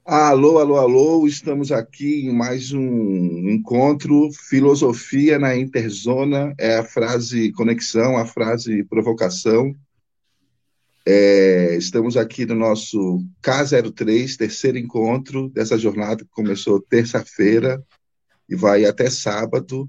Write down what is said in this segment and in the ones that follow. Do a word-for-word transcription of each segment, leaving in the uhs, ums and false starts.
Alô, alô, alô, estamos aqui em mais um encontro. Filosofia na Interzona é a frase conexão, a frase provocação. É, estamos aqui no nosso K zero três, terceiro encontro dessa jornada que começou terça-feira e vai até sábado,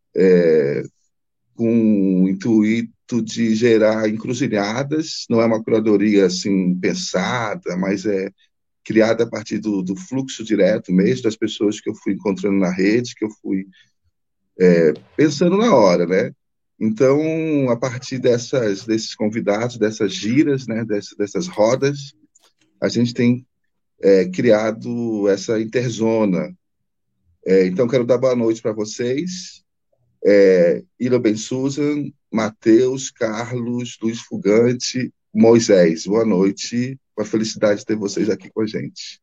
com o intuito de gerar encruzilhadas. Não é uma curadoria assim pensada, mas é criada a partir do, do fluxo direto mesmo das pessoas que eu fui encontrando na rede, que eu fui pensando na hora, né? Então, a partir dessas, desses convidados, dessas giras, né, dessas, dessas rodas, a gente tem é, criado essa interzona. É, então, quero dar boa noite para vocês. É, Ila Ben Susan, Matheus, Carlos, Luiz Fugante, Moisés. Boa noite. Uma felicidade ter vocês aqui com a gente.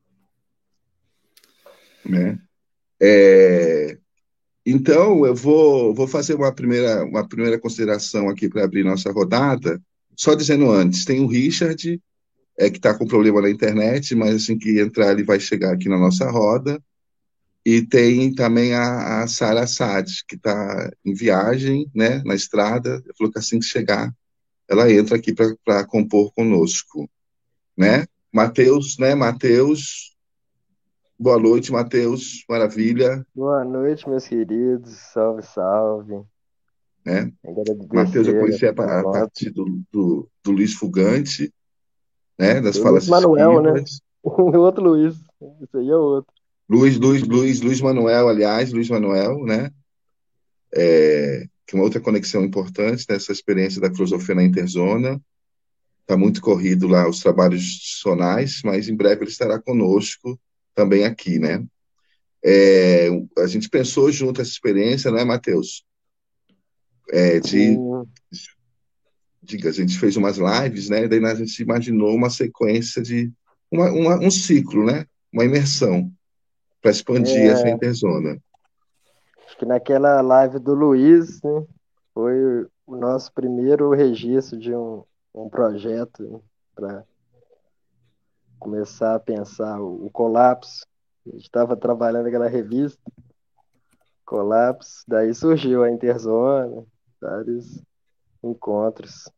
Né? É, Então, eu vou, vou fazer uma primeira, uma primeira consideração aqui para abrir nossa rodada. Só dizendo antes, tem o Richard, é, que está com problema na internet, mas assim que entrar ele vai chegar aqui na nossa roda. E tem também a, a Sara Assad, que está em viagem, né, na estrada. Ela falou que assim que chegar, ela entra aqui para compor conosco, né? Matheus, né, Matheus, boa noite, Matheus, maravilha, Boa noite, meus queridos. Salve, salve. né? Matheus eu Agradecer conheci a, esse pa- a encontro. partir do, do, do Luiz Fugante, né, das Do Luiz falas Manuel, né? esquivas. O outro Luiz. Esse aí é o outro. Luiz, Luiz, Luiz, Luiz Manuel, aliás, Luiz Manuel, né, que é uma outra conexão importante dessa experiência da filosofia na Interzona. Está muito corrido lá os trabalhos sonais, mas em breve ele estará conosco também aqui, né? É, a gente pensou junto essa experiência, né, Matheus? É, de, Sim. diga, a gente fez umas lives, né? Daí a gente imaginou uma sequência de uma, uma, um ciclo, né? Uma imersão para expandir essa É, interzona. acho que naquela live do Luiz, né? Foi o nosso primeiro registro de um, um projeto para começar a pensar o, o colapso. A gente estava trabalhando aquela revista, Colapso. Daí surgiu a Interzona, vários encontros.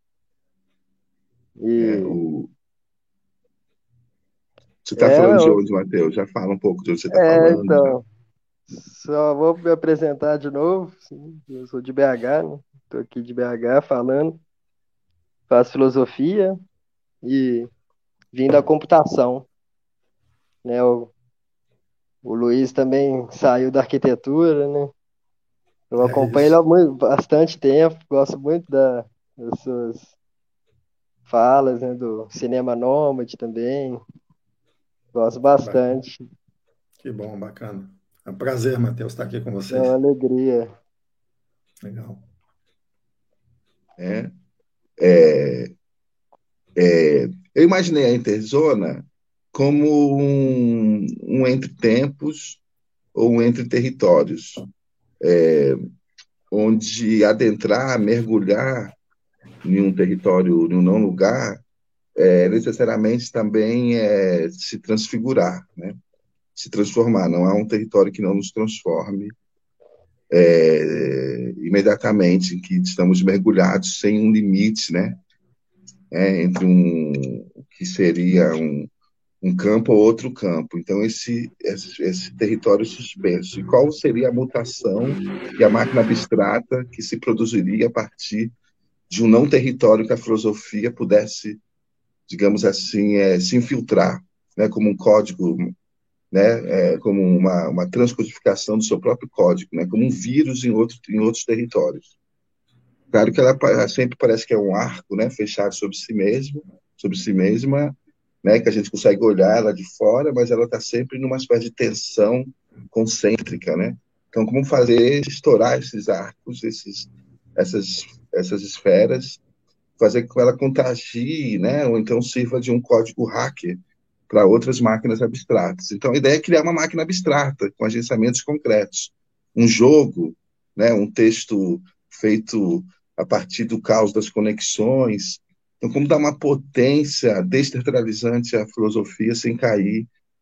Né? E O, você está é, falando de não, onde, Matheus? Já fala um pouco de onde você está é, falando. Já. então. Só vou me apresentar de novo. Sim, eu sou de B H, né? Estou aqui de B H falando. Faço filosofia e vim da computação, né? O, o Luiz também saiu da arquitetura, né? Eu É acompanho ele isso. há muito, bastante tempo, gosto muito da, das suas falas, né? Do cinema nômade também, gosto Bacana. bastante. Que bom, bacana. É um prazer, Matheus, estar aqui com É uma vocês. alegria. Legal. Né? É, é, eu imaginei a interzona como um, um entre tempos ou um entre territórios, onde adentrar, mergulhar em um território, em um não lugar, é necessariamente também é se transfigurar, né? Se transformar. Não há um território que não nos transforme é, imediatamente, em que estamos mergulhados sem um limite, né? É, entre um o que seria um, um campo ou outro campo. Então, esse, esse, esse território suspenso. E qual seria a mutação e a máquina abstrata que se produziria a partir de um não território que a filosofia pudesse, digamos assim, é, se infiltrar, né, como um código, né, é, como uma, uma transcodificação do seu próprio código, né, como um vírus em, outro, em outros territórios. Claro que ela sempre parece que é um arco, né, fechado sobre si mesmo, sobre si mesma, né, que a gente consegue olhar ela de fora, mas ela está sempre numa espécie de tensão concêntrica, né? Então, como fazer estourar esses arcos, esses, essas, essas esferas, fazer com que ela contagie, né, ou então sirva de um código hacker para outras máquinas abstratas. Então, a ideia é criar uma máquina abstrata com agenciamentos concretos, um jogo, né, um texto feito a partir do caos das conexões. Então, como dar uma potência descentralizante à filosofia sem cair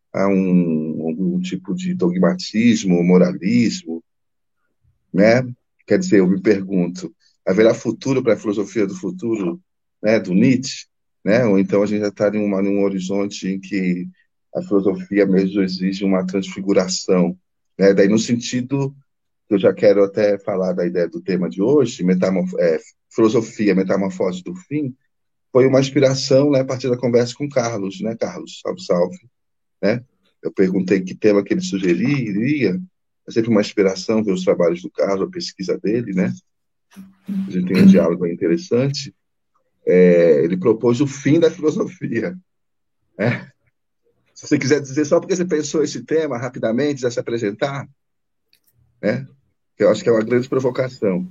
a um, algum tipo de dogmatismo, moralismo, né? Quer dizer, eu me pergunto, haverá futuro para a filosofia do futuro, né, do Nietzsche, né? Ou então a gente já está em, uma, em um horizonte em que a filosofia mesmo exige uma transfiguração, né? Daí no sentido que eu já quero até falar da ideia do tema de hoje, metamorf é, filosofia, metamorfose do fim, foi uma inspiração, né, a partir da conversa com o Carlos, né, Carlos? Salve, salve, né? Eu perguntei que tema que ele sugeriria, é sempre uma inspiração ver os trabalhos do Carlos, a pesquisa dele, né? A gente tem um diálogo bem interessante. É, ele propôs o fim da filosofia, né? Se você quiser dizer só porque você pensou esse tema rapidamente, já se apresentar, né? Que eu acho que é uma grande provocação.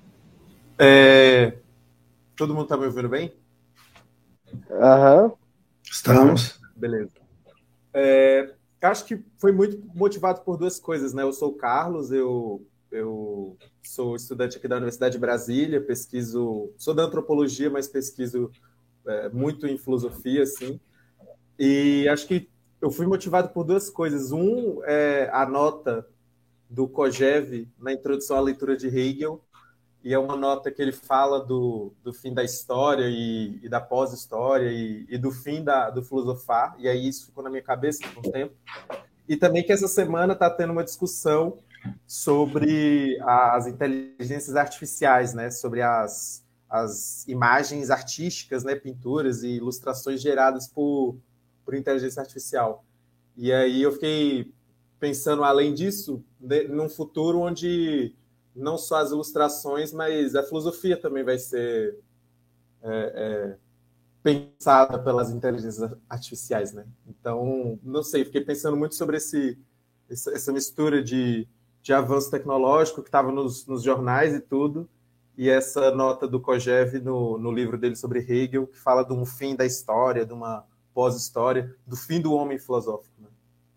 É... Todo mundo está me ouvindo bem? Aham. Estamos. Beleza. É... Acho que foi muito motivado por duas coisas, né? Eu sou o Carlos, eu, eu sou estudante aqui da Universidade de Brasília, pesquiso, sou da antropologia, mas pesquiso é, muito em filosofia, assim. E acho que eu fui motivado por duas coisas. Um é a nota do Kojève na introdução à leitura de Hegel, e é uma nota que ele fala do, do fim da história e, e da pós-história e, e do fim da, do filosofar, e aí isso ficou na minha cabeça por um tempo. E também que essa semana está tendo uma discussão sobre as inteligências artificiais, né? Sobre as, as imagens artísticas, né? Pinturas e ilustrações geradas por, por inteligência artificial. E aí eu fiquei pensando, além disso, de, num futuro onde não só as ilustrações, mas a filosofia também vai ser é, é, pensada pelas inteligências artificiais, né? Então, não sei, fiquei pensando muito sobre esse, essa, essa mistura de, de avanço tecnológico que estava nos, nos jornais e tudo, e essa nota do Kojève no, no livro dele sobre Hegel, que fala de um fim da história, de uma pós-história, do fim do homem filosófico, né?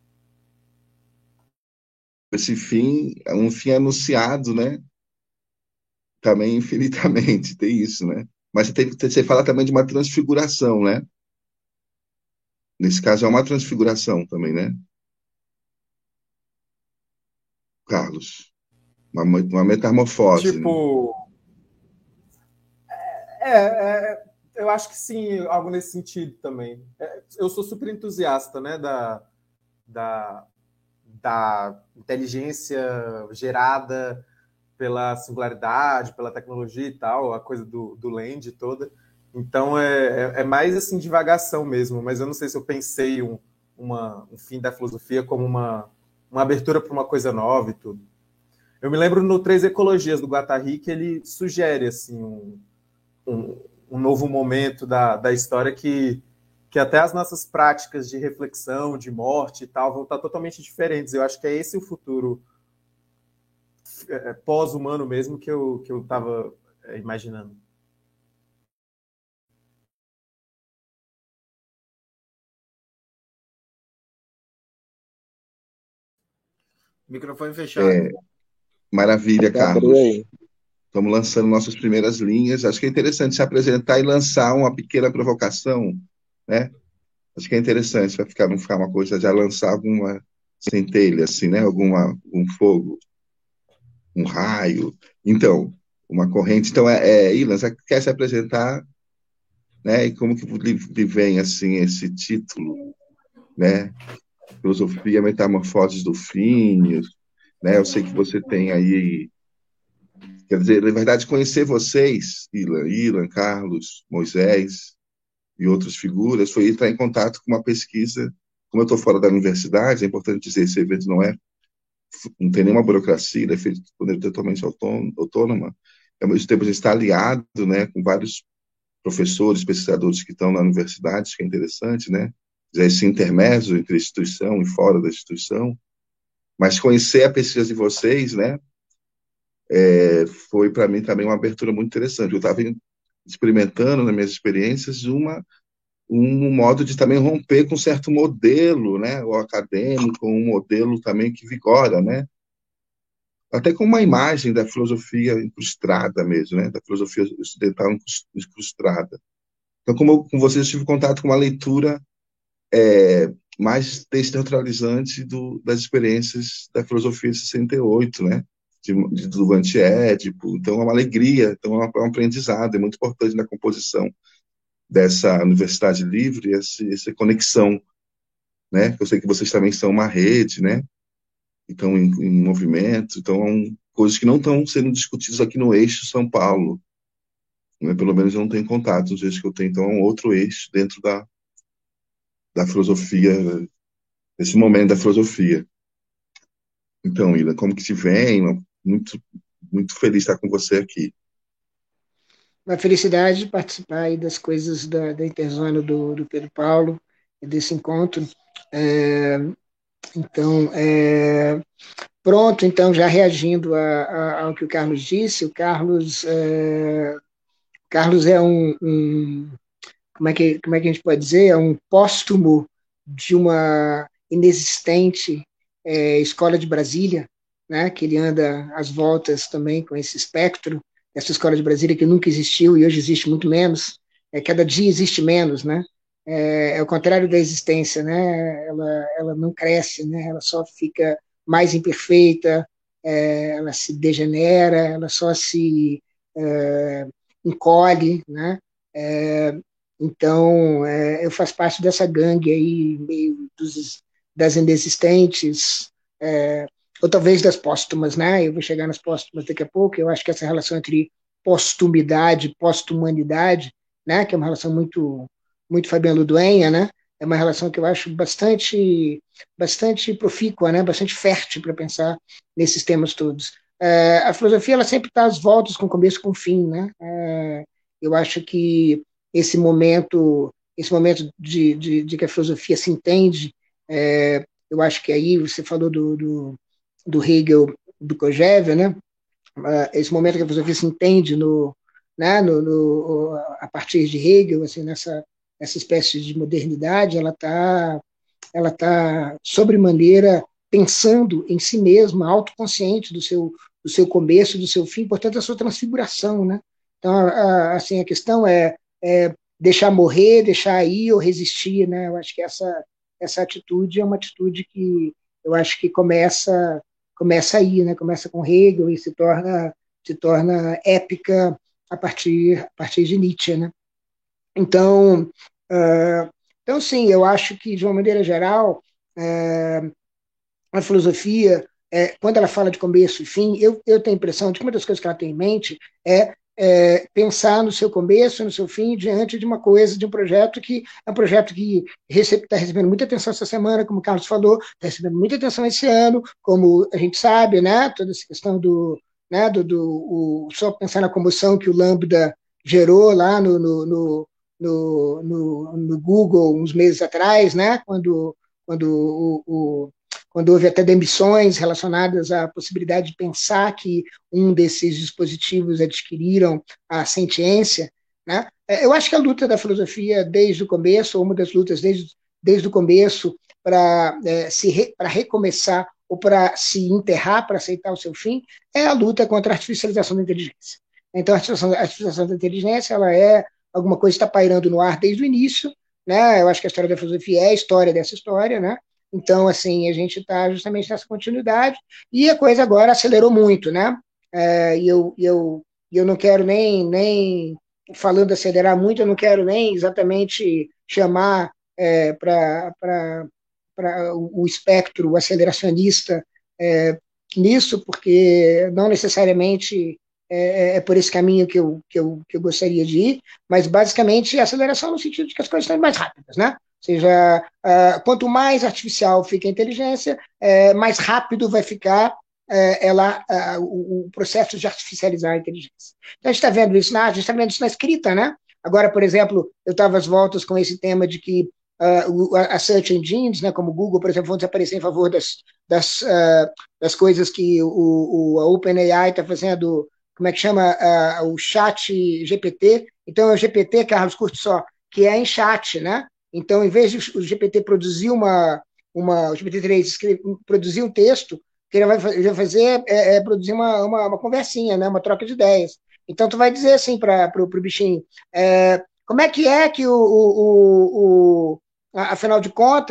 Esse fim é um fim anunciado, né? Também infinitamente, tem isso, né? Mas você, tem, você fala também de uma transfiguração, né? Nesse caso é uma transfiguração também, né, Carlos? Uma, uma metamorfose, né? Tipo, é, é, eu acho que sim, algo nesse sentido também. É, eu sou super entusiasta, né, da, da, da inteligência gerada pela singularidade, pela tecnologia e tal, a coisa do, do Land toda. Então é, é, é mais assim divagação mesmo, mas eu não sei se eu pensei um, uma, um fim da filosofia como uma, uma abertura para uma coisa nova e tudo. Eu me lembro no Três Ecologias do Guattari que ele sugere assim um, um, um novo momento da, da história que, que até as nossas práticas de reflexão, de morte e tal, vão estar totalmente diferentes. Eu acho que é esse o futuro pós-humano mesmo que eu que eu estava imaginando. Microfone fechado. É, maravilha, Abriu Carlos. aí. Estamos lançando nossas primeiras linhas. Acho que é interessante se apresentar e lançar uma pequena provocação, né? Acho que é interessante para ficar não ficar uma coisa já lançar alguma centelha, assim, né? Alguma um fogo, um raio. Então, uma corrente. Então, é, é Ilan, você quer se apresentar, né? E como que lhe vem assim esse título, né? Filosofia, Metamorfoses do Fim, né? Eu sei que você tem aí, quer dizer, na verdade, conhecer vocês, Ilan, Ilan, Carlos, Moisés e outras figuras, foi entrar em contato com uma pesquisa. Como eu estou fora da universidade, é importante dizer, esse evento não é, não tem nenhuma burocracia, ele é feito de maneira totalmente autônoma. Ao mesmo tempo, a gente está aliado, né, com vários professores, pesquisadores que estão na universidade, que é interessante, né? Esse intermédio entre a instituição e fora da instituição. Mas conhecer a pesquisa de vocês, né, é, foi para mim também uma abertura muito interessante. Eu estava experimentando nas minhas experiências uma um modo de também romper com certo modelo, né, o acadêmico, um modelo também que vigora, né, até com uma imagem da filosofia incrustada mesmo, né, da filosofia ocidental incrustada. Então, como, eu, com vocês, eu tive contato com uma leitura é, mais desneutralizante do, das experiências da filosofia de sessenta e oito, né? De, de, do antiédipo. Então, é uma alegria, então é um, é um aprendizado, é muito importante na composição dessa universidade livre, essa, essa conexão, né? Eu sei que vocês também são uma rede, né? Então, em, em movimento, então, um, coisas que não estão sendo discutidas aqui no eixo São Paulo, né? Pelo menos eu não tenho contato nos eixos que eu tenho, então é um outro eixo dentro da, da filosofia, desse momento da filosofia. Então, Ila, como que te vem? Muito, muito feliz de estar com você aqui. Uma felicidade de participar aí das coisas da, da Interzona do, do Pedro Paulo, e desse encontro. É, então, é, pronto, então, já reagindo a, a, ao que o Carlos disse, o Carlos é, Carlos é um, um como, é que, como é que a gente pode dizer? É um póstumo de uma inexistente é, escola de Brasília, né, que ele anda às voltas também com esse espectro, essa escola de Brasília que nunca existiu e hoje existe muito menos, é, cada dia existe menos, né? É, é o contrário da existência, né? Ela, ela não cresce, né? Ela só fica mais imperfeita, é, ela se degenera, ela só se é, encolhe, né? É, então, é, eu faço parte dessa gangue aí, meio dos, das inexistentes, é, ou talvez das póstumas, né? Eu vou chegar nas póstumas daqui a pouco. Eu acho que essa relação entre postumidade e postumanidade, né? Que é uma relação muito, muito Fabiano Duenha, né? É uma relação que eu acho bastante, bastante profícua, né? Bastante fértil para pensar nesses temas todos. É, a filosofia ela sempre está às voltas com começo e com fim, né? É, eu acho que esse momento, esse momento de, de, de que a filosofia se entende, é, eu acho que aí você falou do, do, do Hegel, do Kojève, né? Esse momento que a filosofia se entende no, né, no, no, a partir de Hegel, assim, nessa, nessa espécie de modernidade, ela está ela tá, sobremaneira pensando em si mesma, autoconsciente do seu, do seu começo, do seu fim, portanto, a sua transfiguração, né? Então, a, a, assim, a questão é, é deixar morrer, deixar ir ou resistir, né? Eu acho que essa, essa atitude é uma atitude que eu acho que começa começa aí, né? Começa com Hegel e se torna se torna épica a partir a partir de Nietzsche, né? Então, uh, então sim, eu acho que de uma maneira geral uh, a filosofia, é, quando ela fala de começo e fim, eu, eu tenho a impressão de que uma das coisas que ela tem em mente é, é pensar no seu começo, no seu fim, diante de uma coisa, de um projeto que é um projeto que está recebendo muita atenção essa semana, como o Carlos falou, está recebendo muita atenção esse ano, como a gente sabe, né, toda essa questão do, né, do, do o, só pensar na comoção que o Lambda gerou lá no, no, no, no, no, no Google uns meses atrás, né, quando, quando o, o quando houve até demissões relacionadas à possibilidade de pensar que um desses dispositivos adquiriram a sentiência, né? Eu acho que a luta da filosofia desde o começo, ou uma das lutas desde, desde o começo, para é, se re, para recomeçar ou para se enterrar, para aceitar o seu fim, é a luta contra a artificialização da inteligência. Então, a artificialização, a artificialização da inteligência ela é alguma coisa que está pairando no ar desde o início, né? Eu acho que a história da filosofia é a história dessa história, né? Então, assim, a gente está justamente nessa continuidade e a coisa agora acelerou muito, né? É, e eu, eu, eu não quero nem, nem, falando acelerar muito, eu não quero nem exatamente chamar é, para o espectro o aceleracionista é, nisso, porque não necessariamente é, é por esse caminho que eu, que, eu, que eu gostaria de ir, mas basicamente aceleração no sentido de que as coisas estão mais rápidas, né? Ou seja, uh, quanto mais artificial fica a inteligência, uh, mais rápido vai ficar uh, ela, uh, o, o processo de artificializar a inteligência. Então, a gente está vendo isso na, a gente está vendo isso na escrita, né? Agora, por exemplo, eu estava às voltas com esse tema de que uh, as search engines, né, como o Google, por exemplo, vão desaparecer em favor das, das, uh, das coisas que o, o, a OpenAI está fazendo, como é que chama? Uh, o chat G P T. Então, é o G P T, Carlos, curte só, que é em chat, né? Então, em vez de o G P T produzir uma, uma o G P T três escrever, produzir um texto, o que ele vai, ele vai fazer é, é produzir uma, uma, uma conversinha, né? Uma troca de ideias. Então, tu vai dizer assim para o bichinho, é, como é que é que o, o, o, o afinal de contas,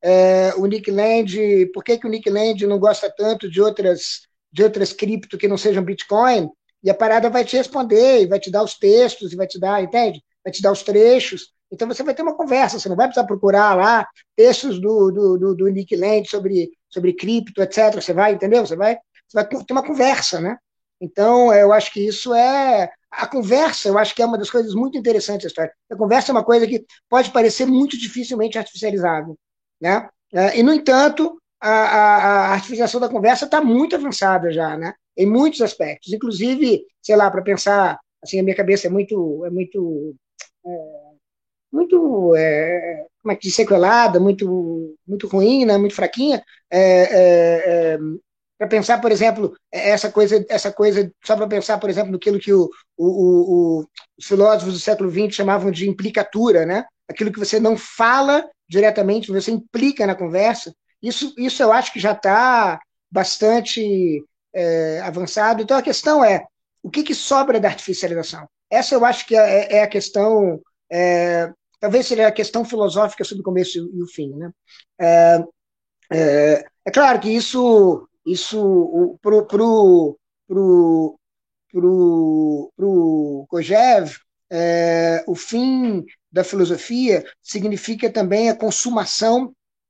é, o Nick Land, por que, que o Nick Land não gosta tanto de outras, de outras cripto que não sejam Bitcoin, e a parada vai te responder, e vai te dar os textos, e vai te dar, entende? Vai te dar os trechos. Então você vai ter uma conversa, você não vai precisar procurar lá textos do, do, do, do Nick Land sobre, sobre cripto, etcétera. Você vai, entendeu? Você vai, você vai ter uma conversa, né? Então, eu acho que isso é... A conversa, eu acho que é uma das coisas muito interessantes da história. A conversa é uma coisa que pode parecer muito dificilmente artificializável, né? E, no entanto, a, a, a artificialização da conversa está muito avançada já, né? Em muitos aspectos. Inclusive, sei lá, para pensar, assim, a minha cabeça é muito... É muito é, muito, é, como é que diz, sequelada, muito, muito ruim, né, muito fraquinha, é, é, é, para pensar, por exemplo, essa coisa, essa coisa só para pensar, por exemplo, naquilo que o, o, o, os filósofos do século vinte chamavam de implicatura, né? Aquilo que você não fala diretamente, você implica na conversa, isso, isso eu acho que já está bastante é, avançado. Então a questão é, o que, que sobra da artificialização? Essa eu acho que é, é a questão... É, talvez seja a questão filosófica sobre o começo e o fim, né? É, é, é claro que isso, isso para o pro, pro, pro, pro Kojève, é, o fim da filosofia significa também a consumação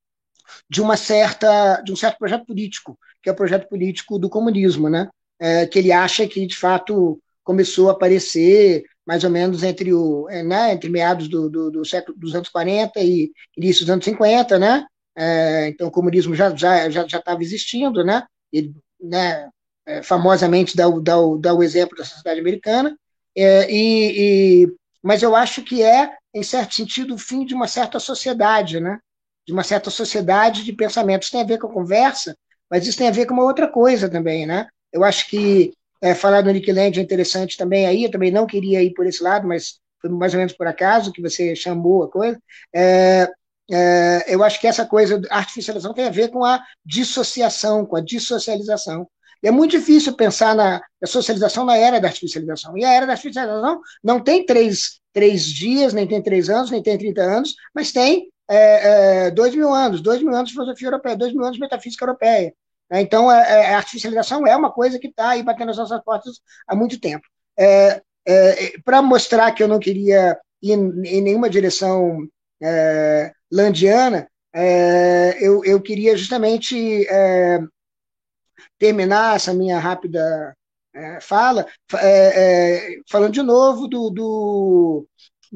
de uma certa, de um certo projeto político, que é o projeto político do comunismo, né? É, que ele acha que de fato começou a aparecer mais ou menos entre, o, né, entre meados do, do, do século dos anos quarenta e início dos anos cinquenta, né? É, então o comunismo já já já já estava existindo, né? Ele, né, é, famosamente dá o, dá, o, dá o exemplo da sociedade americana, é, e, e, mas eu acho que é, em certo sentido, o fim de uma certa sociedade, né? De uma certa sociedade de pensamentos. Isso tem a ver com a conversa, mas isso tem a ver com uma outra coisa também, né? Eu acho que é, falar do Nick Land é interessante também aí, eu também não queria ir por esse lado, mas foi mais ou menos por acaso que você chamou a coisa. É, é, eu acho que essa coisa da artificialização tem a ver com a dissociação, com a dissocialização. E é muito difícil pensar na, na socialização na era da artificialização. E a era da artificialização não tem três, três dias, nem tem três anos, nem tem trinta anos, mas tem é, é, dois mil anos, dois mil anos de filosofia europeia, dois mil anos de metafísica europeia. Então, a artificialização é uma coisa que está aí batendo as nossas portas há muito tempo. É, é, para mostrar que eu não queria ir em nenhuma direção é, landiana, é, eu, eu queria justamente é, terminar essa minha rápida é, fala é, é, falando de novo do, do,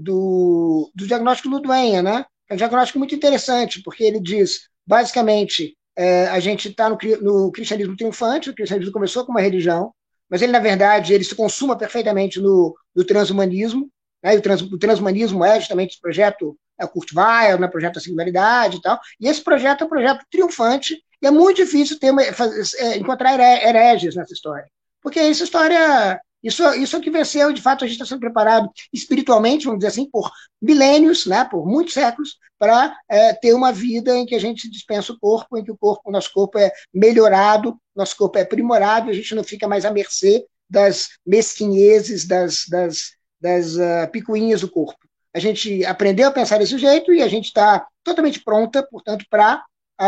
do, do diagnóstico Luduenha, né? É um diagnóstico muito interessante, porque ele diz, basicamente, é, a gente está no, no cristianismo triunfante, o cristianismo começou com uma religião, mas ele, na verdade, ele se consuma perfeitamente no, no transhumanismo, né? E o, trans, o transhumanismo é justamente esse projeto, é o Kurt Weill, né? Projeto da singularidade e tal, e esse projeto é um projeto triunfante, e é muito difícil ter uma, é, encontrar hereges nessa história, porque essa história... Isso, isso é o que venceu, de fato, a gente está sendo preparado espiritualmente, vamos dizer assim, por milênios, né, por muitos séculos, para é, ter uma vida em que a gente dispensa o corpo, em que o corpo, o nosso corpo é melhorado, nosso corpo é aprimorado, a gente não fica mais à mercê das mesquinhezes, das, das, das uh, picuinhas do corpo. A gente aprendeu a pensar desse jeito e a gente está totalmente pronta, portanto, para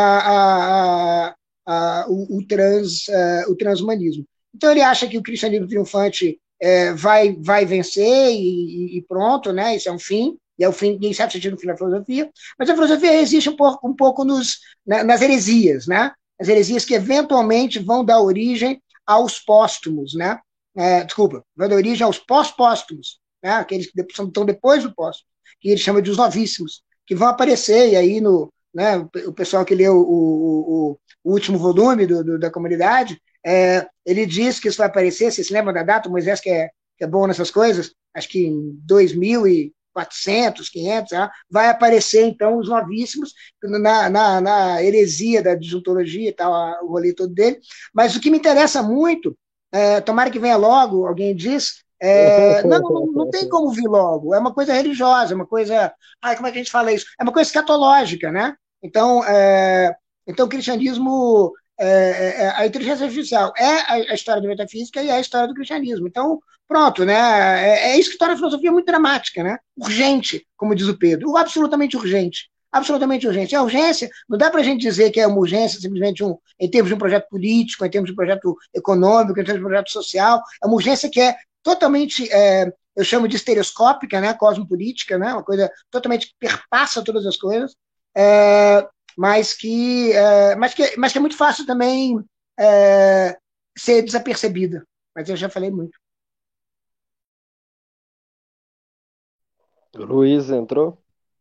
o, o, trans, uh, o transhumanismo. Então ele acha que o cristianismo triunfante é, vai, vai vencer e, e pronto, né? Isso é um fim, e é o fim, em certo sentido, o fim da filosofia, mas a filosofia existe um pouco, um pouco nos, na, nas heresias, né? As heresias que eventualmente vão dar origem aos póstumos, né? É, desculpa, vão dar origem aos pós-póstumos, né? Aqueles que estão depois do póstumo, que ele chama de os novíssimos, que vão aparecer, e aí no, né, o pessoal que leu o, o, o último volume do, do, da comunidade, É, ele diz que isso vai aparecer, vocês se lembram da data? O Moisés que é, que é bom nessas coisas, acho que em dois mil e quatrocentos, quinhentos, ah, vai aparecer então os novíssimos na, na, na heresia da disjuntologia e tal, o rolê todo dele. Mas o que me interessa muito, é, tomara que venha logo, alguém diz, é, não, não, não tem como vir logo, é uma coisa religiosa, é uma coisa, ai, como é que a gente fala isso? É uma coisa escatológica, né? Então, é, então o cristianismo... É, é, a inteligência artificial é a, a história da metafísica e é a história do cristianismo. Então, pronto, né? É, é isso que torna a filosofia muito dramática, né? Urgente, como diz o Pedro, absolutamente urgente. absolutamente urgente. A urgência, não dá para a gente dizer que é uma urgência simplesmente um, em termos de um projeto político, em termos de um projeto econômico, em termos de um projeto social, é uma urgência que é totalmente, é, eu chamo de estereoscópica, né, cosmopolítica, né, uma coisa totalmente que perpassa todas as coisas, é, mas, que, é, mas, que, mas que é muito fácil também é, ser desapercebida. Mas eu já falei muito. O Luiz entrou?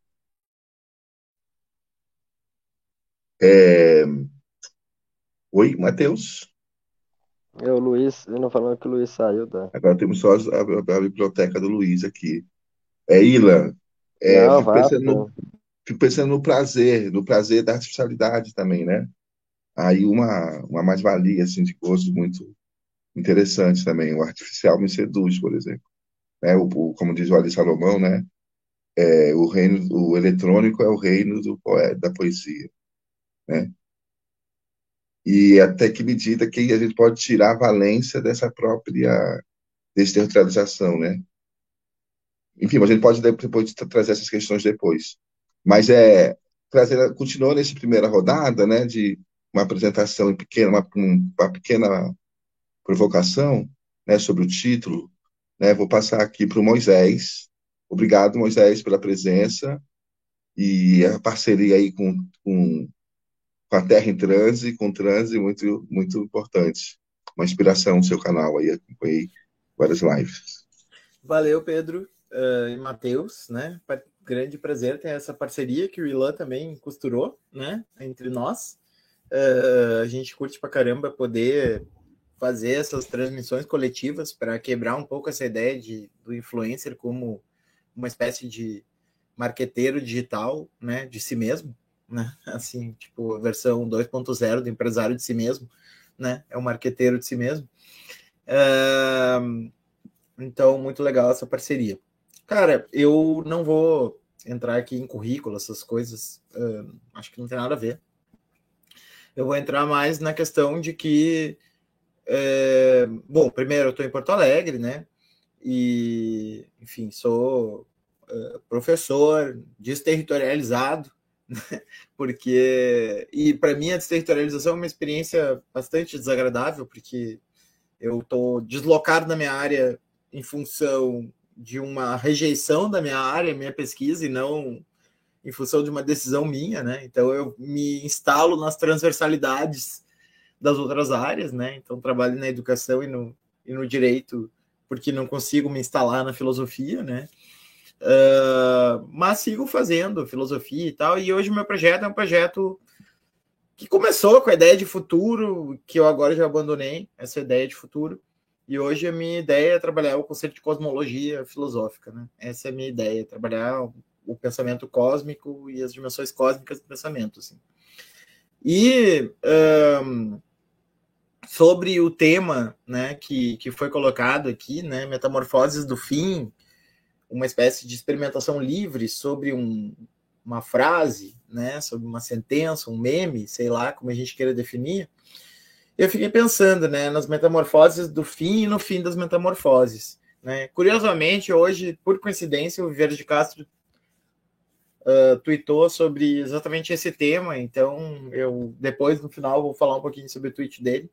É... Oi, Matheus. É o Luiz, eu não falando que o Luiz saiu da. Agora temos só a, a- a biblioteca do Luiz aqui. É, Ilan, é, Não, fico vá, pensando no, pô. fico pensando no prazer, no prazer da artificialidade também, né? Aí uma, uma mais-valia, assim, de gosto muito interessante também. O artificial me seduz, por exemplo. Né? O, o- como diz o Ali Salomão, né? É, o reino, o eletrônico é o reino do poeta, da poesia, né? E até que medida que a gente pode tirar a valência dessa própria descentralização, né? Enfim, mas a gente pode depois tra- trazer essas questões depois. Mas é trazer, continuou nessa primeira rodada, né, de uma apresentação em pequena, uma, um- uma pequena provocação, né, sobre o título, né? Vou passar aqui para o Moisés. Obrigado, Moisés, pela presença e a parceria aí com, com, com a Terra em Transe, com o Transe, muito, muito importante. Uma inspiração no seu canal aí, acompanhei várias lives. Valeu, Pedro uh, e Matheus, né? Grande prazer ter essa parceria que o Ilan também costurou, né? Entre nós. Uh, a gente curte pra caramba poder fazer essas transmissões coletivas para quebrar um pouco essa ideia de, do influencer como uma espécie de marqueteiro digital, né? De si mesmo, né? Assim, tipo, a versão dois ponto zero do empresário de si mesmo, né? É um marqueteiro de si mesmo. Uh, Então, muito legal essa parceria. Cara, eu não vou entrar aqui em currículo, essas coisas, uh, acho que não tem nada a ver. Eu vou entrar mais na questão de que, é, bom, primeiro eu estou em Porto Alegre, né? E, enfim, sou uh, professor desterritorializado, né? Porque, e para mim a desterritorialização é uma experiência bastante desagradável, porque eu estou deslocado da minha área em função de uma rejeição da minha área, minha pesquisa, e não em função de uma decisão minha, né? Então eu me instalo nas transversalidades das outras áreas, né? Então trabalho na educação e no, e no direito, porque não consigo me instalar na filosofia, né? Uh, mas sigo fazendo filosofia e tal, e hoje o meu projeto é um projeto que começou com a ideia de futuro, que eu agora já abandonei, essa ideia de futuro, e hoje a minha ideia é trabalhar o conceito de cosmologia filosófica, né? Essa é a minha ideia, trabalhar o pensamento cósmico e as dimensões cósmicas do pensamento, assim. E um, sobre o tema, né, que, que foi colocado aqui, né, Metamorfoses do Fim, uma espécie de experimentação livre sobre um, uma frase, né, sobre uma sentença, um meme, sei lá como a gente queira definir, eu fiquei pensando, né, nas metamorfoses do fim e no fim das metamorfoses, né? Curiosamente, hoje, por coincidência, o Vieira de Castro uh, tweetou sobre exatamente esse tema, então eu depois, no final, vou falar um pouquinho sobre o tweet dele.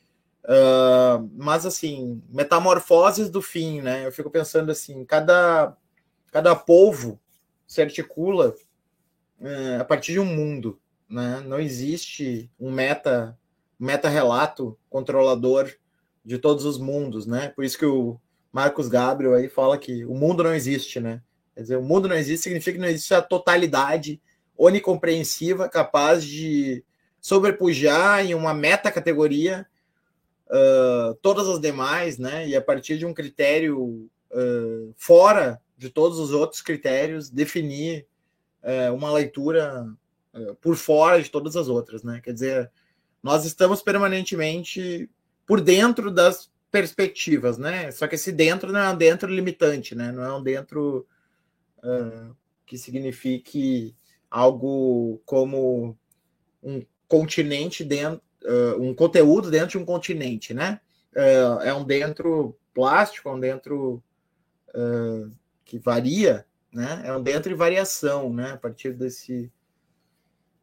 Uh, mas, assim, metamorfoses do fim, né? Eu fico pensando assim, cada, cada povo se articula uh, a partir de um mundo, né? Não existe um meta meta-relato controlador de todos os mundos, né? Por isso que o Marcos Gabriel aí fala que o mundo não existe, né? Quer dizer, o mundo não existe significa que não existe a totalidade onicompreensiva capaz de sobrepujar em uma meta-categoria uh, todas as demais, né? E a partir de um critério uh, fora de todos os outros critérios, definir uh, uma leitura uh, por fora de todas as outras, né? Quer dizer, nós estamos permanentemente por dentro das perspectivas, né? Só que esse dentro não é um dentro limitante, né? Não é um dentro uh, que signifique algo como um continente dentro, uh, um conteúdo dentro de um continente, né? Uh, é um dentro plástico, é um dentro uh, que varia, né? É um dentro de variação, né? A partir desse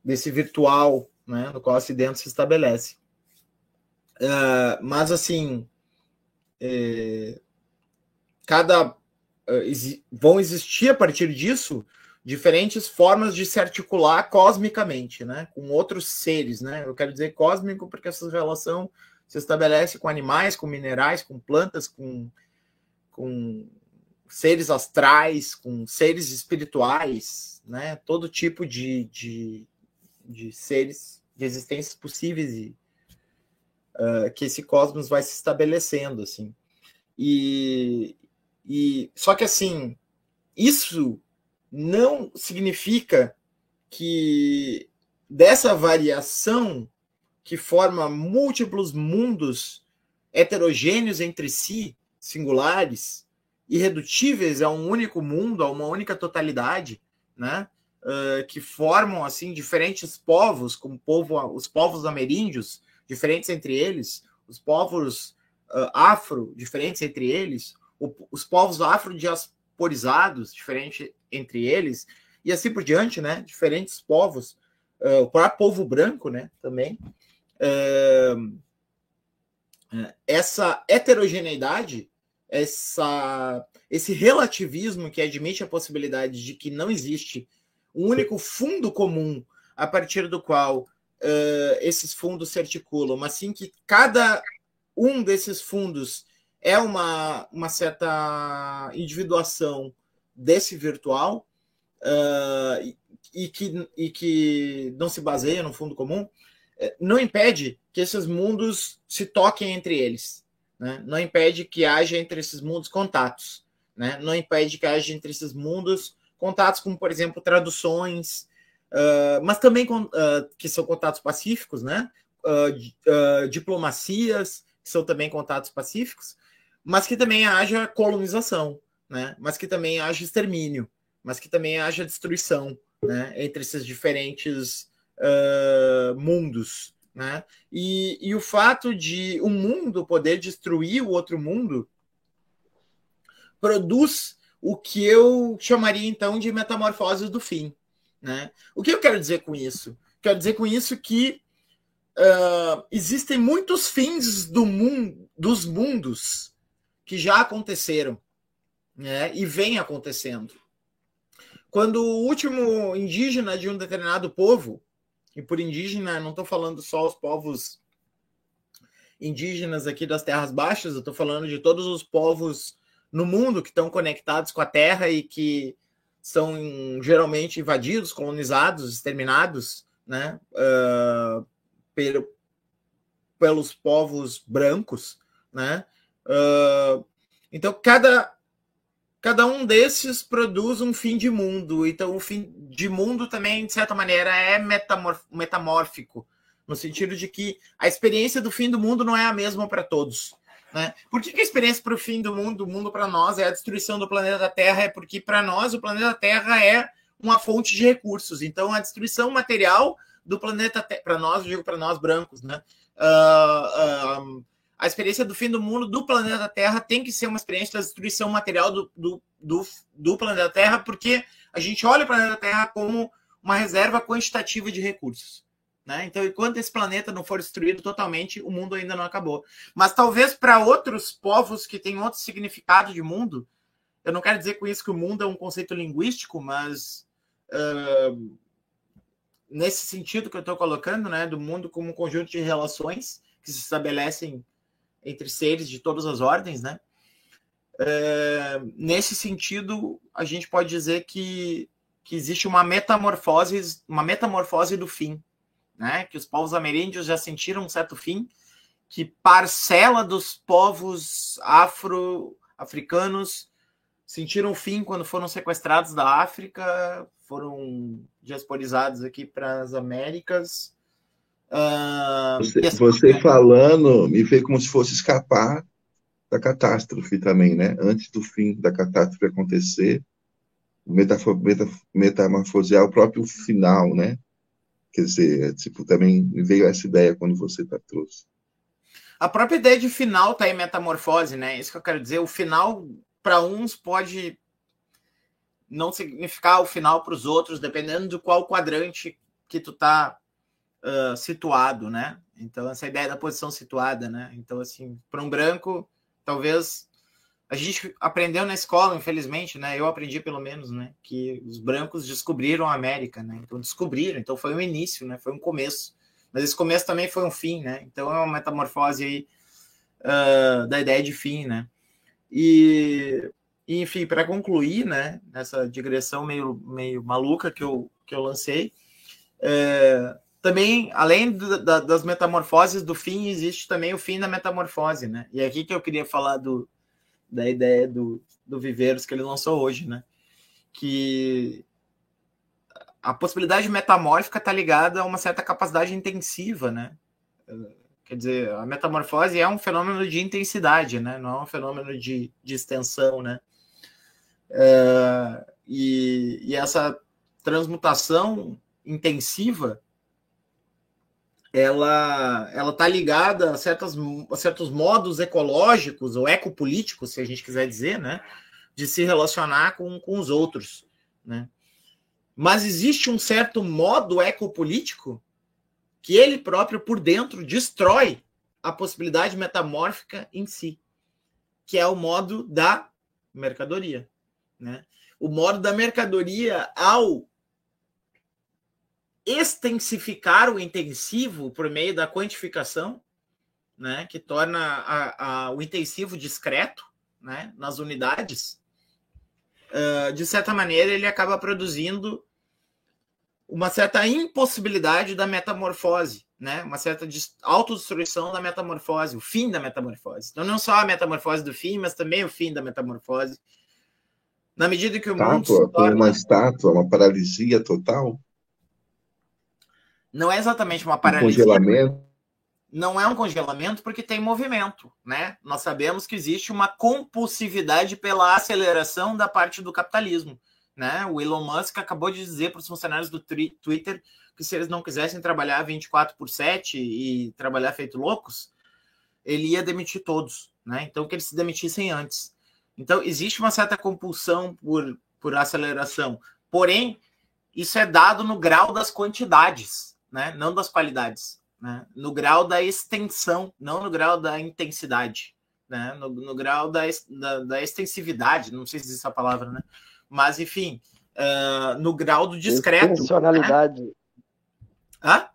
desse virtual, né, no qual o Ocidente se estabelece. Uh, mas, assim, é, cada, uh, exi- vão existir, a partir disso, diferentes formas de se articular cosmicamente, né, com outros seres, né? Eu quero dizer cósmico porque essa relação se estabelece com animais, com minerais, com plantas, com, com seres astrais, com seres espirituais, né? Todo tipo de, de, de seres, de existências possíveis e uh, que esse cosmos vai se estabelecendo, assim. E, e só que, assim, isso não significa que dessa variação que forma múltiplos mundos heterogêneos entre si, singulares, irredutíveis a um único mundo, a uma única totalidade, né? Uh, que formam assim diferentes povos, como povo, os povos ameríndios, diferentes entre eles, os povos uh, afro, diferentes entre eles, o, os povos afro-diasporizados, diferentes entre eles, e assim por diante, né? Diferentes povos, uh, o próprio povo branco, né? Também. Uh, essa heterogeneidade, essa, esse relativismo que admite a possibilidade de que não existe um único fundo comum a partir do qual uh, esses fundos se articulam, mas sim que cada um desses fundos é uma, uma certa individuação desse virtual uh, e, e, que, e que não se baseia no fundo comum, não impede que esses mundos se toquem entre eles, né? Não impede que haja entre esses mundos contatos, né? Não impede que haja entre esses mundos contatos como, por exemplo, traduções, uh, mas também uh, que são contatos pacíficos, né? Uh, uh, diplomacias, que são também contatos pacíficos, mas que também haja colonização, né? Mas que também haja extermínio, mas que também haja destruição, né? Entre esses diferentes Uh, mundos, né? E, e o fato de um mundo poder destruir o outro mundo produz o que eu chamaria então de metamorfose do fim, né? O que eu quero dizer com isso? Quero dizer com isso que uh, existem muitos fins do mundo, dos mundos que já aconteceram, né? E vem acontecendo. Quando o último indígena de um determinado povo, e por indígena, não estou falando só os povos indígenas aqui das Terras Baixas, eu estou falando de todos os povos no mundo que estão conectados com a Terra e que são geralmente invadidos, colonizados, exterminados, né, uh, pelo, pelos povos brancos, né? Uh, então, cada... Cada um desses produz um fim de mundo. Então, o fim de mundo também, de certa maneira, é metamorf- metamórfico, no sentido de que a experiência do fim do mundo não é a mesma para todos, né? Por que, que a experiência para o fim do mundo, o mundo para nós, é a destruição do planeta Terra? É porque, para nós, o planeta Terra é uma fonte de recursos. Então, a destruição material do planeta Terra, para nós, eu digo para nós brancos, né? Uh, uh, A experiência do fim do mundo do planeta Terra tem que ser uma experiência da destruição material do, do, do, do planeta Terra, porque a gente olha o planeta Terra como uma reserva quantitativa de recursos, né? Então, enquanto esse planeta não for destruído totalmente, o mundo ainda não acabou. Mas talvez para outros povos que têm outro significado de mundo, eu não quero dizer com isso que o mundo é um conceito linguístico, mas uh, nesse sentido que eu estou colocando, né, do mundo como um conjunto de relações que se estabelecem entre seres de todas as ordens, né? É, nesse sentido, a gente pode dizer que, que existe uma metamorfose, uma metamorfose do fim, né? Que os povos ameríndios já sentiram um certo fim, que parcela dos povos afro-africanos sentiram o fim quando foram sequestrados da África, foram diasporizados aqui para as Américas. Uh, você, você falando me veio como se fosse escapar da catástrofe também, né? Antes do fim da catástrofe acontecer, metamorfosear o próprio final, né? Quer dizer, tipo, também me veio essa ideia quando você tá, trouxe. A própria ideia de final está em metamorfose, né? Isso que eu quero dizer. O final, para uns, pode não significar o final para os outros, dependendo de qual quadrante que tu tá uh, situado, né? Então, essa ideia da posição situada, né? Então, assim, para um branco, talvez a gente aprendeu na escola, infelizmente, né? Eu aprendi pelo menos, né? Que os brancos descobriram a América, né? Então, descobriram. Então, foi um início, né? Foi um começo. Mas esse começo também foi um fim, né? Então, é uma metamorfose aí uh, da ideia de fim, né? E, enfim, para concluir, né? Nessa digressão meio, meio maluca que eu, que eu lancei, é, também, além do, da, das metamorfoses do fim, existe também o fim da metamorfose, né? E é aqui que eu queria falar do da ideia do, do Viveiros que ele lançou hoje, né? Que a possibilidade metamórfica está ligada a uma certa capacidade intensiva, né? Quer dizer, a metamorfose é um fenômeno de intensidade, né? Não é um fenômeno de, de extensão, né? É, e, e essa transmutação intensiva ela ela está ligada a, certas, a certos modos ecológicos ou ecopolíticos, se a gente quiser dizer, né, de se relacionar com, com os outros, né? Mas existe um certo modo ecopolítico que ele próprio, por dentro, destrói a possibilidade metamórfica em si, que é o modo da mercadoria, né? O modo da mercadoria, ao extensificar o intensivo por meio da quantificação, né, que torna a, a, o intensivo discreto, né, nas unidades, uh, de certa maneira ele acaba produzindo uma certa impossibilidade da metamorfose, né, uma certa autodestruição da metamorfose, o fim da metamorfose. Então não só a metamorfose do fim, mas também o fim da metamorfose. Na medida que o Estátua, mundo se torna... uma estátua, uma paralisia total? Não é exatamente uma Um paralisia. congelamento? Não é um congelamento porque tem movimento, né? Nós sabemos que existe uma compulsividade pela aceleração da parte do capitalismo, né? O Elon Musk acabou de dizer para os funcionários do Twitter que se eles não quisessem trabalhar vinte e quatro por sete e trabalhar feito loucos, ele ia demitir todos, né? Então que eles se demitissem antes. Então existe uma certa compulsão por, por aceleração, porém isso é dado no grau das quantidades, né? Não das qualidades, né? No grau da extensão, não no grau da intensidade, né? No, no grau da, da, da extensividade, não sei se existe essa palavra, né? Mas, enfim, uh, no grau do discreto. Extensionalidade. Né? Hã?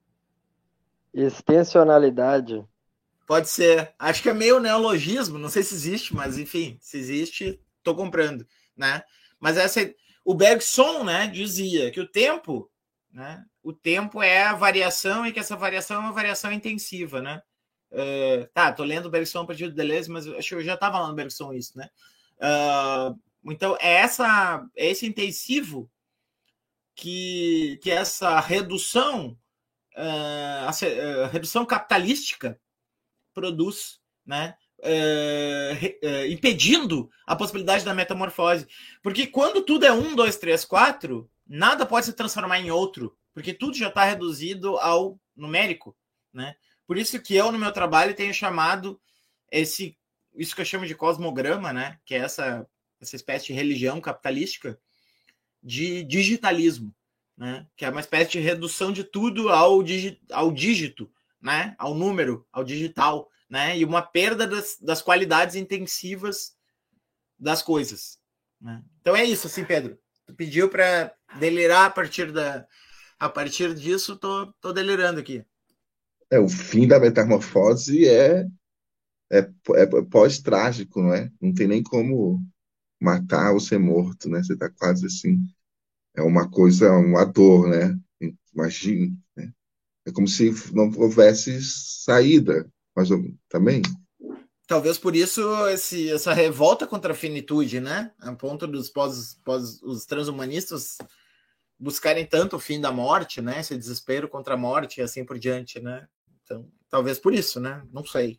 Extensionalidade. Pode ser. Acho que é meio neologismo, não sei se existe, mas, enfim, se existe, estou comprando, né? Mas essa... O Bergson, né, dizia que o tempo, né, o tempo é a variação e que essa variação é uma variação intensiva, né? Uh, tá, tô lendo o Bergson a partir do Deleuze, mas acho que eu já estava lá no Bergson isso, né? Uh, então, é, essa, é esse intensivo que, que essa redução, uh, a, a redução capitalística produz, né? Uh, uh, impedindo a possibilidade da metamorfose. Porque quando tudo é um, dois, três, quatro, nada pode se transformar em outro, porque tudo já está reduzido ao numérico, né? Por isso que eu, no meu trabalho, tenho chamado esse, isso que eu chamo de cosmograma, né? Que é essa, essa espécie de religião capitalística, de digitalismo, né? Que é uma espécie de redução de tudo ao, digi, ao dígito, né? Ao número, ao digital, né? E uma perda das, das qualidades intensivas das coisas, né? Então é isso, assim, Pedro. Tu pediu para delirar a partir da, a partir disso, tô, tô delirando aqui. É, o fim da metamorfose é, é, é pós-trágico, não é? Não tem nem como matar ou ser morto, né? Você tá quase assim, é uma coisa, uma dor, né? Imagine, né? É como se não houvesse saída, mas também. Talvez por isso esse, essa revolta contra a finitude, né? A ponto dos pós, pós os transhumanistas buscarem tanto o fim da morte, né? Esse desespero contra a morte e assim por diante, né? Então, talvez por isso, né? Não sei.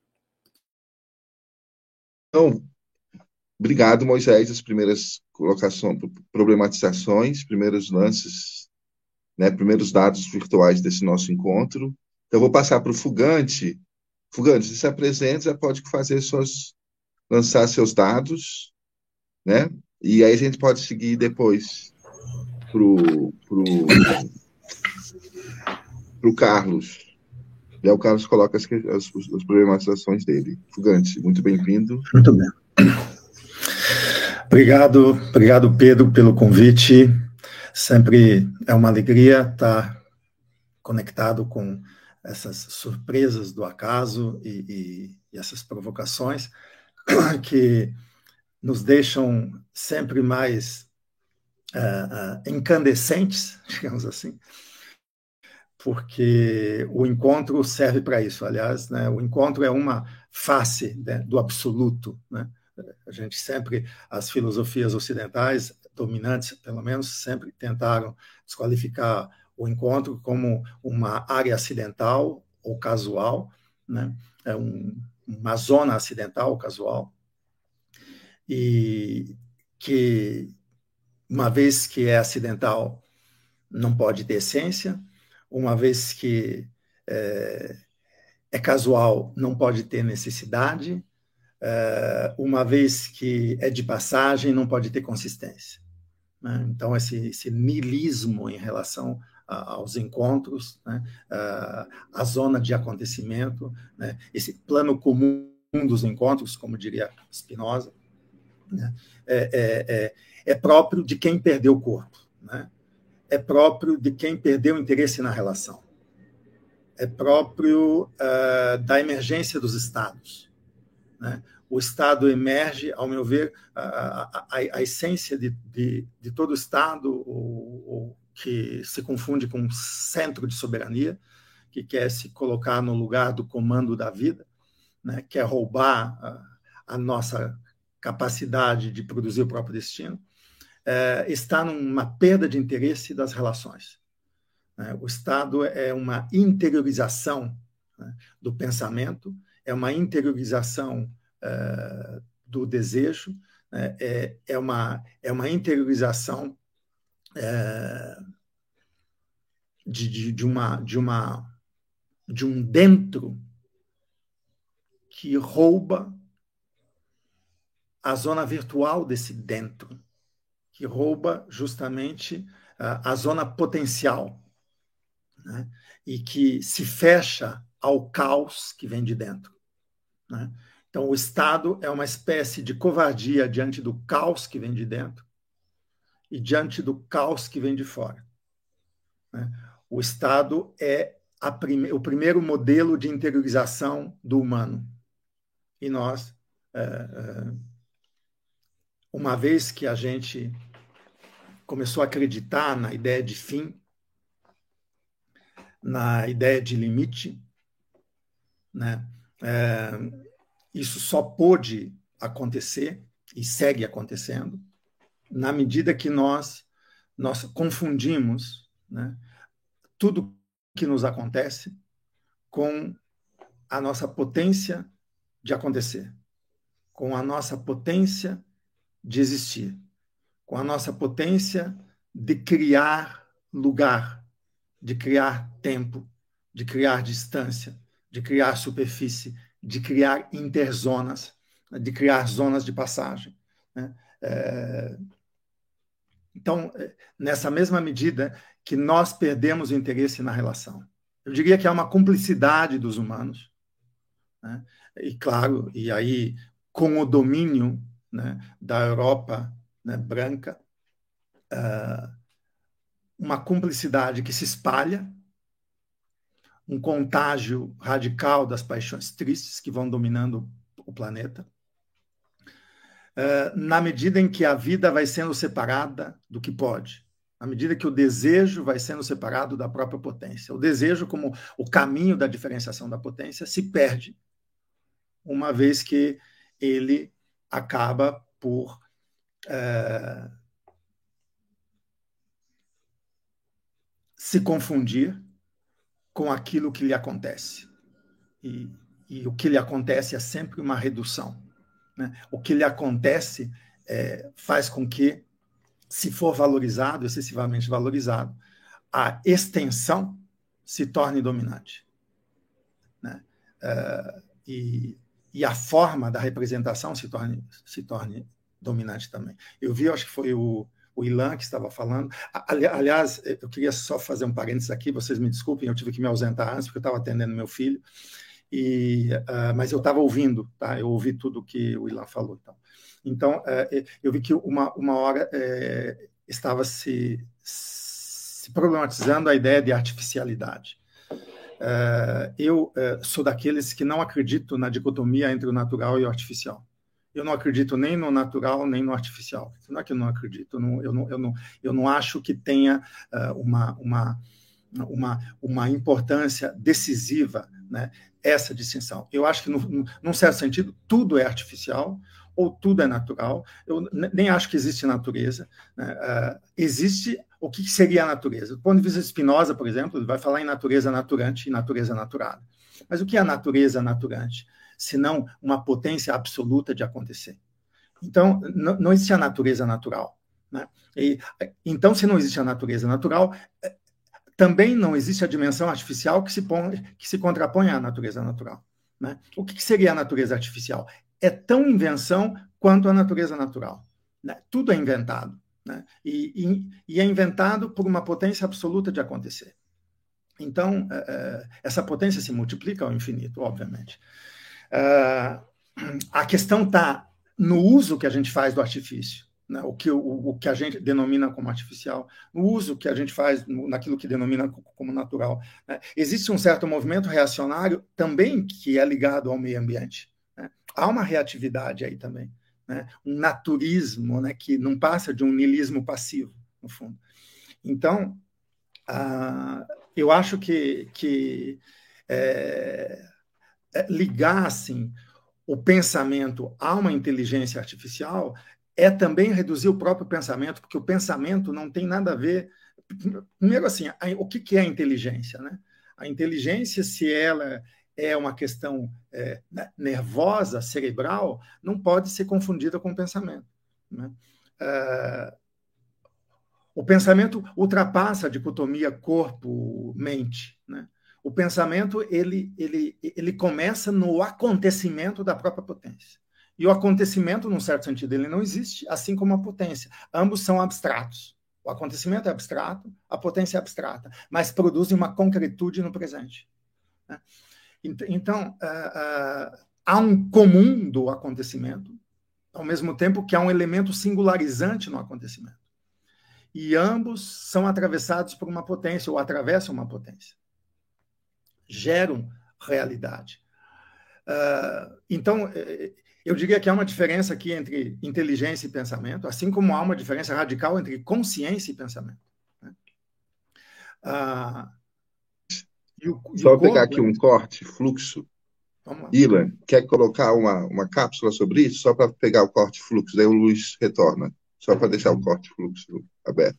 Então, obrigado, Moisés, as primeiras colocações, problematizações, primeiros lances, né? Primeiros dados virtuais desse nosso encontro. Então, eu vou passar para o Fugante. Fugante, você se apresenta, já pode fazer suas, lançar seus dados, né? E aí a gente pode seguir depois pro, pro, para o Carlos. E aí o Carlos coloca as, as, as problematizações dele. Fugante, muito bem-vindo. Muito bem. Obrigado, obrigado, Pedro, pelo convite. Sempre é uma alegria estar conectado com essas surpresas do acaso e, e, e essas provocações que nos deixam sempre mais uh, uh, incandescentes, digamos assim, porque o encontro serve para isso. Aliás, né, o encontro é uma face, né, do absoluto, né? A gente sempre, as filosofias ocidentais, dominantes pelo menos, sempre tentaram desqualificar o encontro como uma área acidental ou casual, né? É um, uma zona acidental ou casual, e que, uma vez que é acidental, não pode ter essência, uma vez que é, é casual, não pode ter necessidade, é, uma vez que é de passagem, não pode ter consistência, né? Então, esse, esse niilismo em relação a, aos encontros, né? a, a zona de acontecimento, né? Esse plano comum dos encontros, como diria Spinoza, né? é, é, é, é próprio de quem perdeu o corpo, né? É próprio de quem perdeu o interesse na relação, é próprio uh, da emergência dos estados, né? O Estado emerge, ao meu ver, a, a, a essência de, de, de todo Estado, o, o que se confunde com um centro de soberania, que quer se colocar no lugar do comando da vida, né? Quer roubar a, a nossa capacidade de produzir o próprio destino, é, está numa perda de interesse das relações. Né? O Estado é uma interiorização, né, do pensamento, é uma interiorização Uh, do desejo, né? é, é, uma, é uma interiorização uh, de, de, de, uma, de, uma, de um dentro que rouba a zona virtual desse dentro, que rouba justamente uh, a zona potencial, né? E que se fecha ao caos que vem de dentro, né? Então, o Estado é uma espécie de covardia diante do caos que vem de dentro e diante do caos que vem de fora, né? O Estado é a prime- o primeiro modelo de interiorização do humano. E nós, é, é, uma vez que a gente começou a acreditar na ideia de fim, na ideia de limite, né, é, isso só pôde acontecer e segue acontecendo na medida que nós, nós confundimos, né, tudo que nos acontece com a nossa potência de acontecer, com a nossa potência de existir, com a nossa potência de criar lugar, de criar tempo, de criar distância, de criar superfície, de criar interzonas, de criar zonas de passagem, né? É... Então, nessa mesma medida que nós perdemos o interesse na relação, eu diria que há uma cumplicidade dos humanos, né? E claro, e aí com o domínio, né, da Europa, né, branca, uh, uma cumplicidade que se espalha, um contágio radical das paixões tristes que vão dominando o planeta, uh, na medida em que a vida vai sendo separada do que pode, na medida que o desejo vai sendo separado da própria potência. O desejo, como o caminho da diferenciação da potência, se perde, uma vez que ele acaba por uh, se confundir com aquilo que lhe acontece. E, e o que lhe acontece é sempre uma redução, né? O que lhe acontece é, faz com que, se for valorizado, excessivamente valorizado, a extensão se torne dominante, né? Uh, e, e a forma da representação se torne, se torne dominante também. Eu vi, acho que foi o, o Ilan que estava falando. Ali, aliás, eu queria só fazer um parênteses aqui, vocês me desculpem, eu tive que me ausentar antes, porque eu estava atendendo meu filho, e, uh, mas eu estava ouvindo, tá? Eu ouvi tudo que o Ilan falou. Então, então uh, eu vi que uma, uma hora uh, estava se, se problematizando a ideia de artificialidade. Uh, eu uh, sou daqueles que não acredito na dicotomia entre o natural e o artificial. Eu não acredito nem no natural, nem no artificial. Não é que eu não acredito, eu não, eu não, eu não, eu não acho que tenha uh, uma, uma, uma, uma importância decisiva, né, essa distinção. Eu acho que, no, no, num certo sentido, tudo é artificial ou tudo é natural. Eu nem acho que existe natureza. Né? Uh, existe o que seria a natureza. Do ponto de vista de Spinoza, por exemplo, ele vai falar em natureza naturante e natureza naturada. Mas o que é a natureza naturante? Senão uma potência absoluta de acontecer. Então, não, não existe a natureza natural. Né? E, então, se não existe a natureza natural, também não existe a dimensão artificial que se, põe, que se contrapõe à natureza natural. Né? O que seria a natureza artificial? É tão invenção quanto a natureza natural. Né? Tudo é inventado. Né? E, e, e é inventado por uma potência absoluta de acontecer. Então, essa potência se multiplica ao infinito, obviamente. Uh, a questão está no uso que a gente faz do artifício, né? o, que, o, o que a gente denomina como artificial, no uso que a gente faz no, naquilo que denomina como natural. Né? Existe um certo movimento reacionário também que é ligado ao meio ambiente. Né? Há uma reatividade aí também, né? Um naturismo, né, que não passa de um niilismo passivo, no fundo. Então, uh, eu acho que, que é, ligar assim, o pensamento a uma inteligência artificial é também reduzir o próprio pensamento, porque o pensamento não tem nada a ver... Primeiro, assim, a, o que, que é a inteligência? Né? A inteligência, se ela é uma questão é, nervosa, cerebral, não pode ser confundida com o pensamento. Né? Uh, o pensamento ultrapassa a dicotomia corpo-mente, né? O pensamento ele, ele, ele começa no acontecimento da própria potência. E o acontecimento, num certo sentido, ele não existe, assim como a potência. Ambos são abstratos. O acontecimento é abstrato, a potência é abstrata, mas produzem uma concretude no presente. Né? Então, uh, uh, há um comum do acontecimento, ao mesmo tempo que há um elemento singularizante no acontecimento. E ambos são atravessados por uma potência, ou atravessam uma potência. Geram realidade. Uh, então, eu diria que há uma diferença aqui entre inteligência e pensamento, assim como há uma diferença radical entre consciência e pensamento. Né? Uh, e o, e Só o pegar corpo, aqui um corte, fluxo. Ilan, quer colocar uma, uma cápsula sobre isso? Só para pegar o corte fluxo, daí o Luiz retorna. Só para deixar o corte fluxo aberto.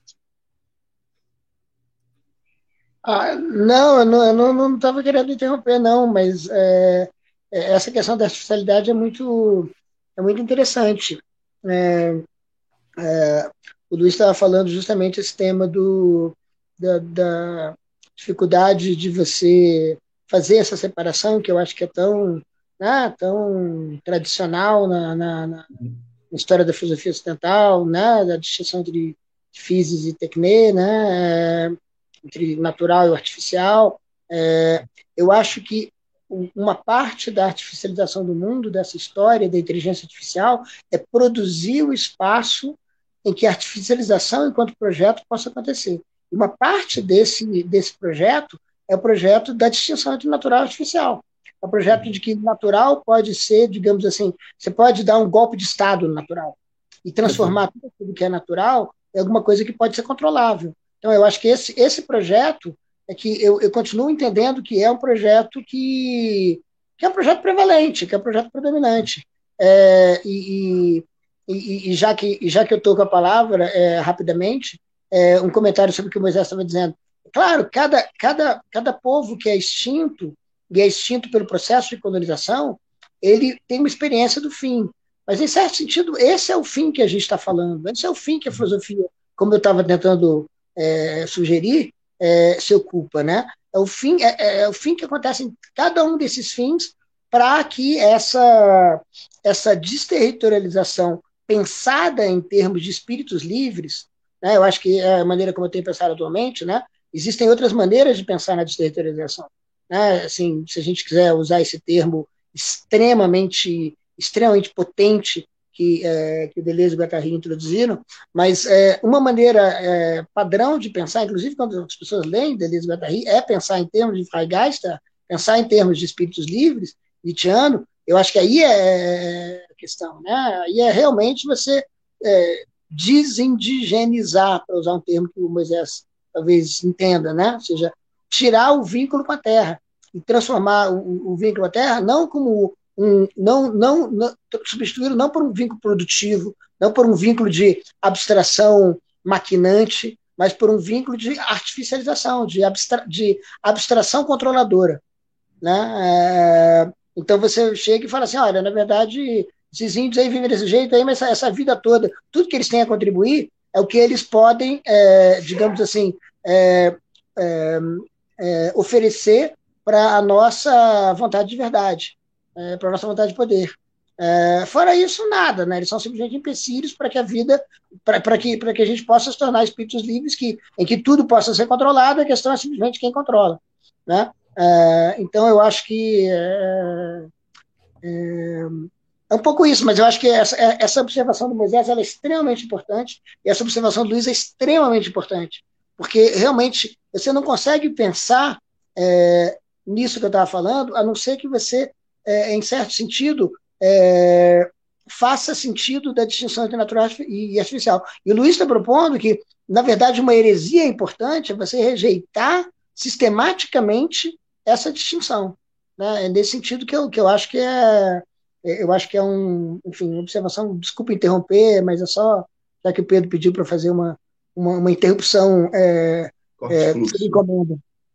Ah, não, eu não estava querendo interromper, não, mas é, essa questão da artificialidade é muito, é muito interessante. É, é, o Luiz estava falando justamente esse tema do, da, da dificuldade de você fazer essa separação, que eu acho que é tão, né, tão tradicional na, na, na história da filosofia ocidental, né, da distinção entre physis e techne, né, entre natural e artificial. É, eu acho que uma parte da artificialização do mundo, dessa história da inteligência artificial, é produzir o espaço em que a artificialização enquanto projeto possa acontecer. E uma parte desse, desse projeto é o projeto da distinção entre natural e artificial. É o projeto de que natural pode ser, digamos assim, você pode dar um golpe de Estado no natural e transformar tudo aquilo que é natural em alguma coisa que pode ser controlável. Então, eu acho que esse, esse projeto é que eu, eu continuo entendendo que é um projeto que, que é um projeto prevalente, que é um projeto predominante. É, e, e, e, já que, e já que eu estou com a palavra, é, rapidamente, é, um comentário sobre o que o Moisés estava dizendo. Claro, cada, cada, cada povo que é extinto, e é extinto pelo processo de colonização, ele tem uma experiência do fim. Mas, em certo sentido, esse é o fim que a gente está falando, esse é o fim que a filosofia, como eu estava tentando É, sugerir, é, se ocupa, né? É o fim, é, é o fim que acontece em cada um desses fins para que essa essa desterritorialização pensada em termos de espíritos livres né? Eu acho que é a maneira como eu tenho pensado atualmente, né? Existem outras maneiras de pensar na desterritorialização, né? Assim, se a gente quiser usar esse termo extremamente, extremamente potente que, é, que o Deleuze e o Guattari introduziram, mas é, uma maneira é, padrão de pensar, inclusive quando as pessoas leem Deleuze e Guattari, é pensar em termos de Freigeister, pensar em termos de espíritos livres, Nietzscheano. Eu acho que aí é a questão, né? Aí é realmente você é, desindigenizar, para usar um termo que o Moisés talvez entenda, né? Ou seja, tirar o vínculo com a terra e transformar o, o vínculo com a terra não como um, não, não, não substituí-lo não por um vínculo produtivo, não por um vínculo de abstração maquinante, mas por um vínculo de artificialização, de, abstra, de abstração controladora, né? É, então você chega e fala assim, olha, na verdade, esses índios aí vivem desse jeito aí, mas essa, essa vida toda, tudo que eles têm a contribuir é o que eles podem, é, digamos assim, é, é, é, oferecer para a nossa vontade de verdade, é, para a nossa vontade de poder. É, fora isso, nada, né? Eles são simplesmente empecilhos para que a vida, para que, para que a gente possa se tornar espíritos livres, que, em que tudo possa ser controlado, a questão é simplesmente quem controla, né? É, então, eu acho que é, é, é um pouco isso, mas eu acho que essa, essa observação do Moisés ela é extremamente importante, e essa observação do Luiz é extremamente importante, porque realmente você não consegue pensar é, nisso que eu estava falando, a não ser que você, é, em certo sentido, é, faça sentido da distinção entre natural e artificial. E o Luiz está propondo que, na verdade, uma heresia importante é você rejeitar sistematicamente essa distinção, né? É nesse sentido que eu, que eu acho que é eu acho que é um, enfim, uma observação, desculpa interromper, mas é só, já que o Pedro pediu para fazer uma, uma, uma interrupção, é, é, Corte-fluxo. encomenda.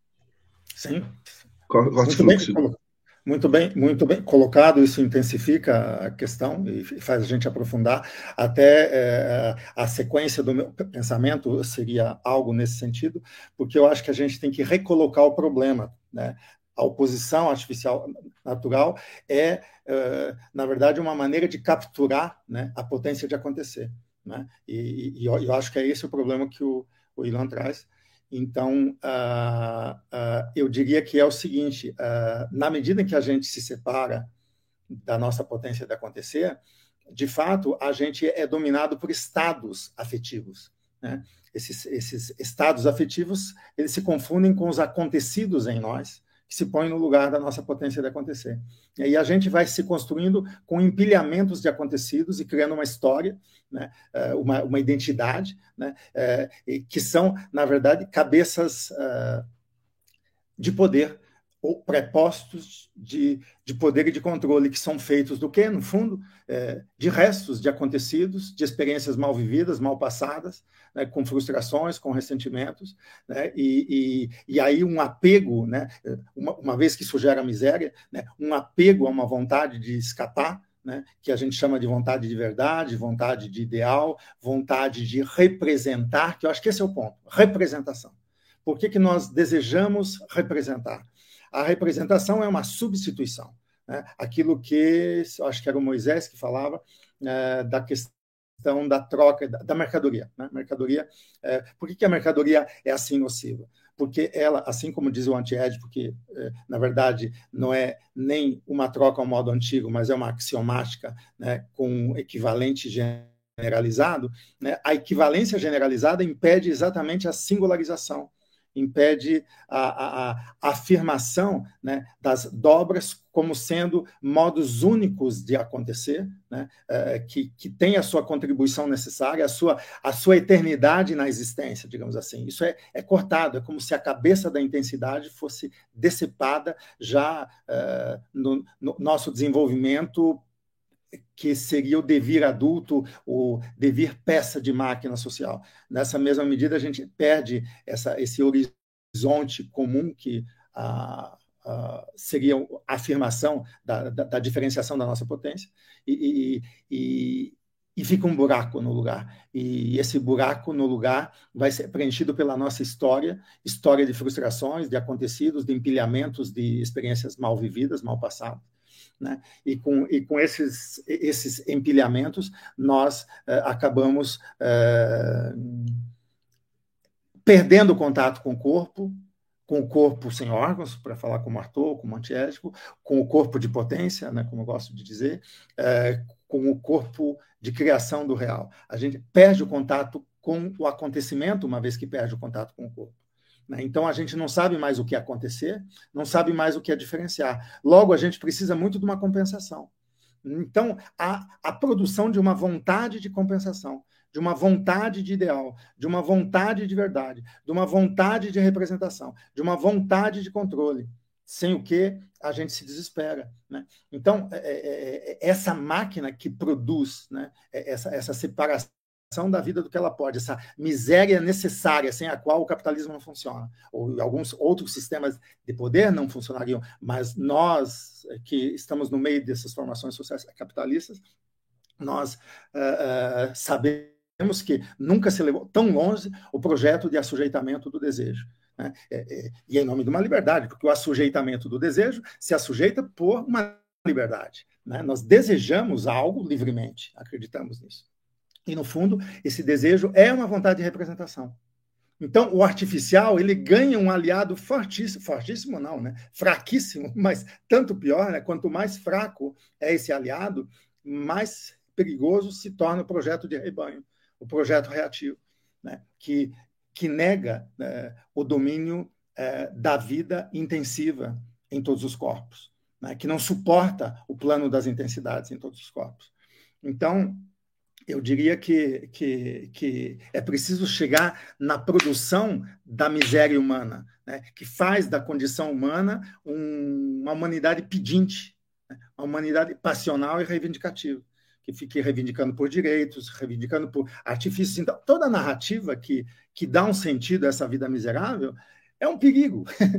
Sim. Corte-fluxo. Muito bem, muito bem colocado, isso intensifica a questão e faz a gente aprofundar. Até é, a sequência do meu pensamento seria algo nesse sentido, porque eu acho que a gente tem que recolocar o problema, né? A oposição artificial natural é, é, na verdade, uma maneira de capturar, né, a potência de acontecer, né? E, e eu, eu acho que é esse o problema que o, o Ilan traz. Então, uh, uh, eu diria que é o seguinte, uh, na medida em que a gente se separa da nossa potência de acontecer, de fato, a gente é dominado por estados afetivos, né? Esses, esses estados afetivos, eles se confundem com os acontecidos em nós, que se põem no lugar da nossa potência de acontecer. E aí a gente vai se construindo com empilhamentos de acontecidos e criando uma história, né, uma, uma identidade, né, que são, na verdade, cabeças de poder ou prepostos de, de poder e de controle, que são feitos do quê? No fundo, é, de restos de acontecidos, de experiências mal vividas, mal passadas, né, com frustrações, com ressentimentos, né, e, e, e aí um apego, né, uma, uma vez que isso gera miséria, né, um apego a uma vontade de escapar, né, que a gente chama de vontade de verdade, vontade de ideal, vontade de representar, que eu acho que esse é o ponto, representação. Por que que nós desejamos representar? A representação é uma substituição, né? Aquilo que, acho que era o Moisés que falava, é, da questão da troca, da, da mercadoria. Né? Mercadoria é, por que que a mercadoria é assim nociva? Porque ela, assim como diz o antiédipo, que, é, na verdade, não é nem uma troca ao modo antigo, mas é uma axiomática, né, com um equivalente generalizado, né? A equivalência generalizada impede exatamente a singularização, impede a, a, a afirmação, né, das dobras como sendo modos únicos de acontecer, né, é, que, que tem a sua contribuição necessária, a sua, a sua eternidade na existência, digamos assim. Isso é, é cortado, é como se a cabeça da intensidade fosse dissipada já é, no, no nosso desenvolvimento, que seria o devir adulto, o devir peça de máquina social. Nessa mesma medida, a gente perde essa, esse horizonte comum que a, a, seria a afirmação da, da, da diferenciação da nossa potência, e, e, e, e fica um buraco no lugar. E esse buraco no lugar vai ser preenchido pela nossa história, história de frustrações, de acontecidos, de empilhamentos de experiências mal vividas, mal passadas. Né? E com, e com esses, esses empilhamentos, nós uh, acabamos uh, perdendo o contato com o corpo, com o corpo sem órgãos, para falar como Arthur, como antiético, com o corpo de potência, né, como eu gosto de dizer, é, com o corpo de criação do real. A gente perde o contato com o acontecimento, uma vez que perde o contato com o corpo. Né? Então, a gente não sabe mais o que acontecer, não sabe mais o que é diferenciar. Logo, a gente precisa muito de uma compensação. Então, a, a produção de uma vontade de compensação, de uma vontade de ideal, de uma vontade de verdade, de uma vontade de representação, de uma vontade de controle, sem o que a gente se desespera. Né? Então, é, é, é essa máquina que produz, né, essa, essa separação da vida do que ela pode, essa miséria necessária sem a qual o capitalismo não funciona, ou alguns outros sistemas de poder não funcionariam, mas nós que estamos no meio dessas formações sociais capitalistas, nós uh, uh, sabemos Temos que nunca se levou tão longe o projeto de assujeitamento do desejo. Né? É, é, e é em nome de uma liberdade, porque o assujeitamento do desejo se assujeita por uma liberdade. Né? Nós desejamos algo livremente, acreditamos nisso. E, no fundo, esse desejo é uma vontade de representação. Então, o artificial ele ganha um aliado fortíssimo, fortíssimo não, né? Fraquíssimo, mas tanto pior, né? Quanto mais fraco é esse aliado, mais perigoso se torna o projeto de rebanho, o projeto reativo, né, que, que nega né, o domínio é, da vida intensiva em todos os corpos, né, que não suporta o plano das intensidades em todos os corpos. Então, eu diria que, que, que é preciso chegar na produção da miséria humana, né, que faz da condição humana um, uma humanidade pedinte, né, uma humanidade passional e reivindicativa, que fique reivindicando por direitos, reivindicando por artifícios. Então, toda a narrativa que, que dá um sentido a essa vida miserável é um perigo.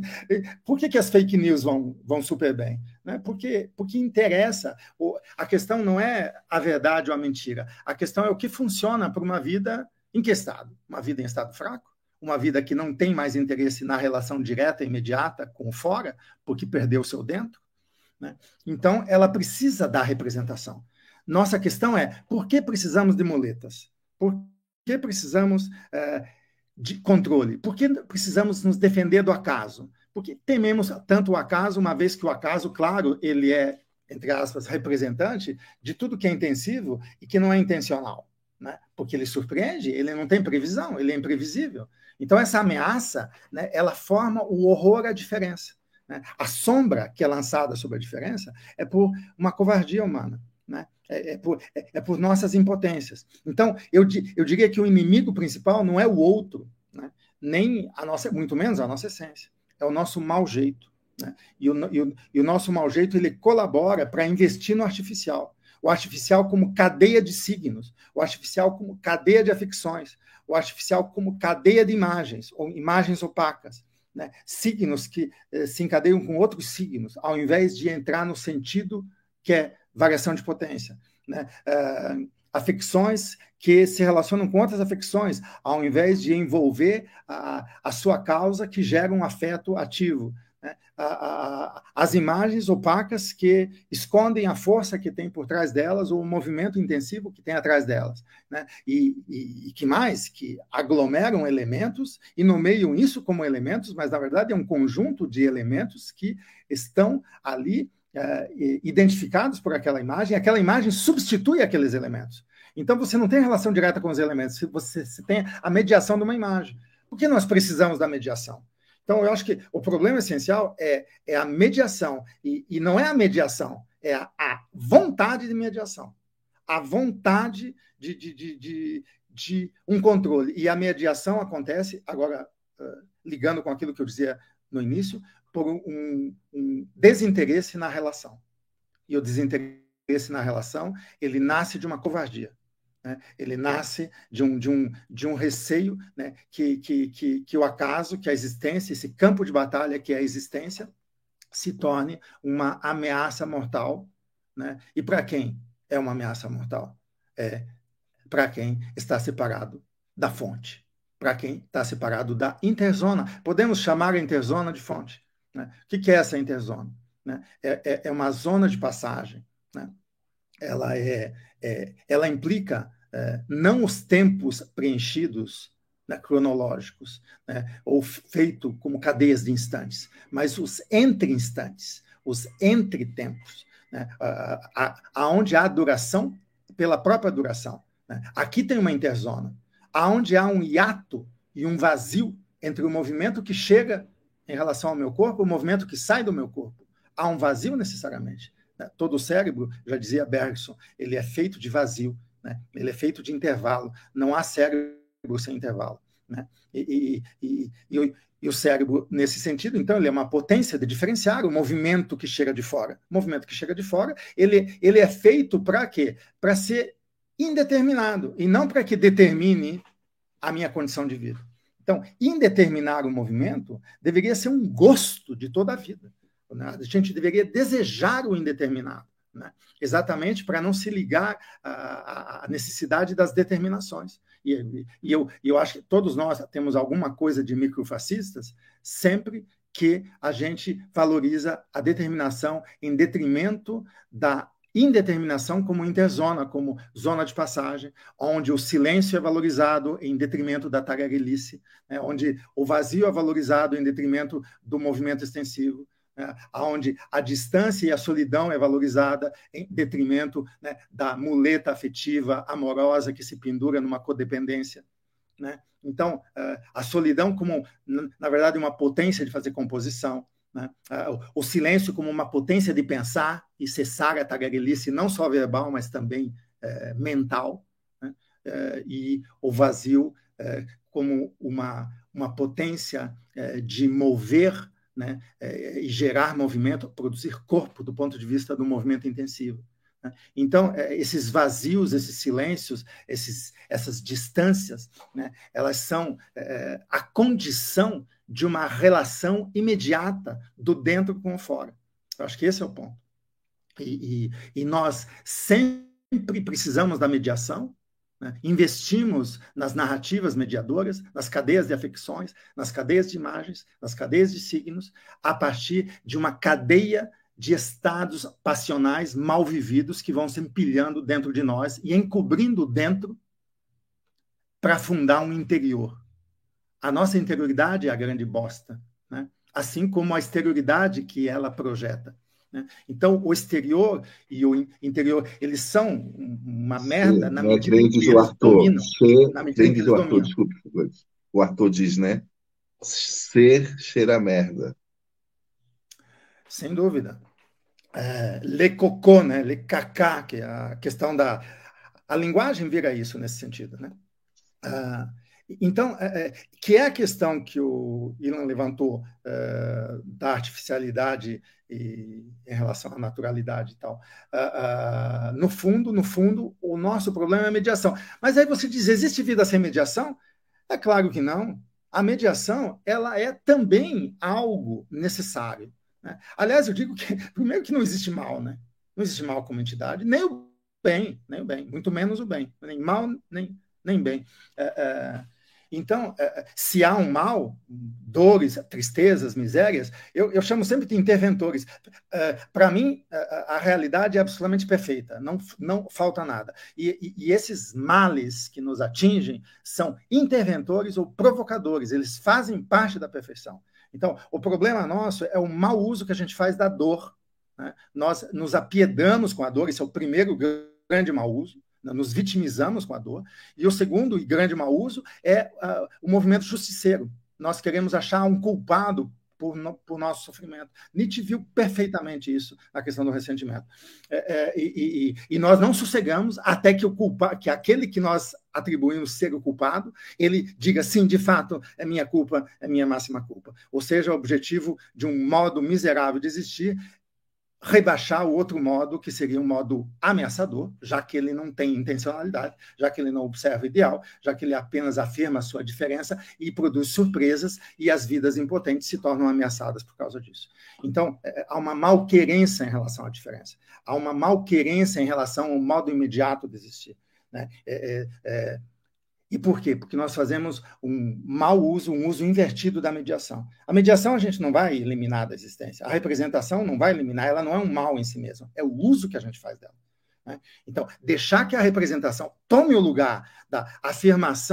Por que, que as fake news vão, vão super bem? Né? Porque, porque interessa. A questão não é a verdade ou a mentira. A questão é o que funciona para uma vida em que estado? Uma vida em estado fraco? Uma vida que não tem mais interesse na relação direta e imediata com o fora, porque perdeu o seu dentro? Né? Então, ela precisa da representação. Nossa questão é, por que precisamos de muletas? Por que precisamos é, de controle? Por que precisamos nos defender do acaso? Porque tememos tanto o acaso, uma vez que o acaso, claro, ele é, entre aspas, representante de tudo que é intensivo e que não é intencional. Né? Porque ele surpreende, ele não tem previsão, ele é imprevisível. Então, essa ameaça, né, ela forma o horror à diferença. Né? A sombra que é lançada sobre a diferença é por uma covardia humana. Né? É, é, por, é, é por nossas impotências. Então, eu, eu diria que o inimigo principal não é o outro, né? Nem a nossa, muito menos a nossa essência, é o nosso mau jeito. Né? E, o, e, o, e o nosso mau jeito ele colabora para investir no artificial. O artificial como cadeia de signos, o artificial como cadeia de afecções, o artificial como cadeia de imagens, ou imagens opacas. Né? Signos que eh, se encadeiam com outros signos, ao invés de entrar no sentido que é variação de potência. Né? Uh, afecções que se relacionam com outras afecções, ao invés de envolver a, a sua causa que gera um afeto ativo. Né? A, a, as imagens opacas que escondem a força que tem por trás delas, ou o movimento intensivo que tem atrás delas. Né? E, e, e que mais? Que aglomeram elementos e nomeiam isso como elementos, mas, na verdade, é um conjunto de elementos que estão ali Uh, identificados por aquela imagem, aquela imagem substitui aqueles elementos. Então, você não tem relação direta com os elementos, você, você tem a mediação de uma imagem. Por que nós precisamos da mediação? Então, eu acho que o problema essencial é, é a mediação, e, e não é a mediação, é a, a vontade de mediação, a vontade de, de, de, de, de um controle. E a mediação acontece, agora, uh, ligando com aquilo que eu dizia no início, por um, um desinteresse na relação. E o desinteresse na relação, ele nasce de uma covardia. Né? Ele nasce de um, de um, de um receio, né? que, que, que, que o acaso, que a existência, esse campo de batalha que é a existência, se torne uma ameaça mortal. Né? E para quem é uma ameaça mortal? É para quem está separado da fonte, para quem está separado da interzona. Podemos chamar a interzona de fonte. Né? O que é essa interzona? Né? É, é, é uma zona de passagem. Né? Ela, é, é, ela implica é, não os tempos preenchidos né, cronológicos, né, ou feito como cadeias de instantes, mas os entre-instantes, os entre-tempos, né, aonde há duração pela própria duração. Né? Aqui tem uma interzona, aonde há um hiato e um vazio entre o movimento que chega em relação ao meu corpo e o movimento que sai do meu corpo. Há um vazio necessariamente. Né? Todo o cérebro, já dizia Bergson, ele é feito de vazio, né? Ele é feito de intervalo. Não há cérebro sem intervalo. Né? E, e, e, e, o, e o cérebro, nesse sentido, então, ele é uma potência de diferenciar o movimento que chega de fora. O movimento que chega de fora, ele, ele é feito para quê? Para ser indeterminado, e não para que determine a minha condição de vida. Então, indeterminar o movimento deveria ser um gosto de toda a vida. Né? A gente deveria desejar o indeterminado. Né? Exatamente para não se ligar à, à necessidade das determinações. E, e eu, eu acho que todos nós temos alguma coisa de microfascistas sempre que a gente valoriza a determinação em detrimento da indeterminação como interzona, como zona de passagem, onde o silêncio é valorizado em detrimento da tagarelice, né? Onde o vazio é valorizado em detrimento do movimento extensivo, né, onde a distância e a solidão é valorizada em detrimento, né, da muleta afetiva amorosa que se pendura numa codependência. Né? Então, a solidão como, na verdade, uma potência de fazer composição, né? O silêncio como uma potência de pensar e cessar a tagarelice, não só verbal, mas também é, mental, né? É, e o vazio é, como uma, uma potência é, de mover, né, e gerar movimento, produzir corpo do ponto de vista do movimento intensivo. Né? Então, esses vazios, esses silêncios, esses, essas distâncias, né, elas são é, a condição de uma relação imediata do dentro com o fora. Eu acho que esse é o ponto. E, e, e nós sempre precisamos da mediação, né? Investimos nas narrativas mediadoras, nas cadeias de afecções, nas cadeias de imagens, nas cadeias de signos, a partir de uma cadeia de estados passionais mal vividos que vão se empilhando dentro de nós e encobrindo dentro para fundar um interior. A nossa interioridade é a grande bosta, né? Assim como a exterioridade que ela projeta. Então, o exterior e o interior, eles são uma merda. Ser, na medida em que eles Arthur, dominam. Ser, na medida em que eles o Arthur, dominam. Desculpe, o Arthur diz, né? Ser cheira a merda. Sem dúvida. É, le cocô, né? Le cacá, que é a questão da... A linguagem vira isso nesse sentido, né? Ah, então, é, que é a questão que o Ilan levantou é, da artificialidade e, em relação à naturalidade e tal. Ah, ah, no fundo, no fundo, o nosso problema é a mediação. Mas aí você diz, existe vida sem mediação? É claro que não. A mediação, ela é também algo necessário. Né? Aliás, eu digo que, primeiro, que não existe mal, né? Não existe mal como entidade, nem o bem, nem o bem, muito menos o bem. Nem mal, nem, nem bem. É, é, então, é, se há um mal, dores, tristezas, misérias, eu, eu chamo sempre de interventores. É, para mim, a, a realidade é absolutamente perfeita, não, não falta nada. E, e, e esses males que nos atingem são interventores ou provocadores, eles fazem parte da perfeição. Então, o problema nosso é o mau uso que a gente faz da dor. Né? Nós nos apiedamos com a dor, esse é o primeiro grande mau uso. Nos vitimizamos com a dor. E o segundo e grande mau uso é uh, o movimento justiceiro. Nós queremos achar um culpado por, no, por nosso sofrimento. Nietzsche viu perfeitamente isso na questão do ressentimento. É, é, e, e, e nós não sossegamos até que, o culpa, que aquele que nós atribuímos ser o culpado, ele diga, sim, de fato, é minha culpa, é minha máxima culpa. Ou seja, o objetivo de um modo miserável de existir rebaixar o outro modo, que seria um modo ameaçador, já que ele não tem intencionalidade, já que ele não observa o ideal, já que ele apenas afirma a sua diferença e produz surpresas, e as vidas impotentes se tornam ameaçadas por causa disso. Então, é, há uma malquerência em relação à diferença, há uma malquerência em relação ao modo imediato de existir. Né? É, é, E por quê? Porque nós fazemos um mau uso, um uso invertido da mediação. A mediação a gente não vai eliminar da existência. A representação não vai eliminar, ela não é um mal em si mesma. É o uso que a gente faz dela. Né? Então, deixar que a representação tome o lugar da afirmação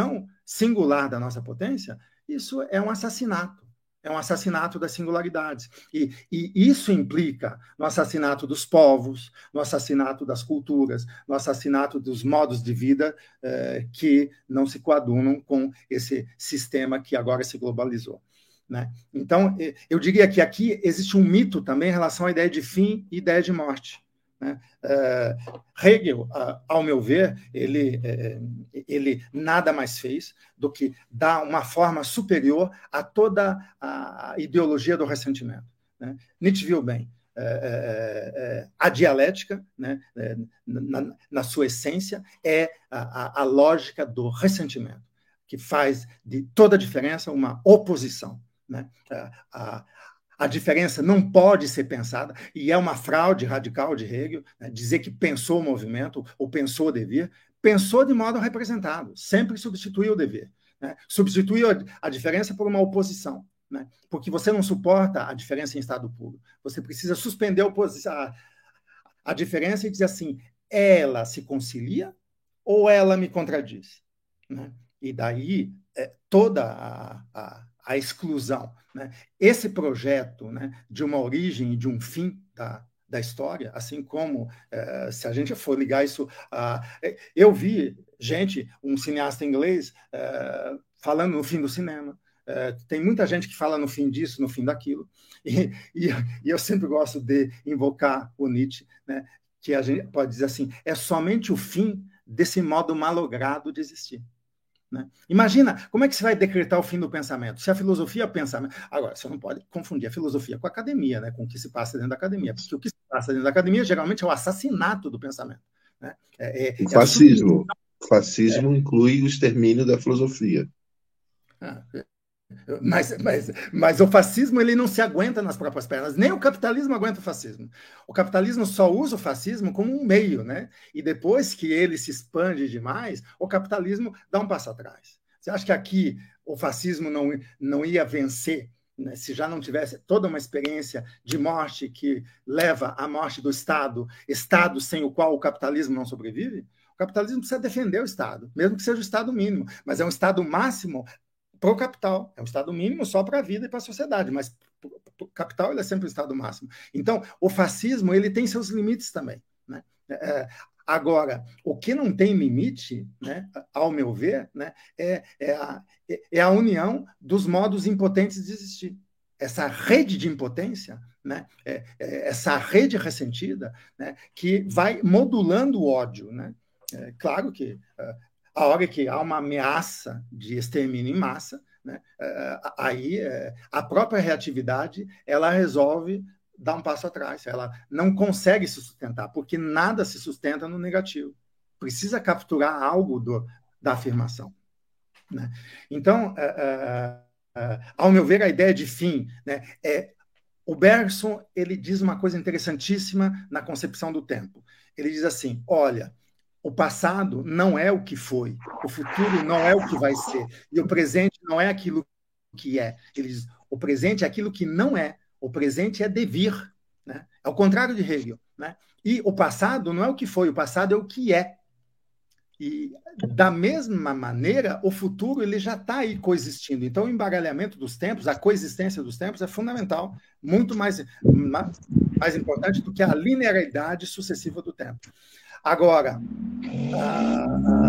singular da nossa potência, isso é um assassinato. É um assassinato das singularidades. E, e isso implica no assassinato dos povos, no assassinato das culturas, no assassinato dos modos de vida eh, que não se coadunam com esse sistema que agora se globalizou. Né? Então, eu diria que aqui existe um mito também em relação à ideia de fim e ideia de morte. Né? Uh, Hegel, uh, ao meu ver, ele, uh, ele nada mais fez do que dar uma forma superior a toda a ideologia do ressentimento. Né? Nietzsche viu bem, uh, uh, uh, a dialética, né, uh, na, na sua essência, é a, a, a lógica do ressentimento, que faz de toda a diferença uma oposição. Né? Uh, a, A diferença não pode ser pensada, e é uma fraude radical de Hegel, né, dizer que pensou o movimento ou pensou o dever. Pensou de modo representado, sempre substituiu o dever. Né? Substituiu a diferença por uma oposição, né? Porque você não suporta a diferença em estado puro. Você precisa suspender a, a, a diferença e dizer assim, ela se concilia ou ela me contradiz? Né? E daí é, toda a... a a exclusão. Né? Esse projeto, né, de uma origem e de um fim da, da história, assim como, eh, se a gente for ligar isso a... Eu vi gente, um cineasta inglês, eh, falando no fim do cinema. Eh, tem muita gente que fala no fim disso, no fim daquilo. E, e, e eu sempre gosto de invocar o Nietzsche, né, que a gente pode dizer assim, é somente o fim desse modo malogrado de existir. Né? Imagina, como é que você vai decretar o fim do pensamento? Se a filosofia é o pensamento... Agora, você não pode confundir a filosofia com a academia, né? Com o que se passa dentro da academia, porque o que se passa dentro da academia geralmente é o assassinato do pensamento. Né? É, é, o fascismo. É o fascismo é. inclui o extermínio da filosofia. Ah, Mas, mas, mas o fascismo ele não se aguenta nas próprias pernas, nem o capitalismo aguenta o fascismo. O capitalismo só usa o fascismo como um meio, né? E depois que ele se expande demais, o capitalismo dá um passo atrás. Você acha que aqui o fascismo não, não ia vencer, né, se já não tivesse toda uma experiência de morte que leva à morte do Estado, Estado sem o qual o capitalismo não sobrevive? O capitalismo precisa defender o Estado, mesmo que seja o Estado mínimo, mas é um Estado máximo para o capital. É um estado mínimo só para a vida e para a sociedade, mas o capital ele é sempre o estado máximo. Então, o fascismo ele tem seus limites também. Né? É, agora, o que não tem limite, né, ao meu ver, né, é, é, a, é a união dos modos impotentes de existir. Essa rede de impotência, né, é, é essa rede ressentida, né, que vai modulando o ódio. Né? É, claro que... Uh, a hora que há uma ameaça de extermínio em massa, né, aí a própria reatividade ela resolve dar um passo atrás. Ela não consegue se sustentar, porque nada se sustenta no negativo. Precisa capturar algo do, da afirmação. Né? Então, ao meu ver, a ideia de fim, né, é... O Bergson ele diz uma coisa interessantíssima na concepção do tempo. Ele diz assim, olha, o passado não é o que foi, o futuro não é o que vai ser, e o presente não é aquilo que é. Ele diz, o presente é aquilo que não é, o presente é devir. Né? É o contrário de Hegel. Né? E o passado não é o que foi, o passado é o que é. E, da mesma maneira, o futuro ele já está aí coexistindo. Então, o embaralhamento dos tempos, a coexistência dos tempos é fundamental, muito mais, mais, mais importante do que a linearidade sucessiva do tempo. Agora, ah,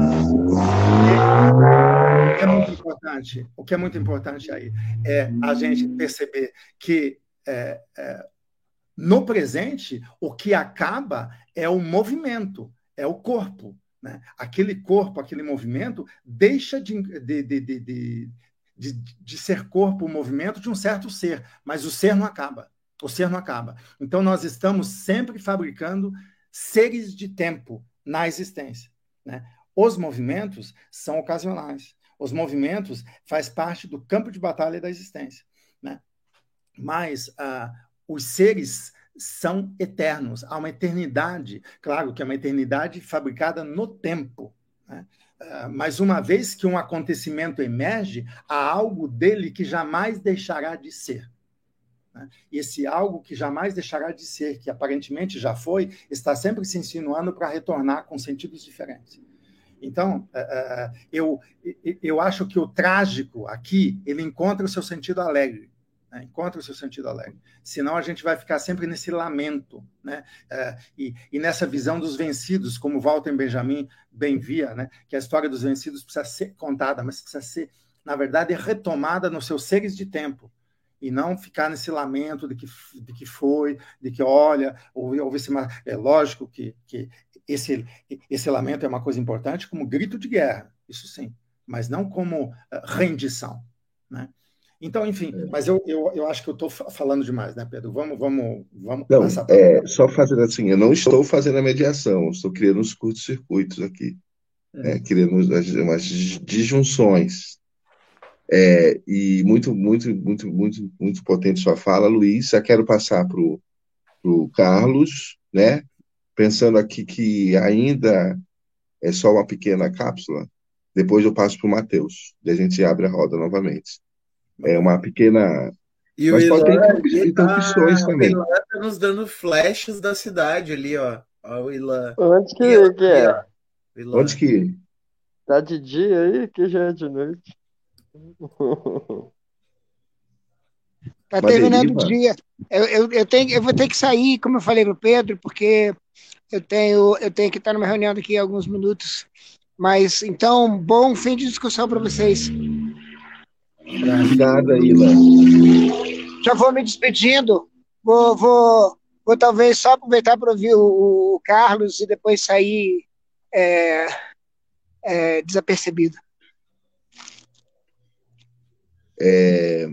ah, o que é muito importante, o que é muito importante aí é a gente perceber que é, é, no presente o que acaba é o movimento, é o corpo. Né? Aquele corpo, aquele movimento deixa de, de, de, de, de, de ser corpo, o movimento de um certo ser, mas o ser não acaba. O ser não acaba. Então, nós estamos sempre fabricando seres de tempo na existência. Né? Os movimentos são ocasionais. Os movimentos fazem parte do campo de batalha da existência. Né? Mas ah, os seres são eternos. Há uma eternidade, claro que é uma eternidade fabricada no tempo. Né? Ah, mas uma vez que um acontecimento emerge, há algo dele que jamais deixará de ser. E esse algo que jamais deixará de ser, que aparentemente já foi, está sempre se insinuando para retornar com sentidos diferentes. Então, eu, eu acho que o trágico aqui, ele encontra o seu sentido alegre, né? Encontra o seu sentido alegre. Senão a gente vai ficar sempre nesse lamento, né? E, e nessa visão dos vencidos, como Walter Benjamin bem via, né? Que a história dos vencidos precisa ser contada, mas precisa ser, na verdade, retomada nos seus seres de tempo, e não ficar nesse lamento de que, de que foi, de que, olha, houve, houve esse... É lógico que, que esse, esse lamento é uma coisa importante como grito de guerra, isso sim, mas não como uh, rendição, né? Então, enfim, é. mas eu, eu, eu acho que eu estou falando demais, né, Pedro? Vamos, vamos, vamos não, passar para... É, só fazendo assim, eu não estou fazendo a mediação, estou criando uns curtos-circuitos aqui, hum. é, criando umas disjunções. É, e muito, muito, muito, muito, muito potente sua fala, Luiz. Já quero passar para o Carlos, né? Pensando aqui que ainda é só uma pequena cápsula. Depois eu passo para o Matheus, e a gente abre a roda novamente. É uma pequena... E Mas o pode ter Ilan, interrupções tá, também. O Ilan está nos dando flashes da cidade ali, ó. Ó o Ilan. Onde que, Ilan, que é? ó, Ilan. Onde que... Tá de dia aí? Que já é de noite. Tá terminando o dia. Eu, eu, eu, tenho, eu vou ter que sair, como eu falei para o Pedro, porque eu tenho, eu tenho que estar numa reunião daqui a alguns minutos. Mas, então, bom fim de discussão para vocês. Obrigada, Ilan. Já vou me despedindo. Vou, vou, vou talvez só aproveitar para ouvir o, o Carlos e depois sair é, é, desapercebido. É...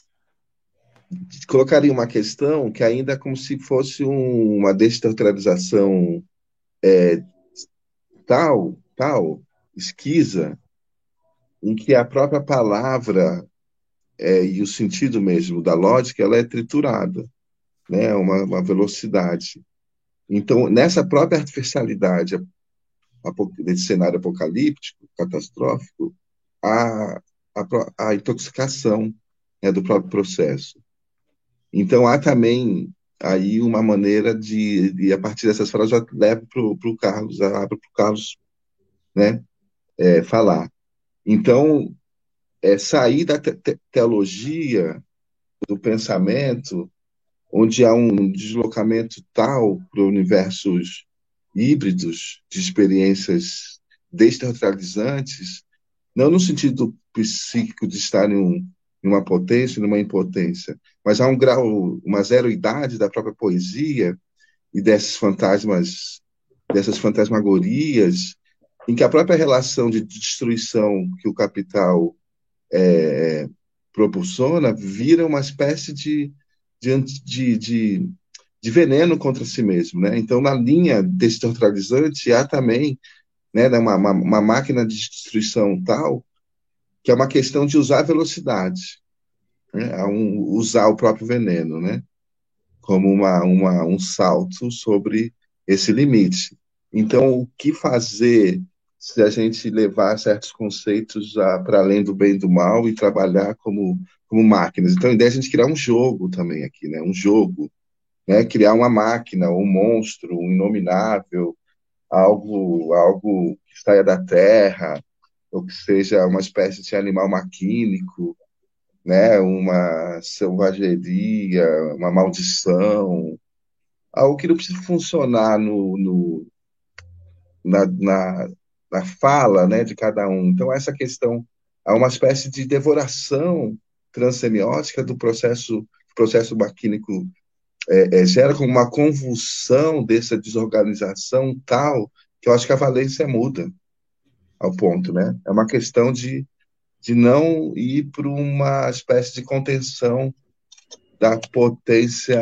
Colocaria uma questão que ainda é como se fosse um, uma desterritorialização é, tal, tal, esquisa, em que a própria palavra é, e o sentido mesmo da lógica ela é triturada, né? uma, uma velocidade. Então, nessa própria artificialidade desse cenário apocalíptico, catastrófico, a, a, a intoxicação, né, do próprio processo. Então, há também aí uma maneira de, e a partir dessas frases, já levo para o Carlos, abro para o Carlos, né, é, falar. Então, é sair da te teologia, do pensamento, onde há um deslocamento tal para universos híbridos de experiências desterritorializantes, não no sentido psíquico de estar em, um, em uma potência, numa impotência, mas há um grau, uma zeroidade da própria poesia e desses fantasmas, dessas fantasmagorias, em que a própria relação de destruição que o capital é, proporciona vira uma espécie de, de, de, de, de veneno contra si mesmo, né? Então, na linha desterritorializante, há também, né, uma, uma, uma máquina de destruição tal que é uma questão de usar a velocidade, né? Um, usar o próprio veneno, né? Como uma, uma, um salto sobre esse limite. Então, o que fazer se a gente levar certos conceitos para além do bem e do mal e trabalhar como, como máquinas? Então, a ideia é a gente criar um jogo também aqui, né? Um jogo, né? Criar uma máquina, um monstro, um inominável, algo, algo que saia da terra, ou que seja uma espécie de animal maquínico, né? Uma selvageria, uma maldição, algo que não precisa funcionar no, no, na, na, na fala, né, de cada um. Então, essa questão, há uma espécie de devoração transsemiótica do processo, processo maquínico é, é, gera como uma convulsão dessa desorganização tal que eu acho que a valência muda ao ponto, né? É uma questão de, de não ir para uma espécie de contenção da potência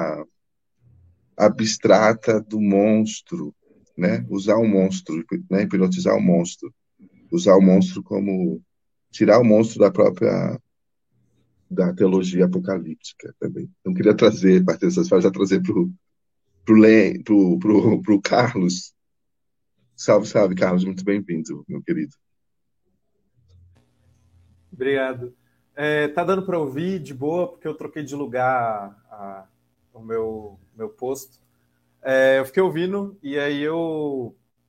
abstrata do monstro, né? Usar o monstro, né? Hipnotizar o monstro, usar o monstro como tirar o monstro da própria da teologia apocalíptica também. Então queria trazer, a partir dessas falas, já trazer para o pro, pro, pro Carlos. Salve, salve, Carlos, muito bem-vindo, meu querido. Obrigado. É, tá dando para ouvir de boa, porque eu troquei de lugar a, a, o meu, meu posto. É, eu fiquei ouvindo e aí eu,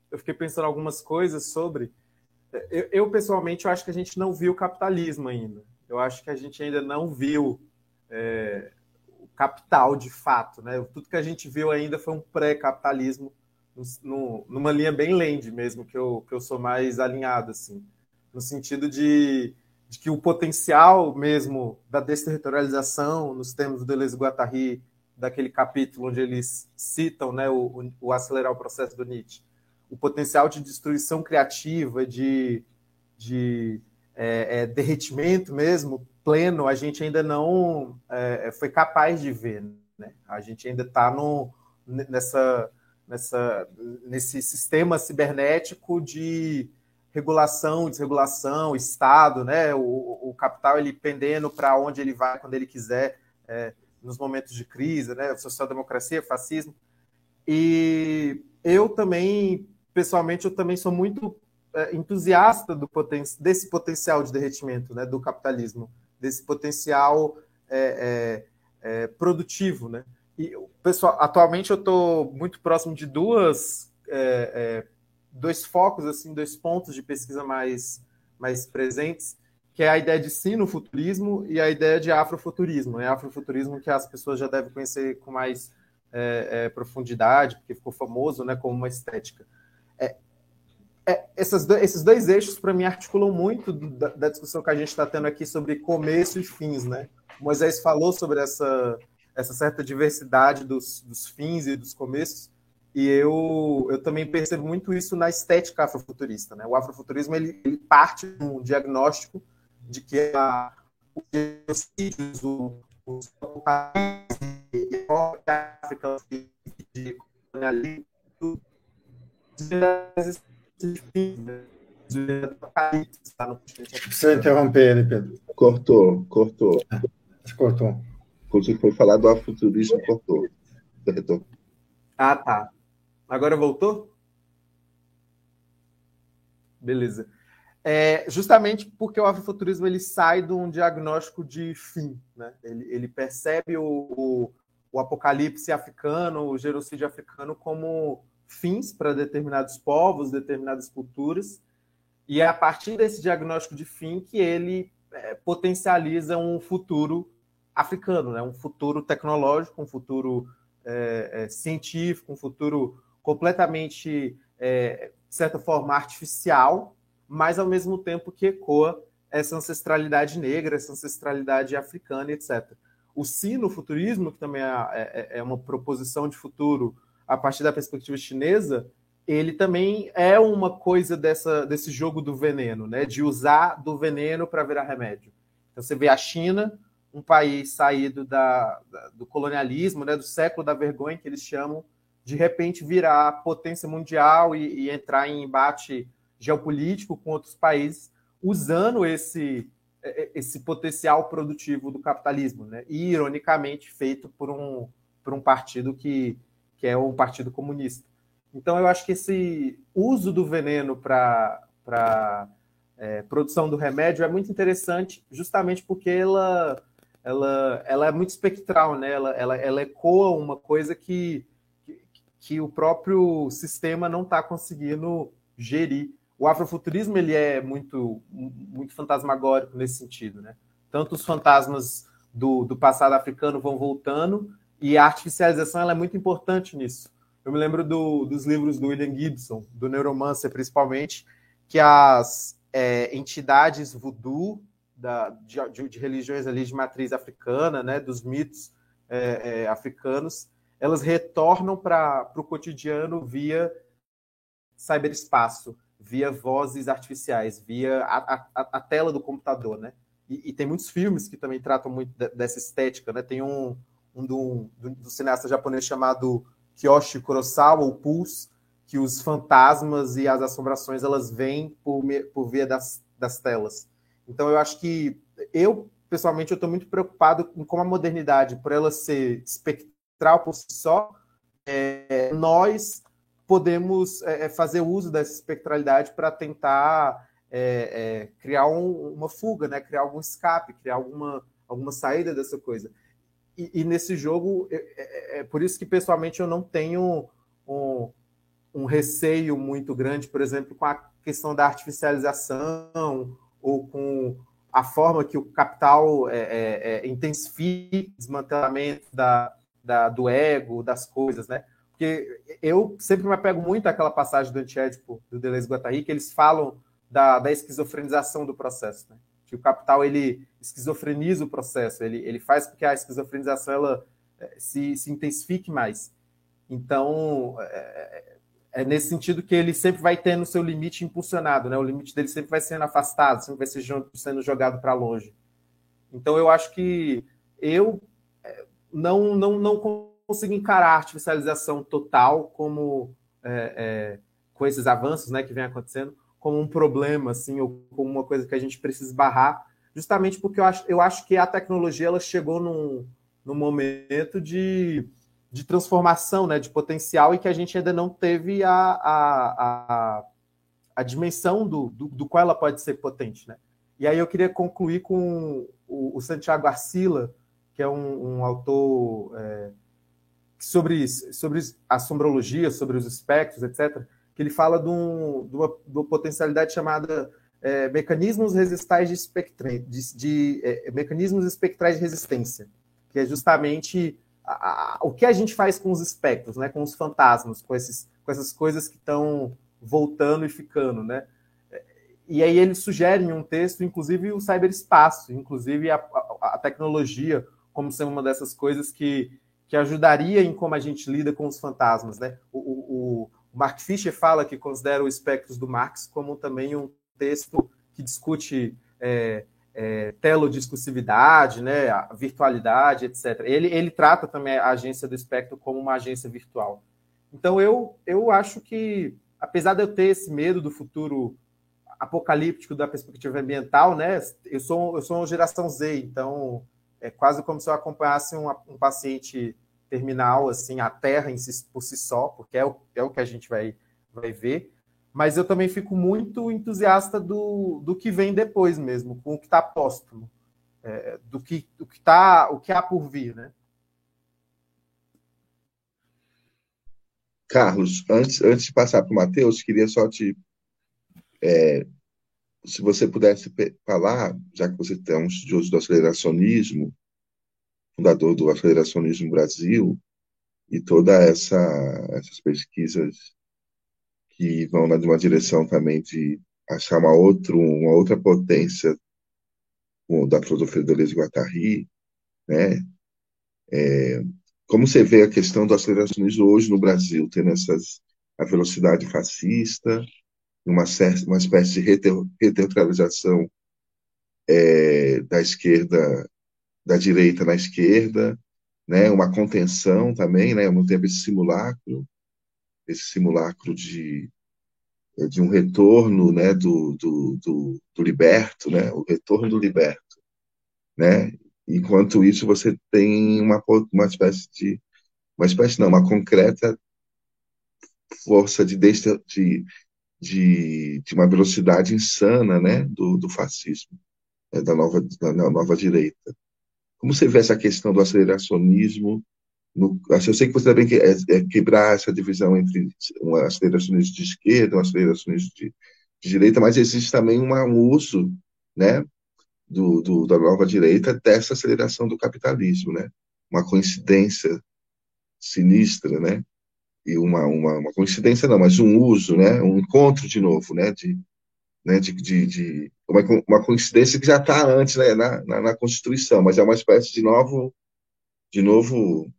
eu fiquei pensando algumas coisas sobre... Eu, eu, pessoalmente, eu acho que a gente não viu o capitalismo ainda. Eu acho que a gente ainda não viu é, o capital, de fato, né? Tudo que a gente viu ainda foi um pré-capitalismo, no, numa linha bem Land mesmo, que eu, que eu sou mais alinhado, assim, no sentido de, de que o potencial mesmo da desterritorialização, nos termos do Deleuze-Guattari, daquele capítulo onde eles citam, né, o, o acelerar o processo do Nietzsche, o potencial de destruição criativa, de, de é, é, derretimento mesmo, pleno, a gente ainda não é, foi capaz de ver. Né? A gente ainda está nessa, nessa, nesse sistema cibernético de regulação, desregulação, Estado, né? o, o capital ele pendendo para onde ele vai quando ele quiser, é, nos momentos de crise, né? Social-democracia, fascismo. E eu também, pessoalmente, eu também sou muito é, entusiasta do poten desse potencial de derretimento, né, do capitalismo, desse potencial é, é, é, produtivo, né? E, pessoal, atualmente eu estou muito próximo de duas, é, é, dois focos, assim, dois pontos de pesquisa mais, mais presentes, que é a ideia de sinofuturismo e a ideia de afrofuturismo. É afrofuturismo que as pessoas já devem conhecer com mais É, é, profundidade, porque ficou famoso, né, como uma estética. É, é, essas do, esses dois eixos, para mim, articulam muito da, da discussão que a gente está tendo aqui sobre começo e fins. Né? O Moisés falou sobre essa, essa certa diversidade dos, dos fins e dos começos, e eu, eu também percebo muito isso na estética afrofuturista. Né? O afrofuturismo ele, ele parte de um diagnóstico de que a, os genocídios, os África de colonialismo, Precisa interromper ele, Pedro. Cortou, cortou. Ah, cortou. Quando você foi falar do afrofuturismo, cortou. Ah, tá. Agora voltou? Beleza. É, justamente porque o afrofuturismo ele sai de um diagnóstico de fim. Né? Ele, ele percebe o, o, o apocalipse africano, o genocídio africano, como fins para determinados povos, determinadas culturas, e é a partir desse diagnóstico de fim que ele é, potencializa um futuro africano, né? Um futuro tecnológico, um futuro é, é, científico, um futuro completamente, é, de certa forma, artificial, mas ao mesmo tempo que ecoa essa ancestralidade negra, essa ancestralidade africana, etcétera. O sinofuturismo, que também é, é uma proposição de futuro a partir da perspectiva chinesa, ele também é uma coisa dessa, desse jogo do veneno, né? De usar do veneno para virar remédio. Então você vê a China, um país saído da, da, do colonialismo, né? Do século da vergonha, que eles chamam, de repente virar potência mundial e, e entrar em embate geopolítico com outros países, usando esse, esse potencial produtivo do capitalismo, né? E, ironicamente, feito por um, por um partido que, que é o Partido Comunista. Então, eu acho que esse uso do veneno para é, produção do remédio é muito interessante, justamente porque ela, ela, ela é muito espectral, né? Ela, ela, ela ecoa uma coisa que, que, que o próprio sistema não está conseguindo gerir. O afrofuturismo ele é muito, muito fantasmagórico nesse sentido, né? Tanto os fantasmas do, do passado africano vão voltando, e a artificialização ela é muito importante nisso. Eu me lembro do, dos livros do William Gibson, do Neuromancer, principalmente, que as é, entidades voodoo da, de, de religiões ali de matriz africana, né, dos mitos é, é, africanos, elas retornam para o cotidiano via cyberespaço, via vozes artificiais, via a, a, a tela do computador, né? E, e tem muitos filmes que também tratam muito de, dessa estética, né? Tem um, um do, do, do cineasta japonês chamado Kiyoshi Kurosawa, o Pulse, que os fantasmas e as assombrações elas vêm por, por via das, das telas. Então eu acho que eu, pessoalmente, eu estou muito preocupado com como a modernidade, por ela ser espectral por si só, é, nós podemos é, fazer uso dessa espectralidade para tentar é, é, criar um, uma fuga, né? Criar algum escape, criar alguma, alguma saída dessa coisa. E, e nesse jogo, é, é, é por isso que, pessoalmente, eu não tenho um, um, um receio muito grande, por exemplo, com a questão da artificialização ou com a forma que o capital é, é, é, intensifica o desmantelamento da, da, do ego, das coisas, né? Porque eu sempre me apego muito àquela passagem do Antiédipo, do Deleuze e Guattari, que eles falam da, da esquizofrenização do processo, né? Que o capital, ele esquizofreniza o processo, ele, ele faz com que a esquizofrenização ela, se, se intensifique mais. Então, é, é nesse sentido que ele sempre vai tendo o seu limite impulsionado, né? O limite dele sempre vai sendo afastado, sempre vai ser, sendo jogado para longe. Então, eu acho que eu não, não, não consigo encarar a artificialização total como, é, é, com esses avanços, né, que vem acontecendo, como um problema, assim, ou como uma coisa que a gente precisa barrar, justamente porque eu acho, eu acho que a tecnologia ela chegou num, num momento de, de transformação, né, de potencial, e que a gente ainda não teve a, a, a, a dimensão do, do, do qual ela pode ser potente, né? E aí eu queria concluir com o, o Santiago Arcila, que é um, um autor é, sobre, sobre a sombrologia, sobre os espectros, etcétera, que ele fala de, um, de, uma, de uma potencialidade chamada é, mecanismos resistais de, espectre, de, de é, mecanismos espectrais de resistência, que é justamente a, a, o que a gente faz com os espectros, né, com os fantasmas, com, esses, com essas coisas que estão voltando e ficando, né? E aí ele sugere em um texto, inclusive, o cyberespaço, inclusive a, a, a tecnologia, como sendo uma dessas coisas que, que ajudaria em como a gente lida com os fantasmas, né? O, o, o Mark Fisher fala que considera o Espectros do Marx como também um texto que discute é, é, telodiscursividade, né? A virtualidade, etcétera. Ele, ele trata também a agência do espectro como uma agência virtual. Então, eu, eu acho que, apesar de eu ter esse medo do futuro apocalíptico da perspectiva ambiental, né? Eu sou, eu sou uma geração Z, então é quase como se eu acompanhasse um, um paciente terminal, assim, a Terra em si, por si só, porque é o, é o que a gente vai, vai ver, mas eu também fico muito entusiasta do, do que vem depois mesmo, com o que está póstumo, é, do, que, do que, tá, o que há por vir, né? Carlos, antes, antes de passar para o Matheus, queria só te... É, se você pudesse falar, já que você é um estudioso do aceleracionismo, fundador do Aceleracionismo Brasil, e toda essa essas pesquisas que vão na uma direção também de achar uma, outro, uma outra potência da filosofia de Deleuze e Guattari, né? É, como você vê a questão do aceleracionismo hoje no Brasil, tendo essas, a velocidade fascista, uma, certa, uma espécie de reteatralização é, da esquerda, da direita na esquerda, né? Uma contenção também, né? Ao mesmo tempo esse simulacro, esse simulacro de de um retorno, né, do, do, do, do liberto, né, o retorno do liberto, né, enquanto isso você tem uma, uma espécie de, uma espécie não, uma concreta força de, de, de, de uma velocidade insana, né, do, do fascismo, né, da, nova, da nova direita. Como você vê essa questão do aceleracionismo? No, eu sei que você também quer é, é quebrar essa divisão entre um aceleracionismo de esquerda, um aceleracionismo de, de direita, mas existe também uma, um uso, né, do, do, da nova direita dessa aceleração do capitalismo, né, uma coincidência sinistra, né, e uma, uma, uma coincidência não, mas um uso, né, um encontro de novo, né, de, né, de, de, de uma, uma coincidência que já está antes, né, na, na, na Constituição, mas é uma espécie de novo, de novo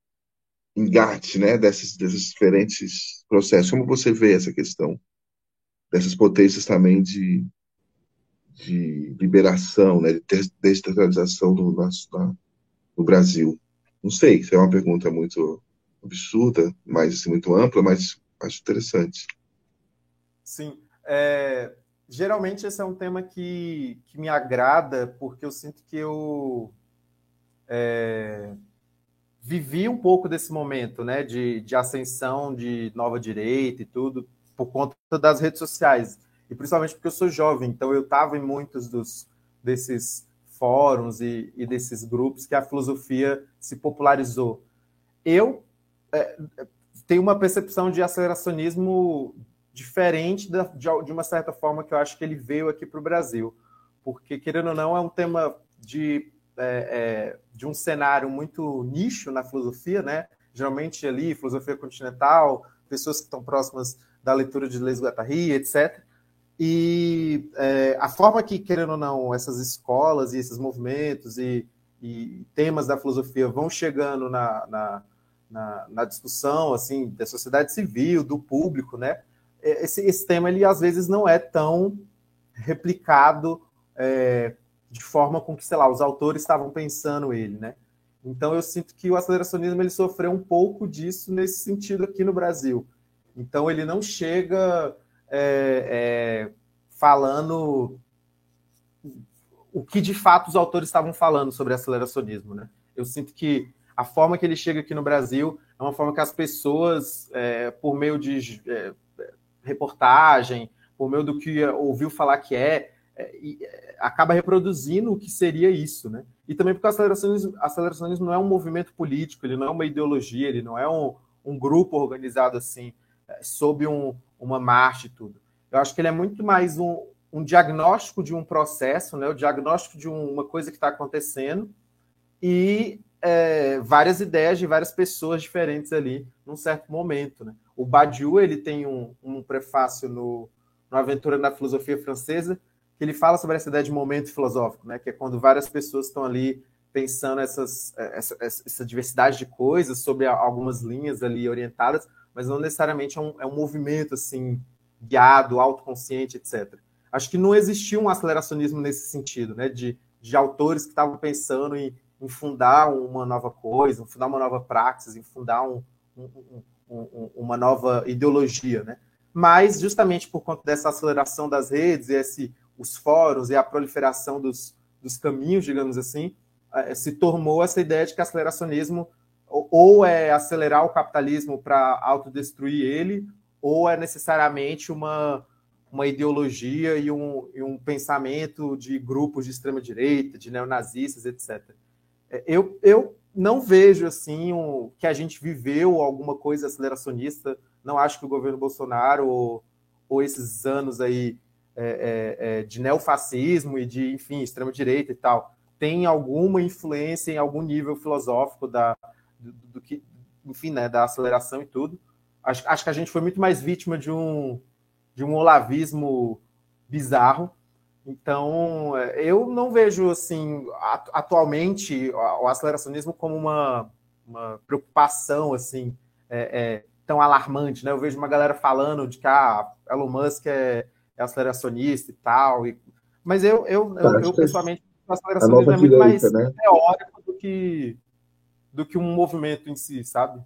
engate, né, desses, desses diferentes processos. Como você vê essa questão dessas potências também de, de liberação, né, de descentralização do, nosso, na, no Brasil? Não sei, isso é uma pergunta muito absurda, mas assim, muito ampla, mas acho interessante. Sim. É, geralmente esse é um tema que, que me agrada, porque eu sinto que eu é, vivi um pouco desse momento, né, de, de ascensão de nova direita e tudo, por conta das redes sociais. E principalmente porque eu sou jovem, então eu estava em muitos dos, desses fóruns e, e desses grupos que a filosofia se popularizou. Eu, é, tem uma percepção de aceleracionismo diferente da, de, de uma certa forma que eu acho que ele veio aqui para o Brasil. Porque, querendo ou não, é um tema de, é, é, de um cenário muito nicho na filosofia, né? Geralmente ali, filosofia continental, pessoas que estão próximas da leitura de Deleuze e Guattari, etcétera. E é, a forma que, querendo ou não, essas escolas e esses movimentos e, e temas da filosofia vão chegando na, na, na, na discussão assim, da sociedade civil, do público, né? Esse, esse tema, ele às vezes não é tão replicado é, de forma com que, sei lá, os autores estavam pensando ele, né? Então eu sinto que o aceleracionismo ele sofreu um pouco disso nesse sentido aqui no Brasil. Então ele não chega é, é, falando o que de fato os autores estavam falando sobre aceleracionismo, né? Eu sinto que a forma que ele chega aqui no Brasil é uma forma que as pessoas, é, por meio de é, reportagem, por meio do que ouviu falar que é, é, acaba reproduzindo o que seria isso, né? E também porque o aceleracionismo, aceleracionismo não é um movimento político, ele não é uma ideologia, ele não é um, um grupo organizado assim, é, sob um, uma marcha e tudo. Eu acho que ele é muito mais um, um diagnóstico de um processo, né? O diagnóstico de um, uma coisa que está acontecendo e é, várias ideias de várias pessoas diferentes ali num certo momento, né? O Badiou, ele tem um, um prefácio no, no Aventura na Filosofia Francesa, que ele fala sobre essa ideia de momento filosófico, né? Que é quando várias pessoas estão ali pensando essas, essa, essa diversidade de coisas sobre algumas linhas ali orientadas, mas não necessariamente é um, é um movimento assim, guiado, autoconsciente, etcétera. Acho que não existia um aceleracionismo nesse sentido, né? De, de autores que estavam pensando em, em fundar uma nova coisa, em fundar uma nova praxis, em fundar um, um, um, uma nova ideologia, né? Mas, justamente por conta dessa aceleração das redes, esse, os fóruns e a proliferação dos, dos caminhos, digamos assim, se tornou essa ideia de que aceleracionismo ou é acelerar o capitalismo para autodestruir ele, ou é necessariamente uma, uma ideologia e um, e um pensamento de grupos de extrema-direita, de neonazistas, etcétera. Eu, eu não vejo assim um, que a gente viveu alguma coisa aceleracionista. Não acho que o governo Bolsonaro ou, ou esses anos aí é, é, de neofascismo e de, enfim, extrema-direita e tal, tem alguma influência em algum nível filosófico da, do, do que, enfim, né, da aceleração e tudo. Acho, acho que a gente foi muito mais vítima de um, de um olavismo bizarro. Então, eu não vejo, assim, atualmente o aceleracionismo como uma, uma preocupação, assim, é, é, tão alarmante, né? Eu vejo uma galera falando de que ah, Elon Musk é, é aceleracionista e tal, e, mas eu, eu, eu, eu pessoalmente, o aceleracionismo é muito direita, mais né? teórico do que, do que um movimento em si, sabe?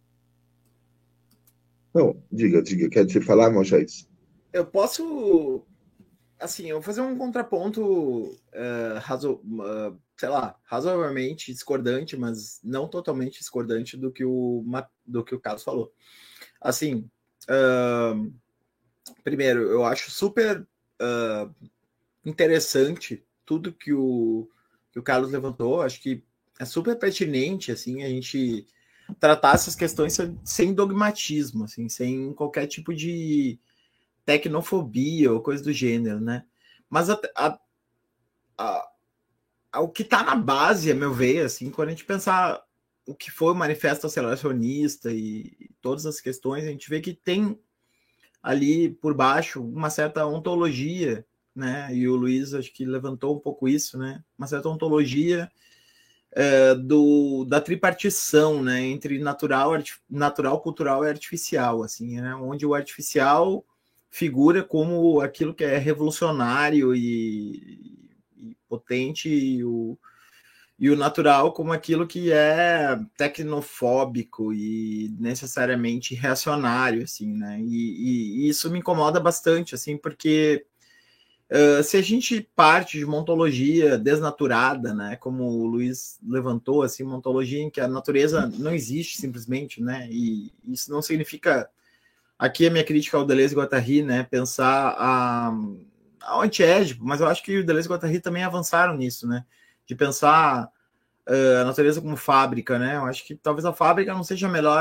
Não, diga, diga. Quer te falar, Moisés? Eu posso... Assim, eu vou fazer um contraponto, uh, razo, uh, sei lá, razoavelmente discordante, mas não totalmente discordante do que o, do que o Carlos falou. Assim, uh, primeiro, eu acho super uh, interessante tudo que o, que o Carlos levantou. Acho que é super pertinente, assim, a gente tratar essas questões sem dogmatismo, assim, sem qualquer tipo de tecnofobia ou coisa do gênero, né? Mas a, a, a, a, o que está na base, a meu ver, assim, quando a gente pensar o que foi o manifesto aceleracionista e, e todas as questões, a gente vê que tem ali por baixo uma certa ontologia, né? E o Luiz acho que levantou um pouco isso, né? Uma certa ontologia é, do, da tripartição, né? Entre natural, natural, cultural e artificial, assim, né? Onde o artificial figura como aquilo que é revolucionário e, e potente, e o, e o natural como aquilo que é tecnofóbico e necessariamente reacionário, assim, né? E, e isso me incomoda bastante, assim, porque uh, se a gente parte de uma ontologia desnaturada, né? Como o Luiz levantou, assim, uma ontologia em que a natureza não existe simplesmente, né? E isso não significa... Aqui a minha crítica ao Deleuze e Guattari, né? Pensar a, ao antiédipo, mas eu acho que o Deleuze e Guattari também avançaram nisso, né? De pensar uh, a natureza como fábrica, né? Eu acho que talvez a fábrica não seja a melhor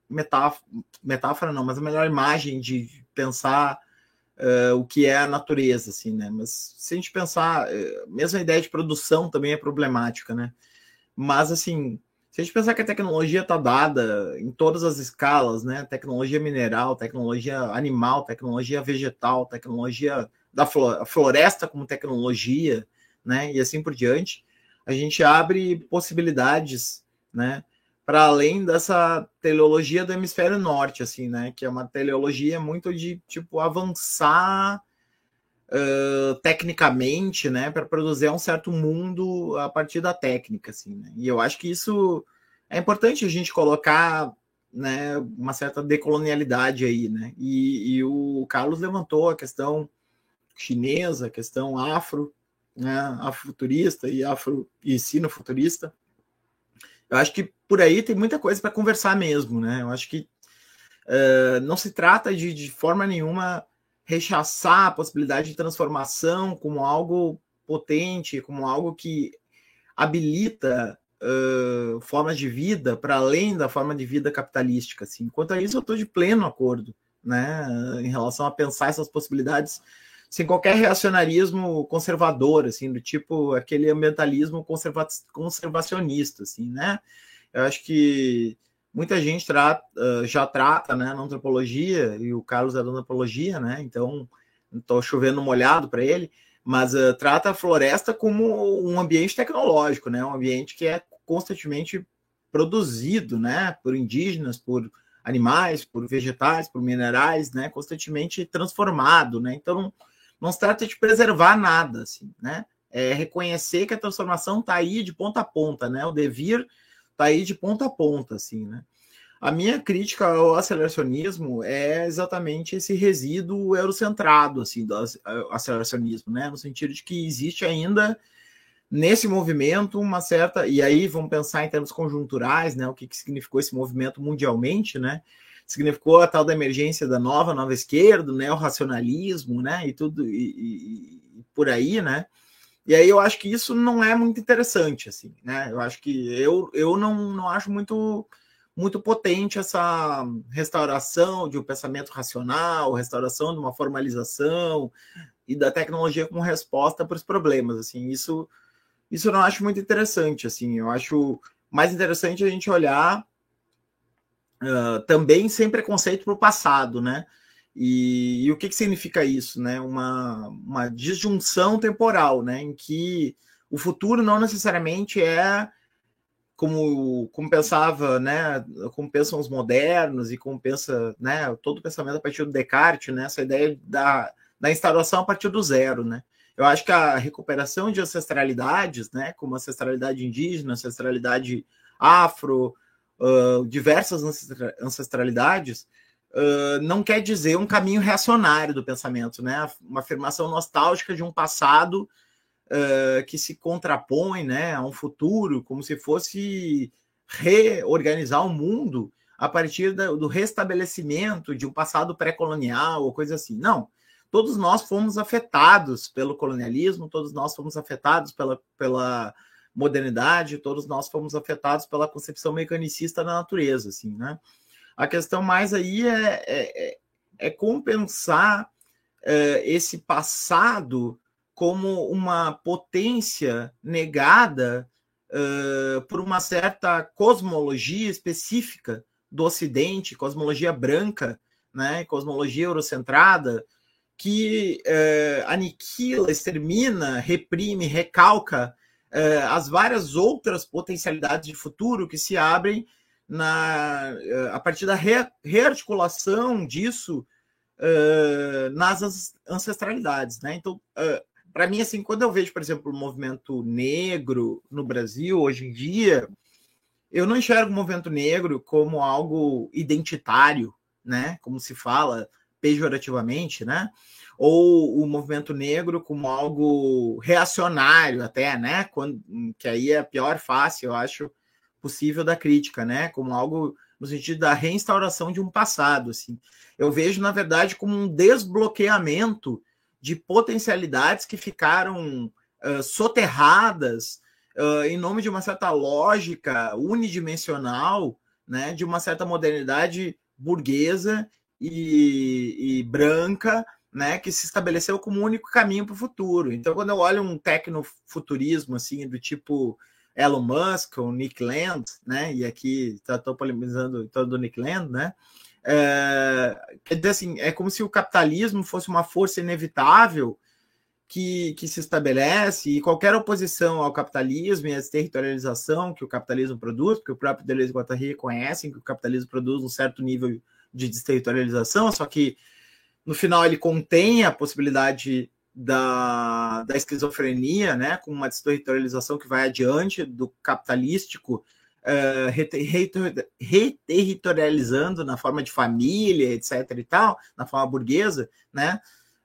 metáfora, metáfora não, mas a melhor imagem de pensar uh, o que é a natureza, assim, né? Mas se a gente pensar, uh, mesmo a ideia de produção também é problemática, né? Mas, assim, se a gente pensar que a tecnologia está dada em todas as escalas, né? Tecnologia mineral, tecnologia animal, tecnologia vegetal, tecnologia da floresta como tecnologia, né? E assim por diante, a gente abre possibilidades, né? Para além dessa teleologia do hemisfério norte, assim, né? Que é uma teleologia muito de, tipo, avançar uh, tecnicamente, né? Para produzir um certo mundo a partir da técnica, assim, né? E eu acho que isso é importante a gente colocar, né? Uma certa decolonialidade aí, né? E, e o Carlos levantou a questão chinesa, a questão afro, né? Afrofuturista e afro e sino-futurista. Eu acho que por aí tem muita coisa para conversar mesmo, né? Eu acho que uh, não se trata de, de forma nenhuma, rechaçar a possibilidade de transformação como algo potente, como algo que habilita uh, formas de vida para além da forma de vida capitalística. Assim. Quanto a isso, eu estou de pleno acordo, né? Em relação a pensar essas possibilidades sem qualquer reacionarismo conservador, assim, do tipo aquele ambientalismo conserva conservacionista, assim, né? Eu acho que muita gente trata, já trata, né, na antropologia, e o Carlos é da antropologia, né? Então, não estou chovendo molhado para ele, mas uh, trata a floresta como um ambiente tecnológico, né? Um ambiente que é constantemente produzido, né, por indígenas, por animais, por vegetais, por minerais, né, constantemente transformado, né? Então, não, não se trata de preservar nada, assim, né? É reconhecer que a transformação está aí de ponta a ponta, né? O devir está aí de ponta a ponta, assim, né? A minha crítica ao aceleracionismo é exatamente esse resíduo eurocentrado, assim, do aceleracionismo, né? No sentido de que existe ainda nesse movimento uma certa... E aí vamos pensar em termos conjunturais, né? O que, que significou esse movimento mundialmente, né? Significou a tal da emergência da nova, nova esquerda, né? O racionalismo, né? E tudo, e, e, e por aí, né? E aí eu acho que isso não é muito interessante, assim, né? Eu acho que eu, eu não, não acho muito, muito potente essa restauração de um pensamento racional, restauração de uma formalização e da tecnologia como resposta para os problemas, assim. Isso, isso eu não acho muito interessante, assim. Eu acho mais interessante a gente olhar uh, também sem preconceito para o passado, né? E, e o que, que significa isso, né? Uma, uma disjunção temporal, né? Em que o futuro não necessariamente é como, como pensava, né? Como pensam os modernos e como pensa, né? Todo o pensamento a partir do Descartes, né? Essa ideia da, da instauração a partir do zero, né? Eu acho que a recuperação de ancestralidades, né? Como ancestralidade indígena, ancestralidade afro, uh, diversas ancestralidades, Uh, não quer dizer um caminho reacionário do pensamento, né? Uma afirmação nostálgica de um passado uh, que se contrapõe, né, a um futuro, como se fosse reorganizar o mundo a partir da, do restabelecimento de um passado pré-colonial ou coisa assim. Não. Todos nós fomos afetados pelo colonialismo, todos nós fomos afetados pela, pela modernidade, todos nós fomos afetados pela concepção mecanicista da natureza, assim, né? A questão mais aí é, é, é compensar é, esse passado como uma potência negada é, por uma certa cosmologia específica do Ocidente, cosmologia branca, né, cosmologia eurocentrada, que é, aniquila, extermina, reprime, recalca é, as várias outras potencialidades de futuro que se abrem Na, a partir da re, rearticulação disso uh, nas ancestralidades, né? Então, uh, para mim, assim, quando eu vejo, por exemplo, o movimento negro no Brasil hoje em dia, eu não enxergo o movimento negro como algo identitário, né? Como se fala pejorativamente, né? Ou o movimento negro como algo reacionário até, né? Quando, que aí é a pior face, eu acho, possível da crítica, né? Como algo no sentido da reinstauração de um passado, assim. Eu vejo, na verdade, como um desbloqueamento de potencialidades que ficaram uh, soterradas uh, em nome de uma certa lógica unidimensional, né, de uma certa modernidade burguesa e, e branca, né, que se estabeleceu como o único caminho para o futuro. Então, quando eu olho um tecnofuturismo assim, do tipo Elon Musk ou Nick Land, né, e aqui estou polemizando todo o Nick Land, né, é, quer dizer assim, é como se o capitalismo fosse uma força inevitável que, que se estabelece, e qualquer oposição ao capitalismo e à territorialização que o capitalismo produz, porque o próprio Deleuze e Guattari reconhecem que o capitalismo produz um certo nível de desterritorialização, só que no final ele contém a possibilidade da, da esquizofrenia, né, com uma desterritorialização que vai adiante do capitalístico, uh, reterritorializando na forma de família, etc e tal, na forma burguesa, né,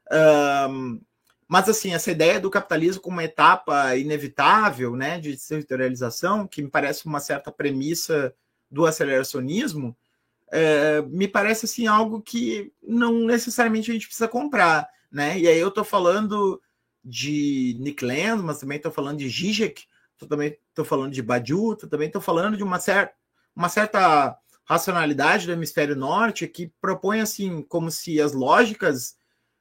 um, mas assim, essa ideia do capitalismo como uma etapa inevitável, né, de desterritorialização, que me parece uma certa premissa do aceleracionismo, É, me parece assim algo que não necessariamente a gente precisa comprar, né? E aí eu estou falando de Nick Land, mas também estou falando de Zizek, também estou falando de Badiou, também estou falando de uma certa, uma certa racionalidade do hemisfério norte que propõe assim como se as lógicas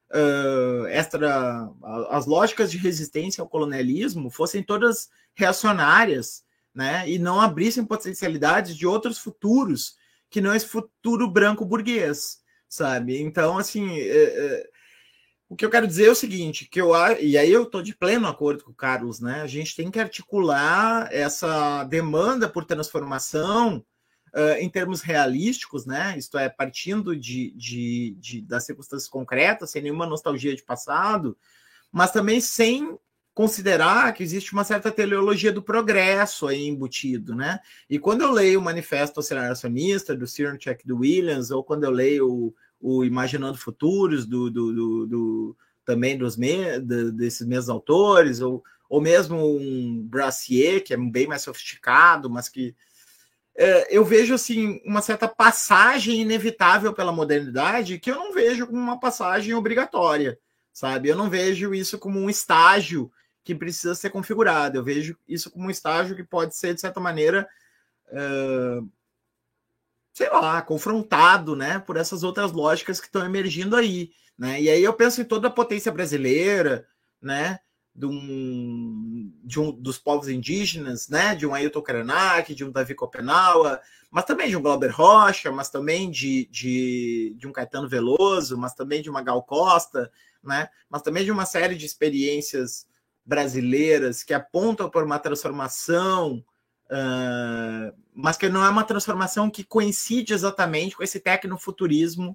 uh, extra, as lógicas de resistência ao colonialismo fossem todas reacionárias, né? E não abrissem potencialidades de outros futuros que não é esse futuro branco burguês, sabe? Então, assim, é, é, o que eu quero dizer é o seguinte, que eu e aí eu estou de pleno acordo com o Carlos, né? A gente tem que articular essa demanda por transformação uh, em termos realísticos, né? Isto é, partindo de, de, de, das circunstâncias concretas, sem nenhuma nostalgia de passado, mas também sem considerar que existe uma certa teleologia do progresso aí embutido, né? E quando eu leio o Manifesto Aceleracionista do Cerncheck do Williams, ou quando eu leio o, o Imaginando Futuros do, do, do, do também dos me, de, desses mesmos autores, ou, ou mesmo um Brassier, que é bem mais sofisticado, mas que é, eu vejo assim uma certa passagem inevitável pela modernidade que eu não vejo como uma passagem obrigatória, sabe? Eu não vejo isso como um estágio que precisa ser configurado. Eu vejo isso como um estágio que pode ser, de certa maneira, uh, sei lá, confrontado, né, por essas outras lógicas que estão emergindo aí, né? E aí eu penso em toda a potência brasileira, né, de um, de um, dos povos indígenas, né, de um Ailton Krenak, de um Davi Kopenawa, mas também de um Glauber Rocha, mas também de, de, de um Caetano Veloso, mas também de uma Gal Costa, né, mas também de uma série de experiências brasileiras que apontam por uma transformação, uh, mas que não é uma transformação que coincide exatamente com esse tecnofuturismo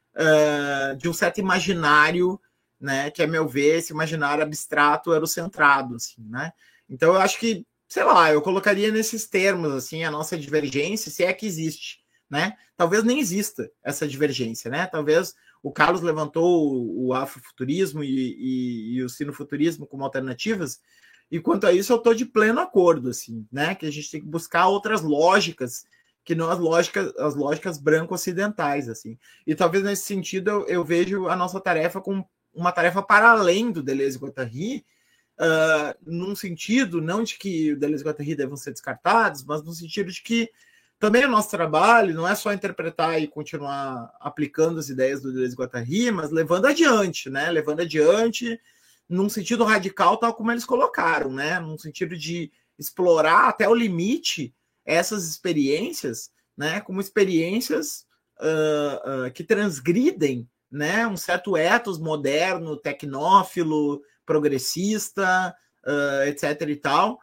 uh, de um certo imaginário, né, que, a meu ver, esse imaginário abstrato eurocentrado, assim, né? Então, eu acho que, sei lá, eu colocaria nesses termos, assim, a nossa divergência, se é que existe, né? Talvez nem exista essa divergência, né? Talvez o Carlos levantou o afrofuturismo e, e, e o sinofuturismo como alternativas, e quanto a isso eu estou de pleno acordo, assim, né? Que a gente tem que buscar outras lógicas, que não as lógicas, as lógicas branco-ocidentais, assim. E talvez nesse sentido eu, eu vejo a nossa tarefa como uma tarefa para além do Deleuze e Guattari, uh, num sentido, não de que o Deleuze e Guattari devam ser descartados, mas no sentido de que também o nosso trabalho não é só interpretar e continuar aplicando as ideias do Deleuze e Guattari, mas levando adiante, né? Levando adiante num sentido radical, tal como eles colocaram, né? Num sentido de explorar até o limite essas experiências, né? Como experiências uh, uh, que transgridem, né, um certo ethos moderno, tecnófilo, progressista, uh, etc e tal,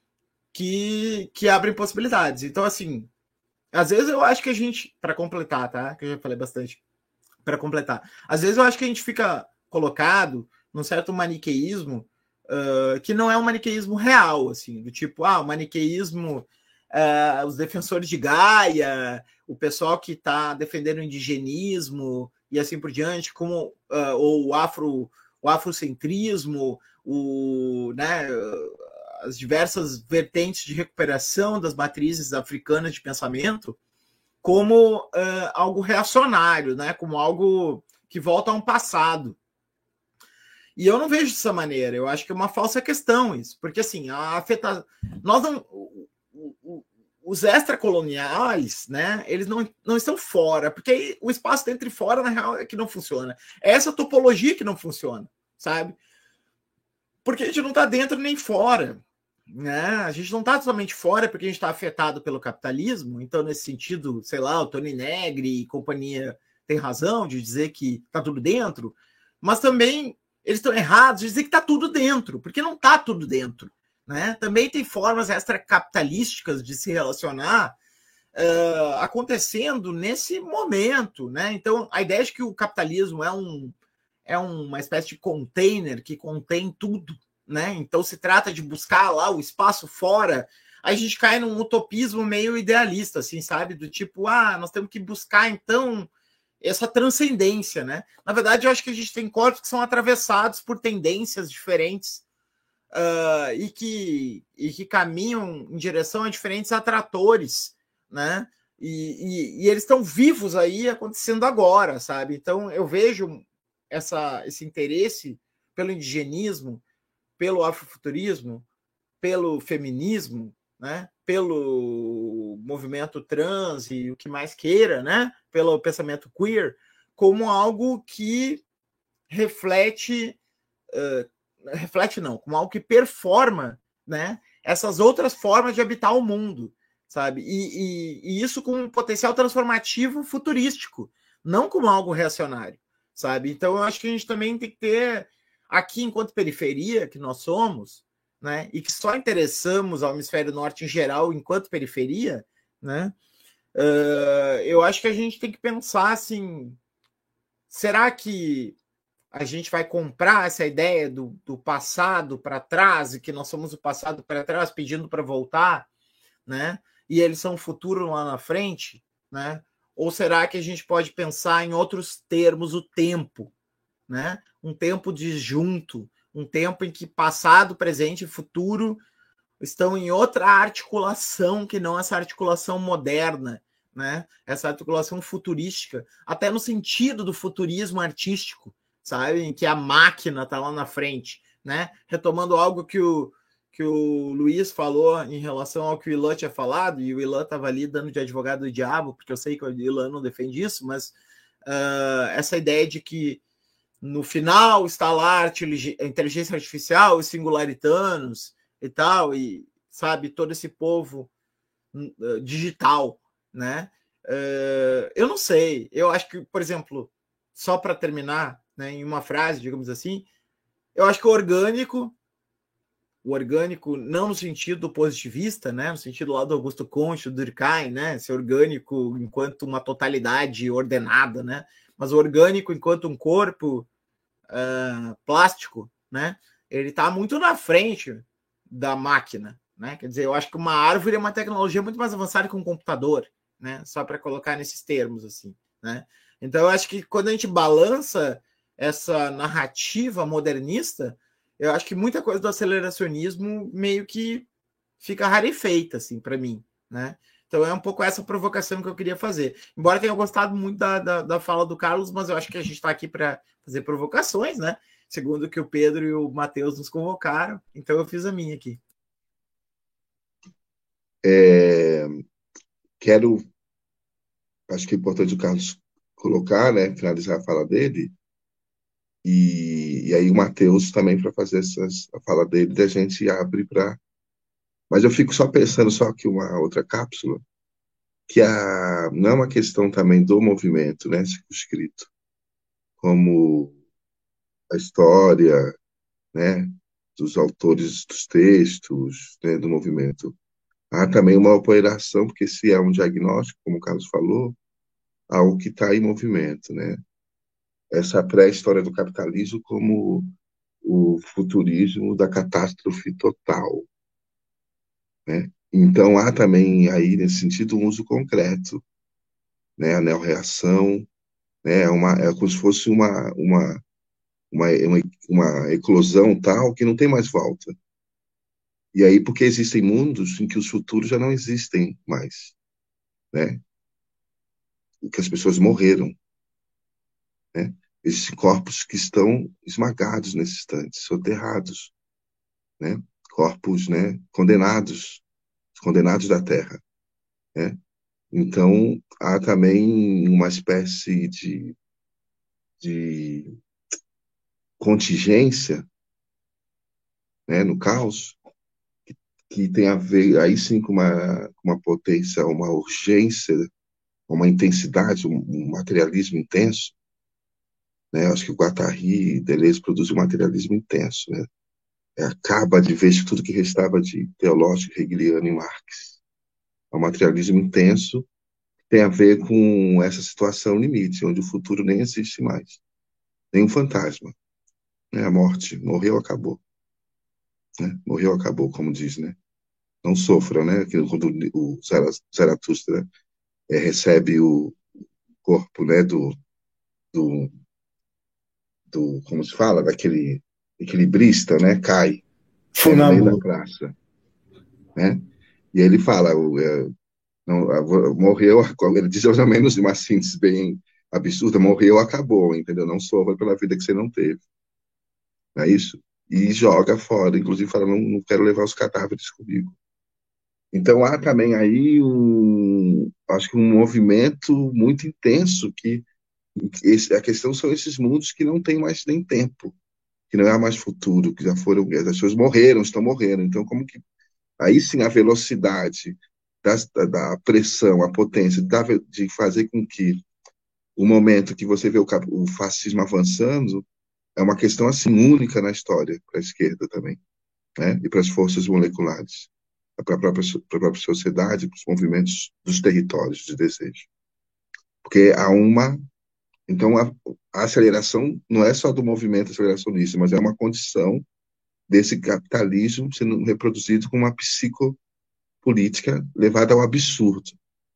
que, que abrem possibilidades. Então, assim, às vezes eu acho que a gente, para completar, tá? Que eu já falei bastante, para completar, às vezes eu acho que a gente fica colocado num certo maniqueísmo uh, que não é um maniqueísmo real, assim, do tipo, ah, o maniqueísmo, uh, os defensores de Gaia, o pessoal que está defendendo o indigenismo e assim por diante, como uh, ou o afro, o afrocentrismo, o, né, as diversas vertentes de recuperação das matrizes africanas de pensamento, como uh, algo reacionário, né, como algo que volta a um passado. E eu não vejo dessa maneira. Eu acho que é uma falsa questão isso, porque assim a afeta, nós não, o, o, os extracoloniais, né, eles não, não estão fora, porque aí o espaço dentro e fora, na real, é que não funciona. É essa topologia que não funciona, sabe? Porque a gente não está dentro nem fora, né? A gente não está totalmente fora porque a gente está afetado pelo capitalismo. Então, nesse sentido, sei lá, o Tony Negri e companhia tem razão de dizer que está tudo dentro, mas também eles estão errados de dizer que está tudo dentro, porque não está tudo dentro, né? Também tem formas extracapitalísticas de se relacionar uh, acontecendo nesse momento, né? Então, a ideia de que o capitalismo é um é uma espécie de container que contém tudo, né? Então se trata de buscar lá o espaço fora. Aí a gente cai num utopismo meio idealista, assim, sabe? Do tipo, ah, nós temos que buscar, então, essa transcendência, né? Na verdade, eu acho que a gente tem corpos que são atravessados por tendências diferentes uh, e, que, e que caminham em direção a diferentes atratores, né? E, e, e eles estão vivos aí acontecendo agora, sabe? Então eu vejo essa, esse interesse pelo indigenismo, pelo afrofuturismo, pelo feminismo, né, pelo movimento trans e o que mais queira, né, pelo pensamento queer, como algo que reflete, uh, reflete não, como algo que performa, né, essas outras formas de habitar o mundo, sabe? E, e, e isso com um potencial transformativo futurístico, não como algo reacionário, sabe? Então eu acho que a gente também tem que ter aqui, enquanto periferia que nós somos, né, e que só interessamos ao hemisfério norte em geral enquanto periferia, né, uh, eu acho que a gente tem que pensar assim, será que a gente vai comprar essa ideia do, do passado para trás e que nós somos o passado para trás pedindo para voltar, né, e eles são o futuro lá na frente, né? Ou será que a gente pode pensar em outros termos o tempo, né? Um tempo disjunto, um tempo em que passado, presente e futuro estão em outra articulação que não essa articulação moderna, né? Essa articulação futurística, até no sentido do futurismo artístico, sabe? Em que a máquina está lá na frente, né? Retomando algo que o, que o Luiz falou em relação ao que o Ilan tinha falado, e o Ilan estava ali dando de advogado do diabo, porque eu sei que o Ilan não defende isso, mas uh, essa ideia de que no final está lá a inteligência artificial, os singlaritanos e tal, e sabe, todo esse povo uh, digital, né? Uh, eu não sei, eu acho que, por exemplo, só para terminar, né, em uma frase, digamos assim, eu acho que o orgânico, o orgânico não no sentido positivista, né, no sentido lá do Augusto Comte, do Durkheim, né, ser orgânico enquanto uma totalidade ordenada, né, mas o orgânico enquanto um corpo uh, plástico, né, ele está muito na frente da máquina, né, quer dizer, eu acho que uma árvore é uma tecnologia muito mais avançada que um computador, né, só para colocar nesses termos, assim, né, então eu acho que quando a gente balança essa narrativa modernista, eu acho que muita coisa do aceleracionismo meio que fica rarefeita, assim, para mim, né? Então é um pouco essa provocação que eu queria fazer. Embora tenha gostado muito da, da, da fala do Carlos, mas eu acho que a gente está aqui para fazer provocações, né? Segundo o que o Pedro e o Matheus nos convocaram. Então eu fiz a minha aqui. É, quero, acho que é importante o Carlos colocar, né? Finalizar a fala dele. E, e aí o Matheus também para fazer essas, a fala dele, da gente abre para... Mas eu fico só pensando, só que uma outra cápsula, que a, não é uma questão também do movimento, né, circunscrito, como a história, né, dos autores dos textos, né, do movimento. Há também uma operação, porque se é um diagnóstico, como o Carlos falou, algo que está em movimento, né? Essa pré-história do capitalismo como o futurismo da catástrofe total, né? Então há também aí nesse sentido um uso concreto, né? A neorreação, né? É uma é como se fosse uma uma uma, uma, uma eclosão tal que não tem mais volta. E aí porque existem mundos em que os futuros já não existem mais, né? Que as pessoas morreram, né? Existem corpos que estão esmagados nesse instante, soterrados, né? Corpos, né? Condenados, condenados da terra. né? Então, há também uma espécie de, de contingência, né, no caos, que tem a ver, aí sim, com uma, com uma potência, uma urgência, uma intensidade, um, um materialismo intenso, né? Acho que o Guattari e Deleuze produzem um materialismo intenso, né? É, acaba de vez tudo que restava de teológico hegeliano em Marx. É um materialismo intenso, tem a ver com essa situação limite, onde o futuro nem existe mais. Nem um fantasma, né? A morte, morreu, acabou. Né? Morreu, acabou, como diz, né? Não sofra, né? Quando o Zaratustra é, recebe o corpo, né, do, do, do, como se fala, daquele equilibrista, né, cai, né, no meio da Funâmbulo. praça, né? E ele fala, o, é, não, a, morreu, ele diz mais ou menos uma síntese bem absurda, morreu, acabou, entendeu? Não sofra pela vida que você não teve, não é isso? E joga fora, inclusive fala, não, não quero levar os cadáveres comigo. Então há também aí um, acho que um movimento muito intenso que esse, a questão são esses mundos que não têm mais nem tempo, que não há mais futuro, que já foram, as pessoas morreram, estão morrendo. Então, como que aí sim a velocidade das, da, da pressão, a potência da, de fazer com que o momento que você vê o, o fascismo avançando é uma questão assim única na história para a esquerda também, né? E para as forças moleculares, para a própria, para a própria sociedade, para os movimentos dos territórios de desejo, porque há uma então, a, a aceleração não é só do movimento aceleracionista, mas é uma condição desse capitalismo sendo reproduzido com uma psicopolítica levada ao absurdo,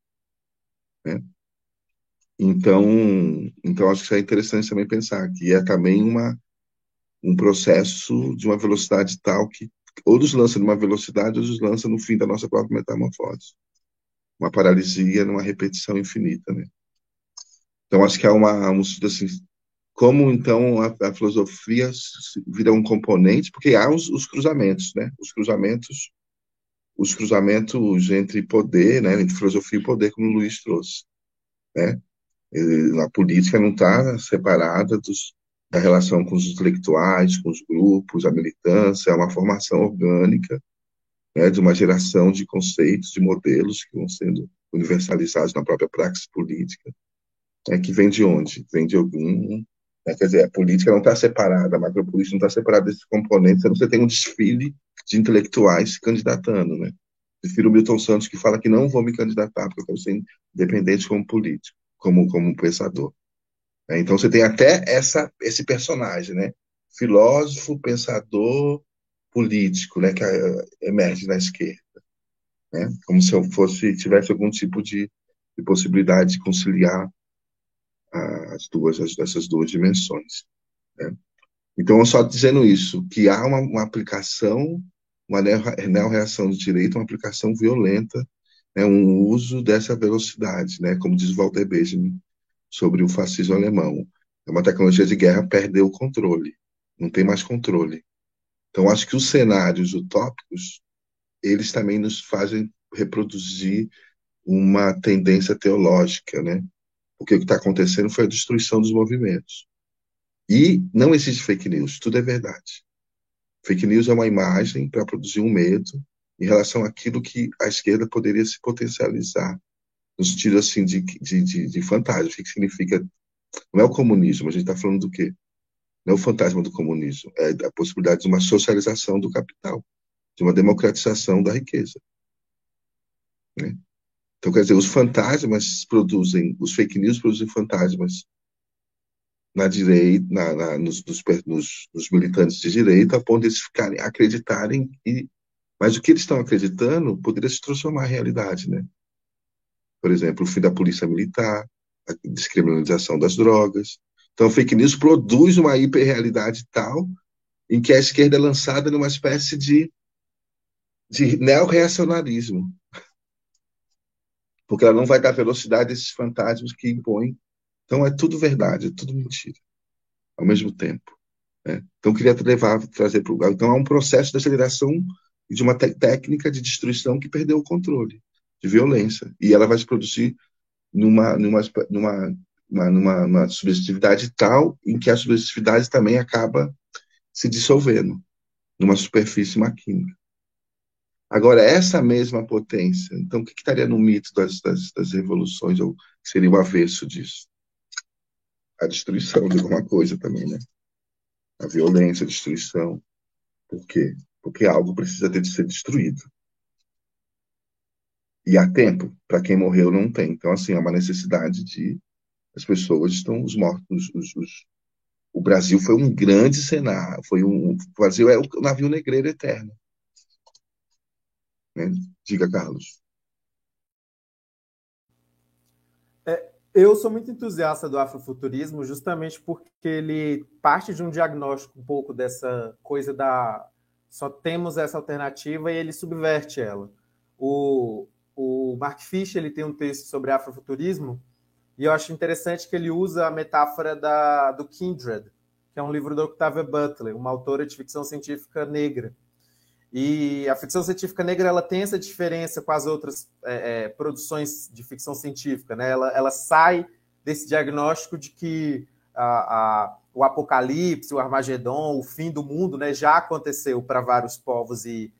né? Então, então, acho que isso é interessante também pensar, que é também uma, um processo de uma velocidade tal que ou nos lança numa velocidade ou nos lança no fim da nossa própria metamorfose. Uma paralisia numa repetição infinita, né? Então, acho que há uma, um estudo assim, como então a, a filosofia vira um componente, porque há os, os cruzamentos, né? Os cruzamentos, os cruzamentos entre poder, né? Entre filosofia e poder, como o Luiz trouxe, né? E a política não está separada dos, da relação com os intelectuais, com os grupos, a militância, é uma formação orgânica, né? De uma geração de conceitos, de modelos que vão sendo universalizados na própria praxis política. É que vem de onde? Vem de algum. Né? Quer dizer, a política não está separada, a macropolítica não está separada desses componentes, você tem um desfile de intelectuais se candidatando. Né? Prefiro o Milton Santos, que fala que não vou me candidatar, porque eu quero ser independente como político, como, como pensador. É, então você tem até essa, esse personagem, né? Filósofo, pensador, político, né? Que emerge na esquerda. Né? Como se eu fosse, tivesse algum tipo de, de possibilidade de conciliar as duas, as, essas duas dimensões. Né? Então, só dizendo isso, que há uma, uma aplicação, uma neo-reação de direito, uma aplicação violenta, né, um uso dessa velocidade, né, como diz Walter Benjamin sobre o fascismo alemão. É uma tecnologia de guerra, perdeu o controle, não tem mais controle. Então, acho que os cenários utópicos, eles também nos fazem reproduzir uma tendência teológica, né? Porque o que está acontecendo foi a destruição dos movimentos. E não existe fake news, tudo é verdade. Fake news é uma imagem para produzir um medo em relação àquilo que a esquerda poderia se potencializar, no sentido assim de, de, de, de fantasma. O que significa? Não é o comunismo, a gente está falando do quê? Não é o fantasma do comunismo, é a possibilidade de uma socialização do capital, de uma democratização da riqueza. Né? Então, quer dizer, os fantasmas produzem, os fake news produzem fantasmas na direita, na, na, nos, nos, nos militantes de direita, a ponto de eles ficarem, acreditarem, e, mas o que eles estão acreditando poderia se transformar em realidade, né? Por exemplo, o fim da polícia militar, a descriminalização das drogas. Então, fake news produz uma hiperrealidade tal em que a esquerda é lançada numa espécie de, de neo-reacionarismo, porque ela não vai dar velocidade a esses fantasmas que impõem. Então, é tudo verdade, é tudo mentira, ao mesmo tempo. Né? Então, queria levar, trazer para o lugar. Então, há um processo de aceleração e de uma técnica de destruição que perdeu o controle. de violência. E ela vai se produzir numa, numa, numa, uma, numa, numa subjetividade tal em que a subjetividade também acaba se dissolvendo numa superfície maquínica. Agora, essa mesma potência, então o que, que estaria no mito das, das, das revoluções, ou que seria o avesso disso? A destruição de alguma coisa também, né? A violência, a destruição. Por quê? Porque algo precisa ter de ser destruído. E há tempo, para quem morreu não tem. Então, assim, é uma necessidade de... As pessoas estão, os mortos, os, os... o Brasil foi um grande cenário, foi um... o Brasil é o navio negreiro eterno. Né? Diga, Carlos. É, eu sou muito entusiasta do afrofuturismo justamente porque ele parte de um diagnóstico um pouco dessa coisa da... Só temos essa alternativa e ele subverte ela. O, o Mark Fisher ele tem um texto sobre afrofuturismo e eu acho interessante que ele usa a metáfora da, do Kindred, que é um livro da Octavia Butler, uma autora de ficção científica negra. E a ficção científica negra ela tem essa diferença com as outras é, é, produções de ficção científica, né? Ela, ela sai desse diagnóstico de que a, a, o apocalipse, o Armagedon, o fim do mundo, né, já aconteceu para vários povos e,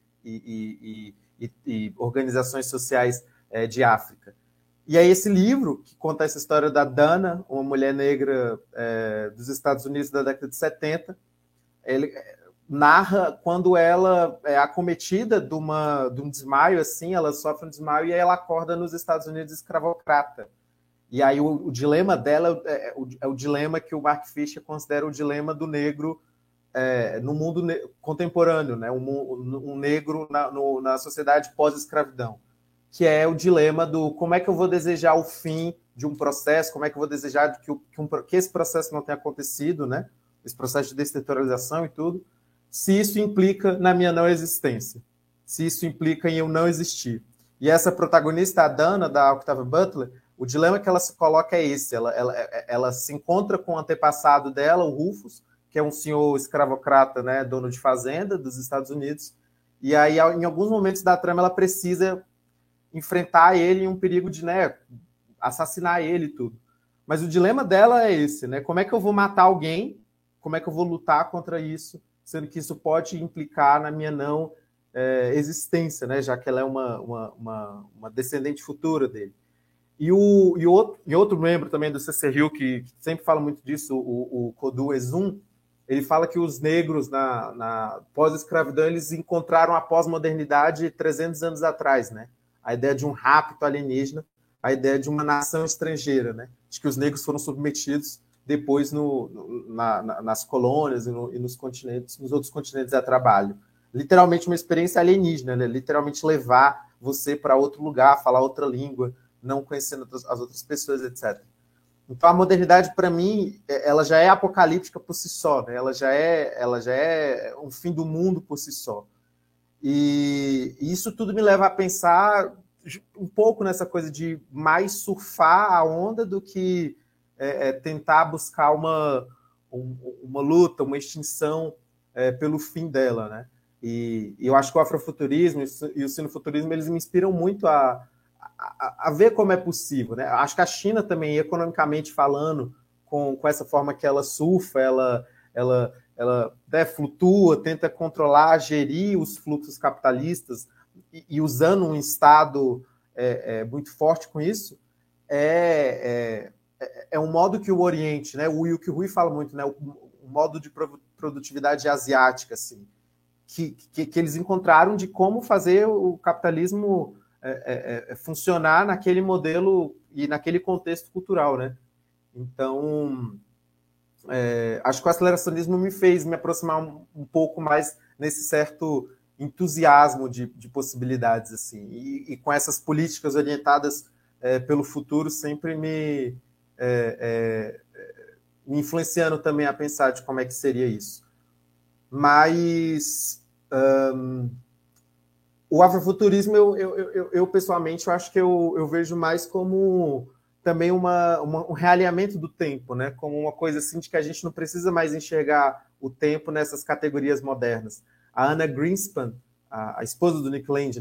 e, e, e, e organizações sociais é, de África. E aí esse livro, que conta essa história da Dana, uma mulher negra é, dos Estados Unidos da década de setenta, ele narra quando ela é acometida de, uma, de um desmaio, assim, ela sofre um desmaio e aí ela acorda nos Estados Unidos escravocrata. E aí o, o dilema dela é, é, o, é o dilema que o Mark Fisher considera o dilema do negro é, no mundo ne- contemporâneo, né? um, um negro na, no, na sociedade pós-escravidão, que é o dilema do como é que eu vou desejar o fim de um processo, como é que eu vou desejar que, o, que, um, que esse processo não tenha acontecido, né? Esse processo de desterritorialização e tudo, se isso implica na minha não existência, se isso implica em eu não existir. E essa protagonista, a Dana, da Octavia Butler, o dilema que ela se coloca é esse, ela, ela, ela se encontra com o antepassado dela, o Rufus, que é um senhor escravocrata, né, dono de fazenda dos Estados Unidos, e aí em alguns momentos da trama ela precisa enfrentar ele em um perigo de, né, assassinar ele e tudo. Mas o dilema dela é esse, né, como é que eu vou matar alguém, como é que eu vou lutar contra isso, sendo que isso pode implicar na minha não é, existência, né? Já que ela é uma, uma, uma, uma descendente futura dele. E, o, e, outro, e outro membro também do C C Hill, que, que sempre fala muito disso, o, o Kodu Ezum, ele fala que os negros na, na pós-escravidão eles encontraram a pós-modernidade trezentos anos atrás, né? A ideia de um rapto alienígena, a ideia de uma nação estrangeira, né? De que os negros foram submetidos depois no, no, na, nas colônias e, no, e nos continentes, nos outros continentes a trabalho. Literalmente uma experiência alienígena, né? Literalmente levar você para outro lugar, falar outra língua, não conhecendo as outras pessoas, etcétera. Então a modernidade, para mim, ela já é apocalíptica por si só, né? Ela já é, ela já é um fim do mundo por si só. E, e isso tudo me leva a pensar um pouco nessa coisa de mais surfar a onda do que É, é tentar buscar uma, um, uma luta, uma extinção é, pelo fim dela, né? E, e eu acho que o afrofuturismo e o sinofuturismo eles me inspiram muito a, a, a ver como é possível, né? Acho que a China também, economicamente falando, com, com essa forma que ela surfa, ela, ela, ela né, flutua, tenta controlar, gerir os fluxos capitalistas e, e usando um Estado é, é, muito forte com isso, é... é é um modo que o Oriente, né, o que o Rui fala muito, né, o, o modo de produtividade asiática, assim, que, que, que eles encontraram de como fazer o capitalismo é, é, funcionar naquele modelo e naquele contexto cultural, né? Então, é, acho que o aceleracionismo me fez me aproximar um, um pouco mais nesse certo entusiasmo de, de possibilidades, assim, e, e com essas políticas orientadas é, pelo futuro sempre me É, é, me influenciando também a pensar de como é que seria isso. Mas um, o afrofuturismo, eu, eu, eu, eu pessoalmente, eu acho que eu, eu vejo mais como também uma, uma, um realinhamento do tempo, né? Como uma coisa assim de que a gente não precisa mais enxergar o tempo nessas categorias modernas. A Anna Greenspan, a, a esposa do Nick Land, né?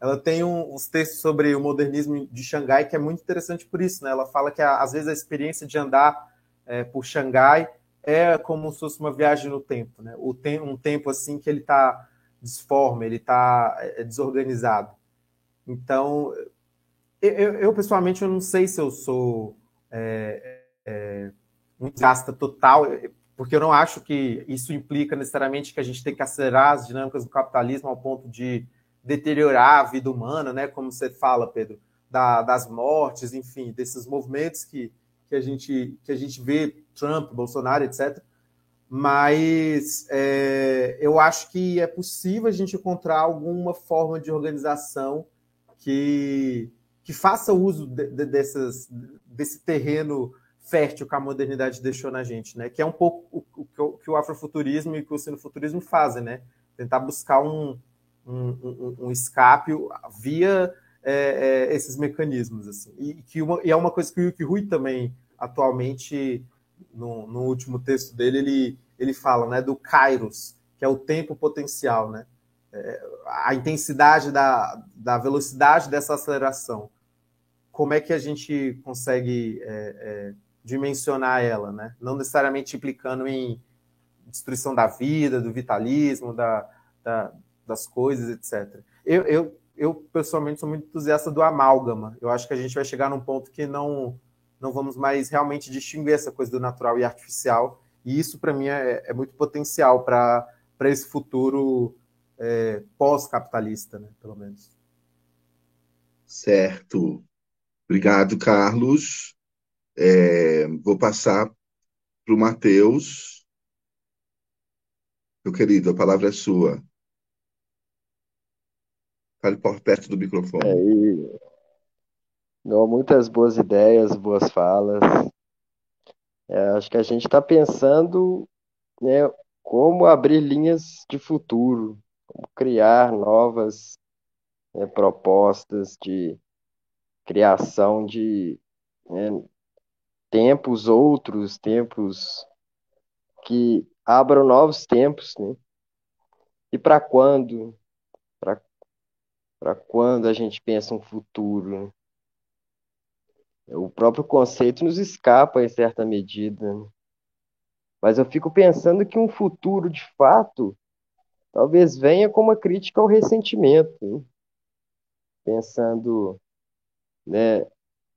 ela tem um, uns textos sobre o modernismo de Xangai que é muito interessante por isso, né? Ela fala que às vezes a experiência de andar é, por Xangai é como se fosse uma viagem no tempo, né? O tem, um tempo assim que ele está disforme, ele está é, desorganizado. Então, eu, eu, pessoalmente eu não sei se eu sou é, é, um entusiasta total, porque eu não acho que isso implica necessariamente que a gente tem que acelerar as dinâmicas do capitalismo ao ponto de deteriorar a vida humana, né? Como você fala, Pedro, da, das mortes, enfim, desses movimentos que, que, a gente, que a gente vê, Trump, Bolsonaro, etcétera. Mas é, eu acho que é possível a gente encontrar alguma forma de organização que, que faça uso de, de, dessas, desse terreno fértil que a modernidade deixou na gente, né? Que é um pouco o, o que o afrofuturismo e o que o sinofuturismo fazem, né? Tentar buscar um, um, um, um escape via é, é, esses mecanismos, assim. E, que uma, e é uma coisa que o Yuki Rui também, atualmente, no, no último texto dele, ele, ele fala, né? Do kairos, que é o tempo potencial, né? É, a intensidade da, da velocidade dessa aceleração. Como é que a gente consegue é, é, dimensionar ela, né? Não necessariamente implicando em destruição da vida, do vitalismo, da, da, das coisas, etcétera. Eu, eu, eu, pessoalmente, sou muito entusiasta do amálgama. Eu acho que a gente vai chegar num ponto que não, não vamos mais realmente distinguir essa coisa do natural e artificial, e isso, para mim, é, é muito potencial para esse futuro é, pós-capitalista, né? Pelo menos. Certo. Obrigado, Carlos. É, vou passar para o Matheus. Meu querido, a palavra é sua. Fale por perto do É, microfone. e, não, muitas boas ideias, boas falas. É, acho que a gente está pensando, né, como abrir linhas de futuro, como criar novas, né, propostas de criação de, né, tempos outros, tempos que abram novos tempos, né? E para quando? Para para quando a gente pensa um futuro, né? O próprio conceito nos escapa em certa medida, né? Mas eu fico pensando que um futuro, de fato, talvez venha com uma crítica ao ressentimento, né? Pensando, né,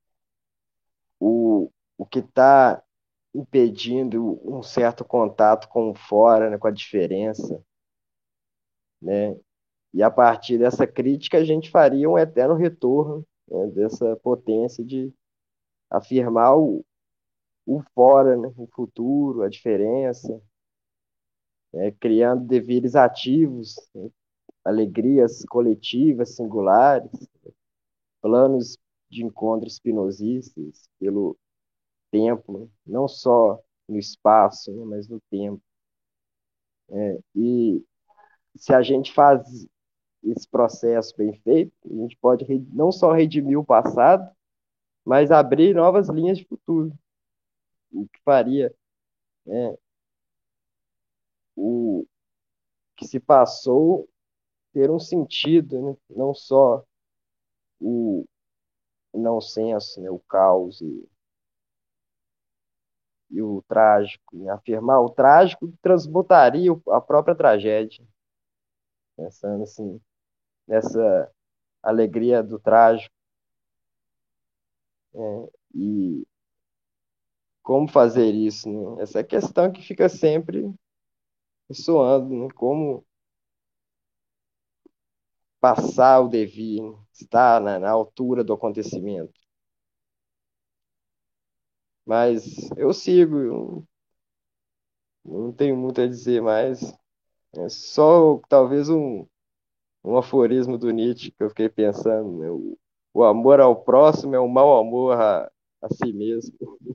o, o que está impedindo um certo contato com o fora, né, com a diferença, né? E a partir dessa crítica a gente faria um eterno retorno, né, dessa potência de afirmar o, o fora, né, o futuro, a diferença, né, criando devires ativos, né, alegrias coletivas, singulares, planos de encontros espinosistas pelo tempo, né, não só no espaço, né, mas no tempo. E se a gente faz esse processo bem feito, a gente pode não só redimir o passado, mas abrir novas linhas de futuro, o que faria, né, o que se passou ter um sentido, né? Não só o não senso, né? O caos e, e o trágico, né? Afirmar o trágico transmutaria a própria tragédia, pensando assim, nessa alegria do trágico, né? E como fazer isso, né? Essa é a questão que fica sempre ressoando, né? Como passar o devir, né? Estar na, na altura do acontecimento. Mas eu sigo, eu não tenho muito a dizer mais. É só talvez um, um aforismo do Nietzsche que eu fiquei pensando, né? O, o amor ao próximo é um mau amor a, a si mesmo.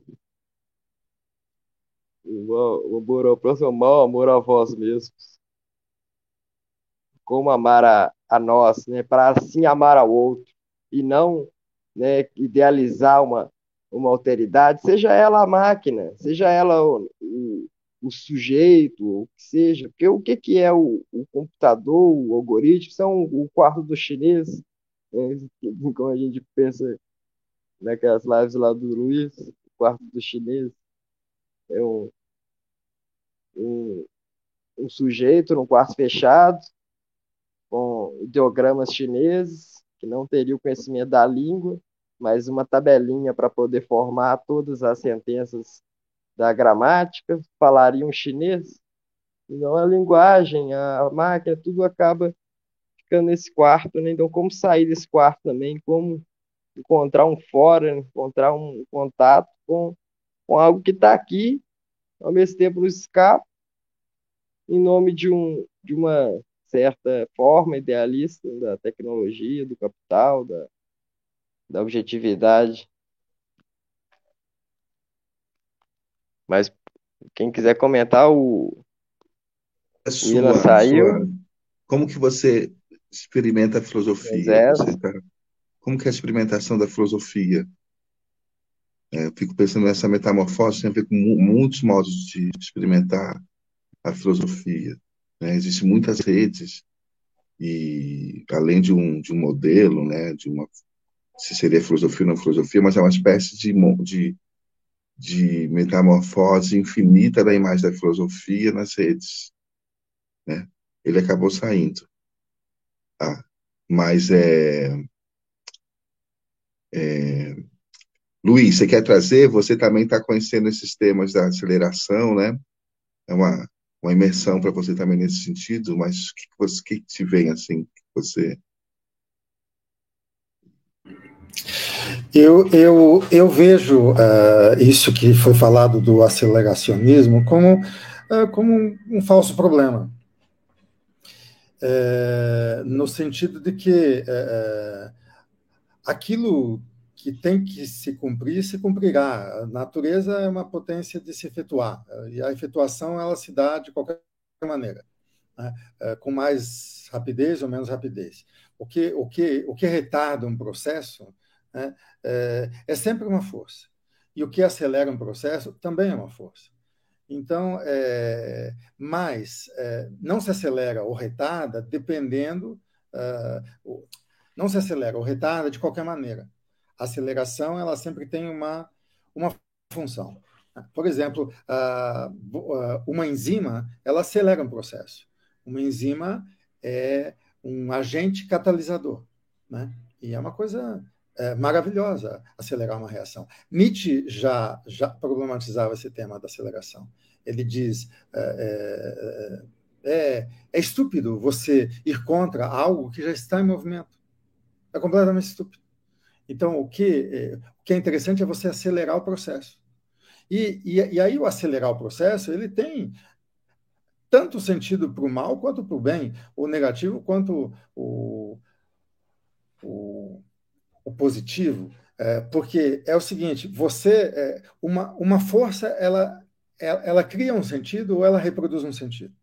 O, o amor ao próximo é um mau amor a vós mesmos. Como amar a, a nós, né? Para assim amar ao outro. E não, né, idealizar uma, uma alteridade, seja ela a máquina, seja ela o, o, o sujeito, o que seja. Porque o que, que é o, o computador, o algoritmo, são o quarto do chinês, É, como a gente pensa naquelas lives lá do Luiz, o quarto do chinês, é um, um, um sujeito num quarto fechado, com ideogramas chineses, que não teria o conhecimento da língua, mas uma tabelinha para poder formar todas as sentenças da gramática, falariam chinês. Então, a linguagem, a máquina, tudo acaba ficando nesse quarto, né? Então, como sair desse quarto também? Como encontrar um fórum, encontrar um contato com, com algo que está aqui, ao mesmo tempo nos escapa, em nome de, um, de uma certa forma idealista da tecnologia, do capital, da, da objetividade. Mas quem quiser comentar, o, A o Ilan sua, a sua, saiu, como que você experimenta a mas filosofia? é, Você tá, como que é a experimentação da filosofia? É, eu fico pensando nessa metamorfose, tem a ver com mu- muitos modos de experimentar a filosofia, né? Existem muitas redes e além de um, de um modelo, né, de uma se seria filosofia ou não filosofia, mas é uma espécie de, mo- de, de metamorfose infinita da imagem da filosofia nas redes, né? Ele acabou saindo. Ah, mas é, é... Luiz, você quer trazer? Você também está conhecendo esses temas da aceleração, né? É uma, uma imersão para você também nesse sentido, mas o que, que, você, que, que te vem assim? Que você... Eu, eu, eu vejo uh, isso que foi falado do aceleracionismo como, uh, como um, um falso problema. É, no sentido de que é, aquilo que tem que se cumprir, se cumprirá. A natureza é uma potência de se efetuar, e a efetuação ela se dá de qualquer maneira, né? É, com mais rapidez ou menos rapidez. O que, o que, o que retarda um processo, né, é, é sempre uma força. E o que acelera um processo também é uma força. Então, é, mas é, não se acelera ou retarda dependendo, uh, não se acelera ou retarda de qualquer maneira. A aceleração ela sempre tem uma, uma função. Por exemplo, uh, uma enzima ela acelera um processo. Uma enzima é um agente catalisador, né? E é uma coisa é, maravilhosa acelerar uma reação. Nietzsche já, já problematizava esse tema da aceleração. Ele diz: é, é, é, é estúpido você ir contra algo que já está em movimento. É completamente estúpido. Então, o que, é, o que é interessante é você acelerar o processo. E, e, e aí, o acelerar o processo, ele tem tanto sentido para o mal quanto para o bem, o negativo quanto o, o, o positivo. É, porque é o seguinte, você é, uma, uma força ela, ela, ela cria um sentido ou ela reproduz um sentido.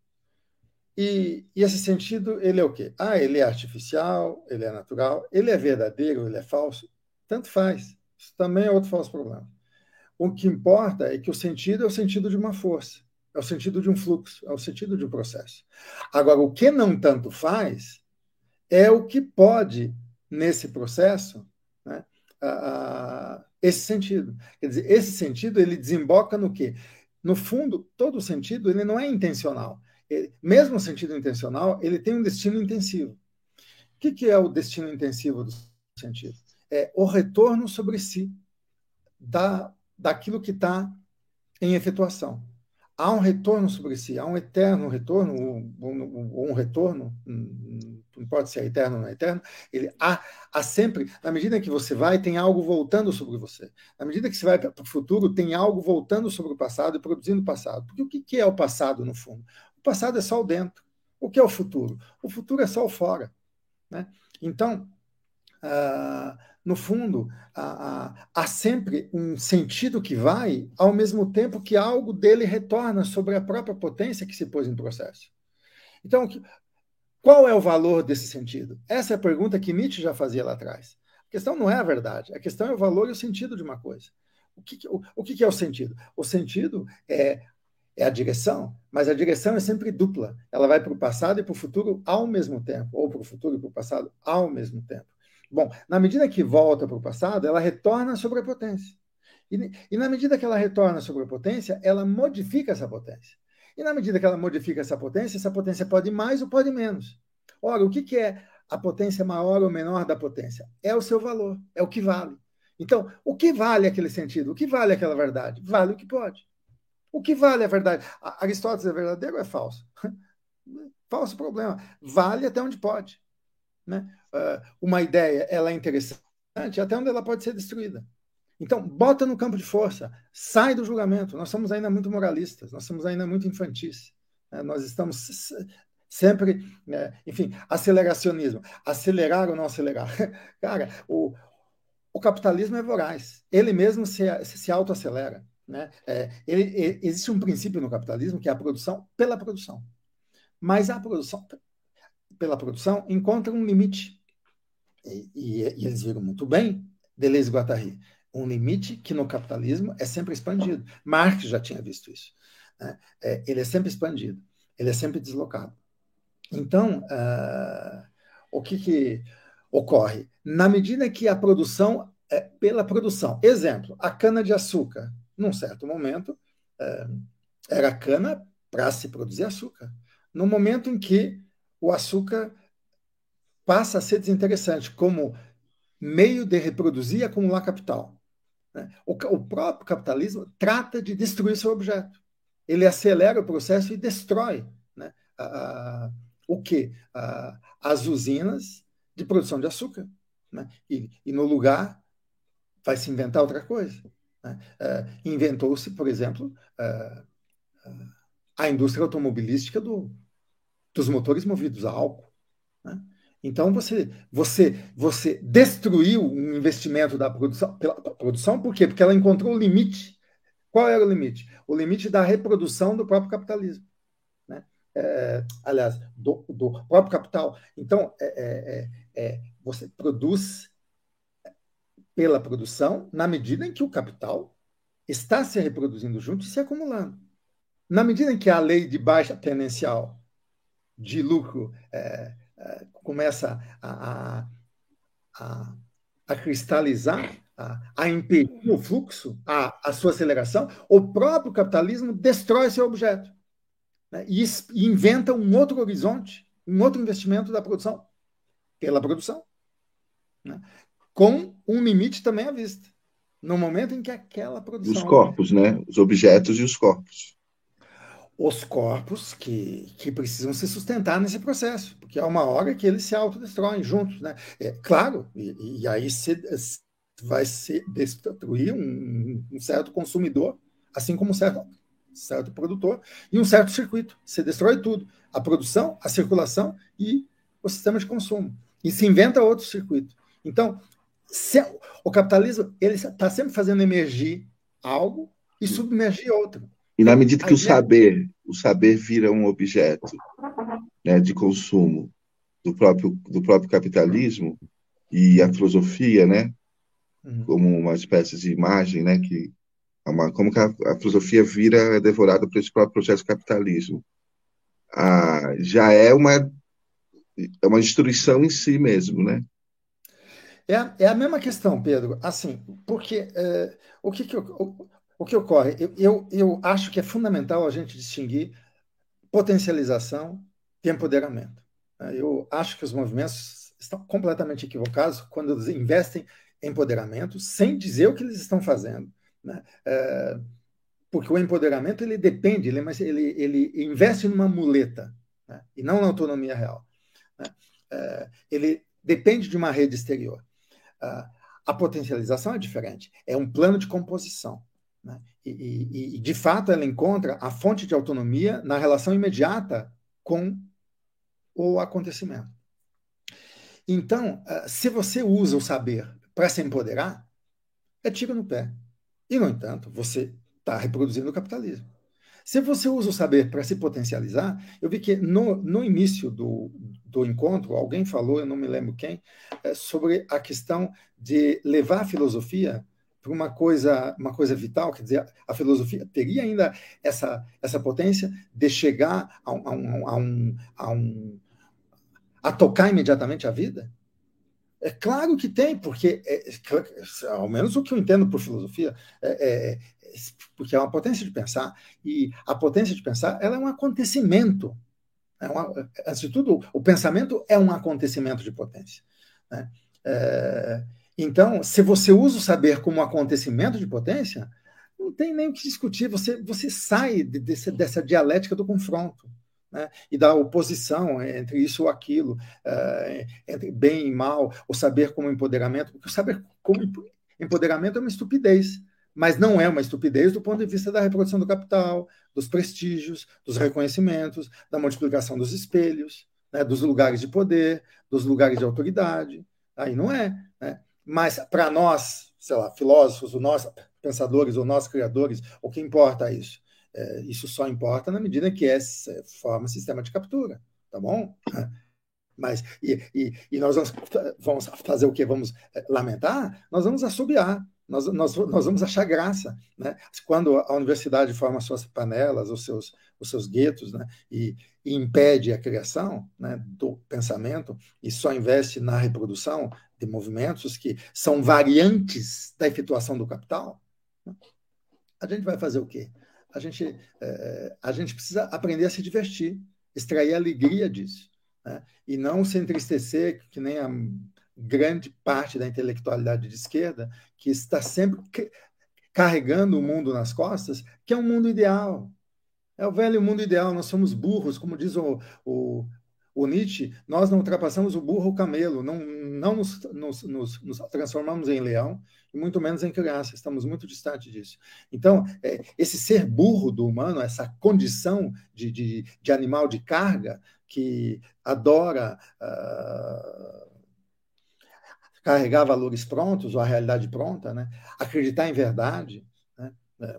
E, e esse sentido, ele é o quê? Ah, ele é artificial, ele é natural, ele é verdadeiro, ele é falso? Tanto faz. Isso também é outro falso problema. O que importa é que o sentido é o sentido de uma força, é o sentido de um fluxo, é o sentido de um processo. Agora, o que não tanto faz é o que pode, nesse processo, né, uh, esse sentido. Quer dizer, esse sentido, ele desemboca no quê? No fundo, todo o sentido, ele não é intencional. Ele, mesmo o sentido intencional, ele tem um destino intensivo. O que, que é o destino intensivo do sentido? É o retorno sobre si da, daquilo que está em efetuação. Há um retorno sobre si, há um eterno retorno, ou um, um retorno, não importa se é eterno ou não é eterno, ele, há, há sempre, na medida que você vai, tem algo voltando sobre você. Na medida que você vai para o futuro, tem algo voltando sobre o passado e produzindo o passado. Porque o que é o passado, no fundo? O passado é só o dentro. O que é o futuro? O futuro é só o fora. Né? Então, Uh, no fundo, uh, uh, há sempre um sentido que vai, ao mesmo tempo que algo dele retorna sobre a própria potência que se pôs em processo. Então, qual é o valor desse sentido? Essa é a pergunta que Nietzsche já fazia lá atrás. A questão não é a verdade, a questão é o valor e o sentido de uma coisa. O que, o, o que é o sentido? O sentido é, é a direção, mas a direção é sempre dupla. Ela vai para o passado e para o futuro ao mesmo tempo, ou para o futuro e para o passado ao mesmo tempo. Bom, na medida que volta para o passado, ela retorna sobre a potência. E, e na medida que ela retorna sobre a potência, ela modifica essa potência. E na medida que ela modifica essa potência, essa potência pode mais ou pode menos. Ora, o que, que é a potência maior ou menor da potência? É o seu valor, é o que vale. Então, o que vale aquele sentido? O que vale aquela verdade? Vale o que pode. O que vale a verdade? Aristóteles é verdadeiro ou é falso? Falso problema. Vale até onde pode. Né? Uma ideia, ela é interessante até onde ela pode ser destruída. Então, bota no campo de força, sai do julgamento. Nós somos ainda muito moralistas, nós somos ainda muito infantis. Né? Nós estamos sempre, né? Enfim, aceleracionismo. Acelerar ou não acelerar? Cara, o, o capitalismo é voraz. Ele mesmo se, se autoacelera. Né? É, ele, ele, existe um princípio no capitalismo que é a produção pela produção. Mas a produção pela produção encontra um limite. E, e, e eles viram muito bem, Deleuze e Guattari, um limite que no capitalismo é sempre expandido. Marx já tinha visto isso. Né? É, ele é sempre expandido, ele é sempre deslocado. Então, uh, o que, que ocorre? Na medida que a produção é pela produção. Exemplo, a cana-de-açúcar, num certo momento, uh, era cana para se produzir açúcar. No momento em que o açúcar passa a ser desinteressante como meio de reproduzir e acumular capital. O, o próprio capitalismo trata de destruir seu objeto. Ele acelera o processo e destrói, né, a, a, o quê? A, as usinas de produção de açúcar. Né? E, e, no lugar, vai se inventar outra coisa. Né? Uh, inventou-se, por exemplo, uh, uh, a indústria automobilística do, dos motores movidos a álcool. Né? Então, você, você, você destruiu um investimento da produção, pela produção, por quê? Porque ela encontrou o limite. Qual era o limite? O limite da reprodução do próprio capitalismo. Né? É, aliás, do, do próprio capital. Então, é, é, é, você produz pela produção na medida em que o capital está se reproduzindo junto e se acumulando. Na medida em que a lei de baixa tendencial de lucro é, é, começa a, a, a, a cristalizar, a, a impedir o fluxo, a, a sua aceleração, o próprio capitalismo destrói seu objeto, né? e, e inventa um outro horizonte, um outro investimento da produção, pela produção, né? Com um limite também à vista, no momento em que aquela produção... Os corpos, né? Os objetos e os corpos. Os corpos que, que precisam se sustentar nesse processo, porque há uma hora que eles se autodestroem juntos, né? É, claro, e, e aí se, vai se destruir um, um certo consumidor, assim como um certo, certo produtor, e um certo circuito. Se destrói tudo, a produção, a circulação e o sistema de consumo. E se inventa outro circuito. Então, se, o capitalismo ele está sempre fazendo emergir algo e submergir outro. E na medida que o saber, o saber vira um objeto, né, de consumo do próprio, do próprio capitalismo, e a filosofia, né, como uma espécie de imagem, né, que é uma, como que a, a filosofia vira devorada por esse próprio processo de capitalismo, ah, já é uma, é uma destruição em si mesmo, né? É, é a mesma questão, Pedro. Assim, porque é, o que, que o, o que ocorre? Eu, eu, eu acho que é fundamental a gente distinguir potencialização e empoderamento. Eu acho que os movimentos estão completamente equivocados quando eles investem em empoderamento sem dizer o que eles estão fazendo, né? É, porque o empoderamento ele depende, ele, ele, ele investe numa muleta, né? E não na autonomia real, né? É, ele depende de uma rede exterior. A potencialização é diferente, é um plano de composição, né? e, e, e, de fato, ela encontra a fonte de autonomia na relação imediata com o acontecimento. Então, se você usa o saber para se empoderar, é tiro no pé. E, no entanto, você está reproduzindo o capitalismo. Se você usa o saber para se potencializar, eu vi que no, no início do, do encontro, alguém falou, eu não me lembro quem, é, sobre a questão de levar a filosofia para uma coisa, uma coisa vital, quer dizer, a filosofia teria ainda essa, essa potência de chegar a um, a um, a um, a um a tocar imediatamente a vida? É claro que tem, porque, é, ao menos o que eu entendo por filosofia, é, é, porque é uma potência de pensar, e a potência de pensar ela é um acontecimento. É uma, antes de tudo, o pensamento é um acontecimento de potência. Né? É, então, se você usa o saber como um acontecimento de potência, não tem nem o que discutir, você, você sai de, desse, dessa dialética do confronto. Né? E da oposição entre isso ou aquilo, uh, entre bem e mal, o saber como empoderamento, porque o saber como empoderamento é uma estupidez, mas não é uma estupidez do ponto de vista da reprodução do capital, dos prestígios, dos reconhecimentos, da multiplicação dos espelhos, né? Dos lugares de poder, dos lugares de autoridade, aí não é. Né? Mas para nós, sei lá, filósofos, ou nós pensadores, ou nós criadores, o que importa é isso? É, isso só importa na medida que é, forma sistema de captura, tá bom? Mas, e, e, e nós vamos, vamos fazer o quê? Vamos lamentar? Nós vamos assobiar, nós, nós, nós vamos achar graça. Né? Quando a universidade forma suas panelas, os seus, os seus guetos, né? e, e impede a criação, né, do pensamento, e só investe na reprodução de movimentos que são variantes da efetuação do capital, né? A gente vai fazer o quê? A gente, é, a gente precisa aprender a se divertir, extrair a alegria disso, né? E não se entristecer, que nem a grande parte da intelectualidade de esquerda, que está sempre carregando o mundo nas costas, que é um mundo ideal. É o velho mundo ideal, nós somos burros, como diz o, o, o Nietzsche, nós não ultrapassamos o burro ou o camelo, não, não nos, nos, nos, nos transformamos em leão, e muito menos em criança, estamos muito distantes disso. Então, é, esse ser burro do humano, essa condição de, de, de animal de carga, que adora uh, carregar valores prontos, ou a realidade pronta, né? Acreditar em verdade, né?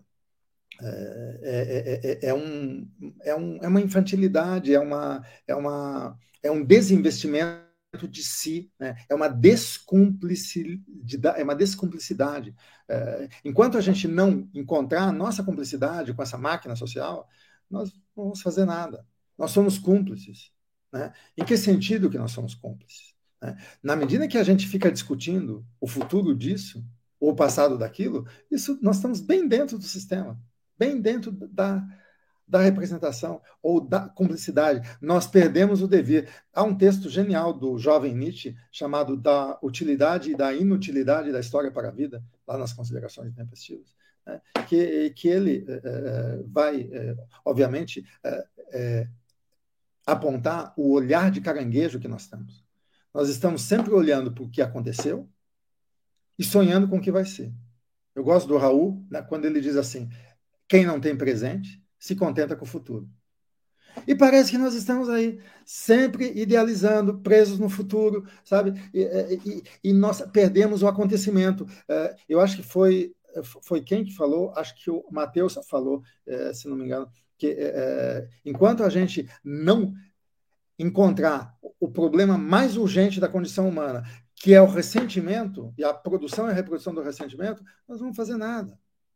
É, é, é, é, um, é, um, é uma infantilidade, é, uma, é, uma, é um desinvestimento de si, né? É uma descumplicidade, é uma descumplicidade. É, enquanto a gente não encontrar a nossa cumplicidade com essa máquina social, nós não vamos fazer nada. Nós somos cúmplices. Né? Em que sentido que nós somos cúmplices? Né? Na medida que a gente fica discutindo o futuro disso, ou o passado daquilo, isso, nós estamos bem dentro do sistema, bem dentro da, da representação ou da cumplicidade. Nós perdemos o dever. Há um texto genial do jovem Nietzsche chamado Da Utilidade e da Inutilidade da História para a Vida, lá nas Considerações Intempestivas, né? que, que ele é, vai, é, obviamente, é, é, apontar o olhar de caranguejo que nós temos. Nós estamos sempre olhando para o que aconteceu e sonhando com o que vai ser. Eu gosto do Raul, né, quando ele diz assim: quem não tem presente se contenta com o futuro. E parece que nós estamos aí sempre idealizando, presos no futuro, sabe? E, e, e nós perdemos o acontecimento. Eu acho que foi, foi quem que falou, acho que o Matheus falou, se não me engano, que enquanto a gente não encontrar o problema mais urgente da condição humana, que é o ressentimento, e a produção e a reprodução do ressentimento, nós não vamos fazer nada.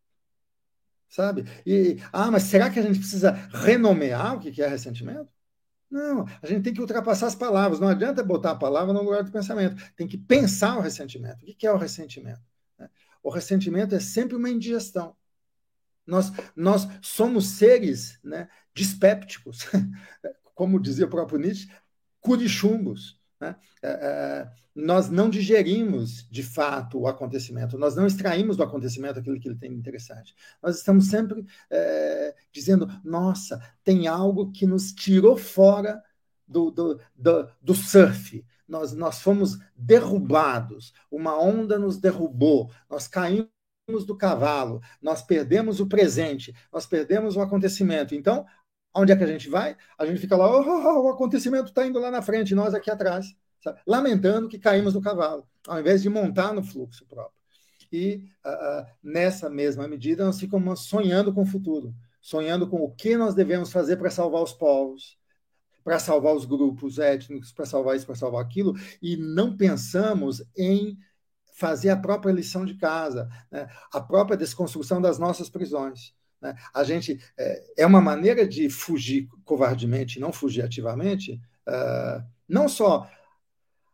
Sabe? E, ah, mas será que a gente precisa renomear o que é ressentimento? Não, a gente tem que ultrapassar as palavras. Não adianta botar a palavra no lugar do pensamento. Tem que pensar o ressentimento. O que é o ressentimento? O ressentimento é sempre uma indigestão. Nós, nós somos seres, né, dispépticos, como dizia o próprio Nietzsche, curichumbos. Né? É, é, nós não digerimos de fato o acontecimento, nós não extraímos do acontecimento aquilo que ele tem de interessante. Nós estamos sempre é, dizendo: nossa, tem algo que nos tirou fora do, do, do, do surf, nós, nós fomos derrubados, uma onda nos derrubou, nós caímos do cavalo, nós perdemos o presente, nós perdemos o acontecimento. Então, onde é que a gente vai? A gente fica lá, oh, oh, oh, o acontecimento está indo lá na frente, nós aqui atrás, sabe? Lamentando que caímos do cavalo, ao invés de montar no fluxo próprio. E, uh, nessa mesma medida, nós ficamos sonhando com o futuro, sonhando com o que nós devemos fazer para salvar os povos, para salvar os grupos étnicos, para salvar isso, para salvar aquilo, e não pensamos em fazer a própria lição de casa, né? A própria desconstrução das nossas prisões. A gente é, é uma maneira de fugir covardemente, não fugir ativamente, uh, não só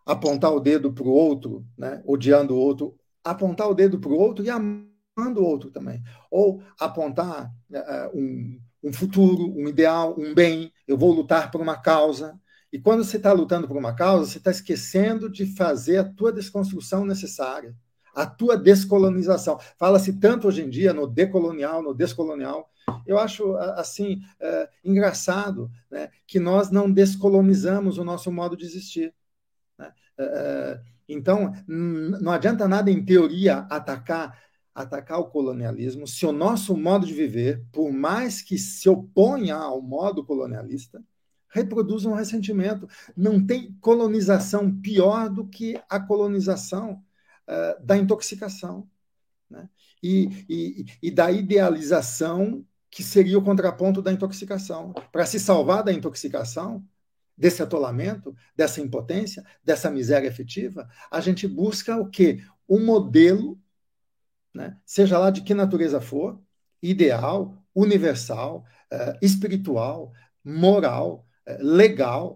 apontar o dedo para o outro, né, odiando o outro, apontar o dedo para o outro e amando o outro também. Ou apontar uh, um, um futuro, um ideal, um bem, eu vou lutar por uma causa. E quando você está lutando por uma causa, você está esquecendo de fazer a tua desconstrução necessária, a tua descolonização. Fala-se tanto hoje em dia no decolonial, no descolonial. Eu acho, assim, é, engraçado, né, que nós não descolonizamos o nosso modo de existir. Né? É, então, não adianta nada, em teoria, atacar, atacar o colonialismo se o nosso modo de viver, por mais que se oponha ao modo colonialista, reproduz um ressentimento. Não tem colonização pior do que a colonização uh, da intoxicação, né? e, e, e da idealização, que seria o contraponto da intoxicação. Para se salvar da intoxicação, desse atolamento, dessa impotência, dessa miséria efetiva, a gente busca o quê? Um modelo, né? Seja lá de que natureza for, ideal, universal, uh, espiritual, moral, legal,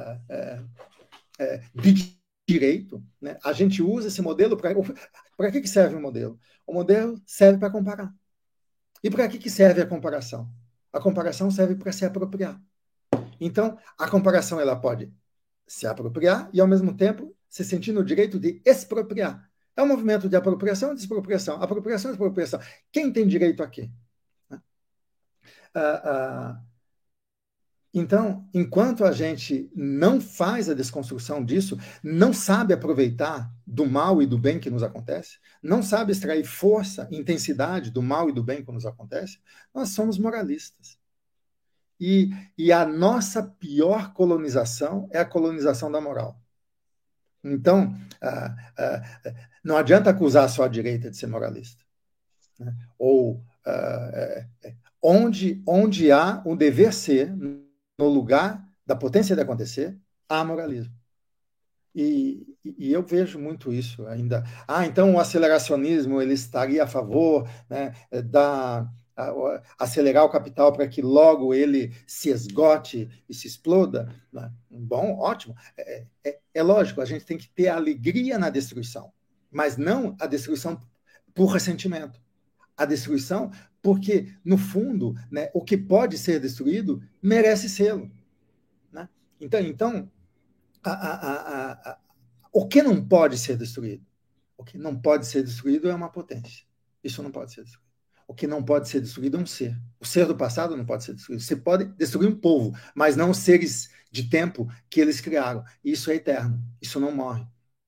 de direito, né? A gente usa esse modelo para... Para que serve o modelo? O modelo serve para comparar. E para que serve a comparação? A comparação serve para se apropriar. Então, a comparação ela pode se apropriar e, ao mesmo tempo, se sentir no direito de expropriar. É um movimento de apropriação e despropriação. Apropriação e despropriação. Quem tem direito a quê? Ah, ah, Então, enquanto a gente não faz a desconstrução disso, não sabe aproveitar do mal e do bem que nos acontece, não sabe extrair força, intensidade do mal e do bem que nos acontece, nós somos moralistas. E, e a nossa pior colonização é a colonização da moral. Então, ah, ah, não adianta acusar só a direita de ser moralista, né? Ou ah, é, é, onde, onde há um dever ser, no lugar da potência de acontecer, há moralismo. E, e eu vejo muito isso ainda. Ah, então o aceleracionismo ele estaria a favor, né, da a, a, acelerar o capital para que logo ele se esgote e se exploda. Né? Bom, ótimo. É, é, é lógico, a gente tem que ter alegria na destruição, mas não a destruição por ressentimento. A destruição porque, no fundo, né, o que pode ser destruído merece sê-lo. Né? Então, então a, a, a, a, o que não pode ser destruído? O que não pode ser destruído é uma potência. Isso não pode ser destruído. O que não pode ser destruído é um ser. O ser do passado não pode ser destruído. Você pode destruir um povo, mas não os seres de tempo que eles criaram. Isso é eterno. Isso não morre.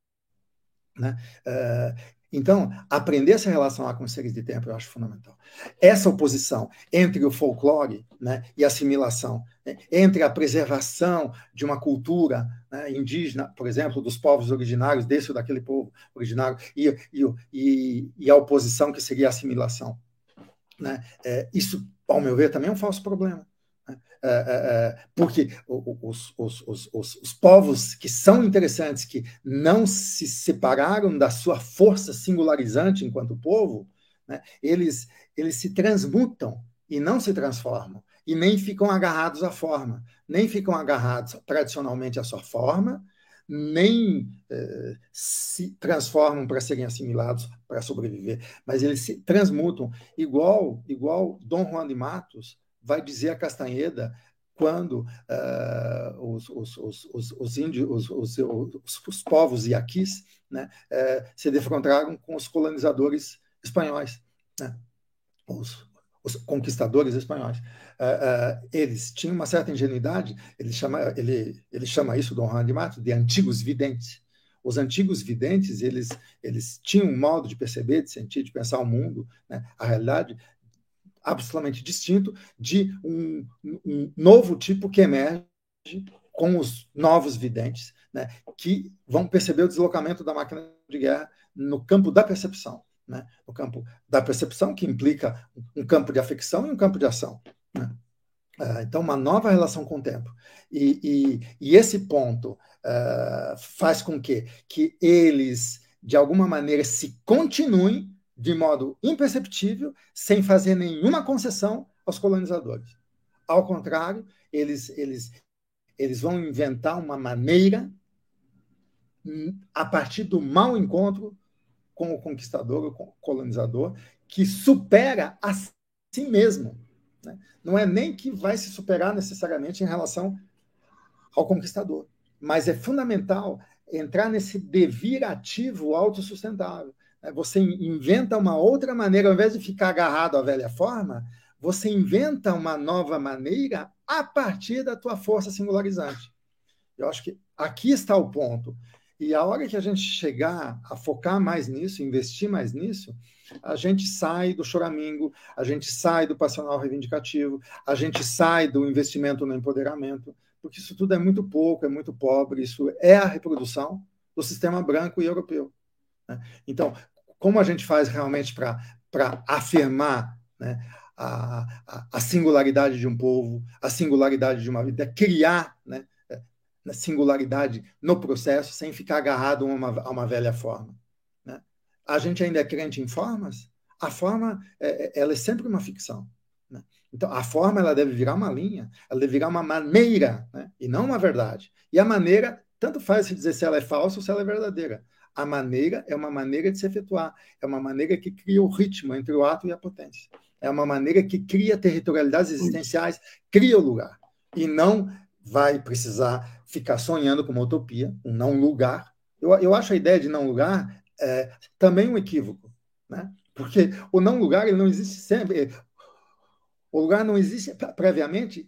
Né? Uh, Então, aprender a se relacionar com os seres de tempo eu acho fundamental. Essa oposição entre o folclore, né, e a assimilação, né, entre a preservação de uma cultura, né, indígena, por exemplo, dos povos originários, desse ou daquele povo originário, e, e, e, e a oposição que seria a assimilação. Né, é, isso, ao meu ver, também é um falso problema. É, é, porque os, os, os, os, os povos que são interessantes, que não se separaram da sua força singularizante enquanto povo, né, eles, eles se transmutam e não se transformam, e nem ficam agarrados à forma, nem ficam agarrados tradicionalmente à sua forma, nem eh, se transformam para serem assimilados, para sobreviver, mas eles se transmutam, igual, igual Dom Juan de Matos vai dizer a Castanheda quando uh, os, os, os, os, os, índios, os, os, os povos iaquis, né, uh, se defrontaram com os colonizadores espanhóis, né, os, os conquistadores espanhóis. Uh, uh, eles tinham uma certa ingenuidade, ele chama, ele, ele chama isso, Dom Juan de Matos, de antigos videntes. Os antigos videntes, eles, eles tinham um modo de perceber, de sentir, de pensar o mundo, né, a realidade, absolutamente distinto de um, um novo tipo que emerge com os novos videntes, né, que vão perceber o deslocamento da máquina de guerra no campo da percepção, né, no campo da percepção, que implica um campo de afecção e um campo de ação. Né? Então, uma nova relação com o tempo. E, e, e esse ponto uh, faz com que, que eles, de alguma maneira, se continuem de modo imperceptível, sem fazer nenhuma concessão aos colonizadores. Ao contrário, eles, eles, eles vão inventar uma maneira a partir do mau encontro com o conquistador, com o colonizador, que supera a si mesmo. Né? Não é nem que vai se superar necessariamente em relação ao conquistador, mas é fundamental entrar nesse devir ativo autossustentável. Você inventa uma outra maneira, ao invés de ficar agarrado à velha forma, você inventa uma nova maneira a partir da tua força singularizante. Eu acho que aqui está o ponto. E a hora que a gente chegar a focar mais nisso, investir mais nisso, a gente sai do choramingo, a gente sai do passional reivindicativo, a gente sai do investimento no empoderamento, porque isso tudo é muito pouco, é muito pobre, isso é a reprodução do sistema branco e europeu. Né? Então, como a gente faz realmente para afirmar, né, a, a, a singularidade de um povo, a singularidade de uma vida, criar, né, na singularidade no processo, sem ficar agarrado a uma, a uma velha forma. Né? A gente ainda é crente em formas? A forma é, ela é sempre uma ficção. Né? Então, a forma ela deve virar uma linha, ela deve virar uma maneira, né? E não uma verdade. E a maneira, tanto faz se dizer se ela é falsa ou se ela é verdadeira. A maneira é uma maneira de se efetuar, é uma maneira que cria o ritmo entre o ato e a potência. É uma maneira que cria territorialidades existenciais, cria o lugar. E não vai precisar ficar sonhando com uma utopia, um não lugar. Eu, eu acho a ideia de não lugar é, também um equívoco, né? Porque o não lugar ele não existe sempre. O lugar não existe previamente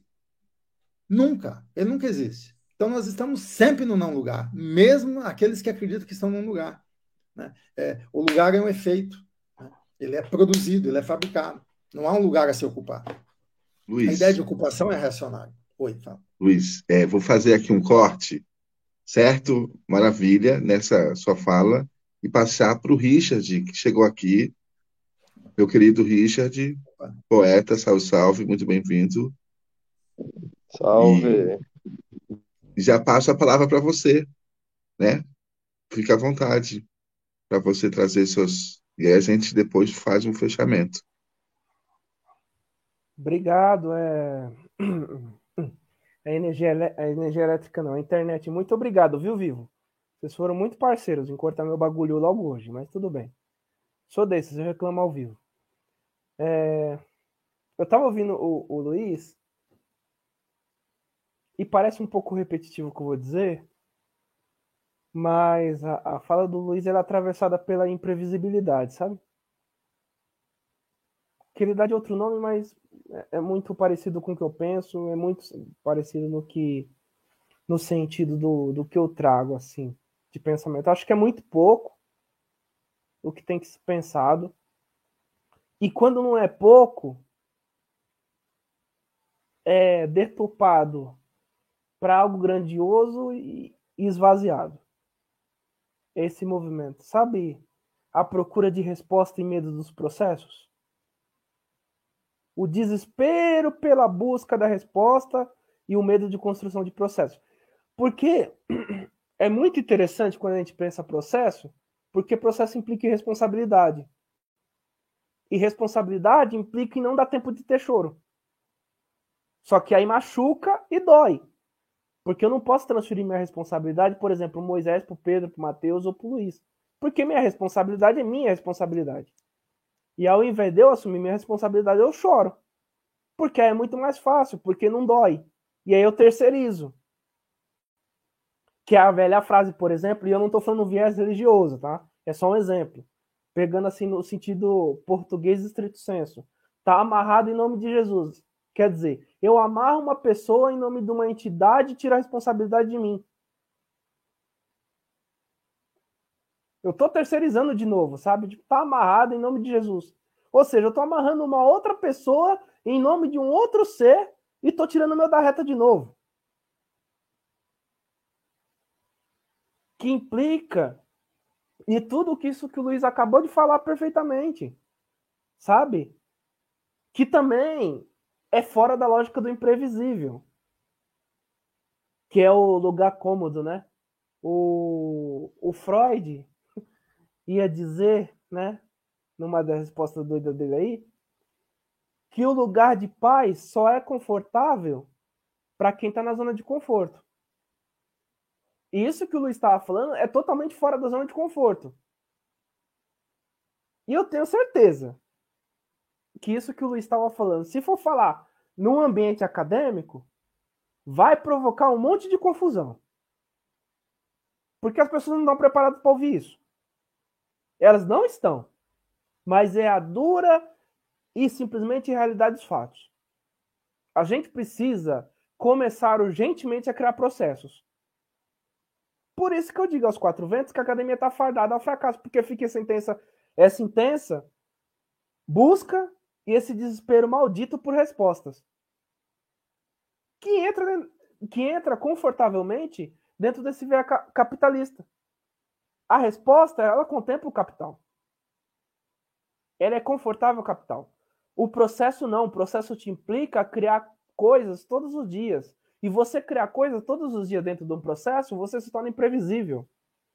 nunca. Ele nunca existe. Então nós estamos sempre no não lugar, mesmo aqueles que acreditam que estão num lugar. Né? É, o lugar é um efeito. Né? Ele é produzido, ele é fabricado. Não há um lugar a se ocupar. Luiz, a ideia de ocupação é reacionária. Oi, fala. Luiz, é, vou fazer aqui um corte, certo? Maravilha, nessa sua fala, e passar para o Richard, que chegou aqui. Meu querido Richard, poeta, salve, salve, muito bem-vindo. Salve. E já passo a palavra para você, né? Fique à vontade para você trazer seus... E aí a gente depois faz um fechamento. Obrigado. É... A energia, a energia elétrica não, a internet. Muito obrigado, viu, Vivo? Vocês foram muito parceiros em cortar meu bagulho logo hoje, mas tudo bem. Sou desses, eu reclamo ao vivo. É... Eu tava ouvindo o, o Luiz e parece um pouco repetitivo o que eu vou dizer, mas a, a fala do Luiz ela é atravessada pela imprevisibilidade, sabe? Queria dar de outro nome, mas é muito parecido com o que eu penso, é muito parecido no que no sentido do, do que eu trago, assim, de pensamento. Acho que é muito pouco o que tem que ser pensado. E quando não é pouco, é deturpado para algo grandioso e esvaziado. Esse movimento, sabe? A procura de resposta e medo dos processos. O desespero pela busca da resposta e o medo de construção de processo. Porque é muito interessante quando a gente pensa processo, porque processo implica em responsabilidade. E responsabilidade implica em não dar tempo de ter choro. Só que aí machuca e dói. Porque eu não posso transferir minha responsabilidade, por exemplo, o Moisés para o Pedro, para o Mateus ou para o Luiz. Porque minha responsabilidade é minha responsabilidade. E ao invés de eu assumir minha responsabilidade, eu choro. Porque aí é muito mais fácil, porque não dói. E aí eu terceirizo. Que é a velha frase, por exemplo, e eu não estou falando viés religioso, tá? É só um exemplo. Pegando assim no sentido português estrito senso. Tá amarrado em nome de Jesus. Quer dizer, eu amarro uma pessoa em nome de uma entidade e tiro a responsabilidade de mim. Eu estou terceirizando de novo, sabe? Tá amarrado em nome de Jesus. Ou seja, eu estou amarrando uma outra pessoa em nome de um outro ser e estou tirando o meu da reta de novo. Que implica em tudo isso que o Luiz acabou de falar perfeitamente. Sabe? Que também é fora da lógica do imprevisível. Que é o lugar cômodo, né? O, o Freud ia dizer, né? Numa das respostas doidas dele aí, que o lugar de paz só é confortável para quem está na zona de conforto. E isso que o Luiz estava falando é totalmente fora da zona de conforto. E eu tenho certeza que isso que o Luiz estava falando, se for falar num ambiente acadêmico, vai provocar um monte de confusão. Porque as pessoas não estão preparadas para ouvir isso. Elas não estão. Mas é a dura e simplesmente realidade dos fatos. A gente precisa começar urgentemente a criar processos. Por isso que eu digo aos quatro ventos que a academia está fardada ao fracasso, porque fica essa intensa, essa intensa busca e esse desespero maldito por respostas. Que entra, que entra confortavelmente dentro desse viés capitalista. A resposta, ela contempla o capital. Ela é confortável ao capital. O processo não. O processo te implica criar coisas todos os dias. E você criar coisas todos os dias dentro de um processo, você se torna imprevisível.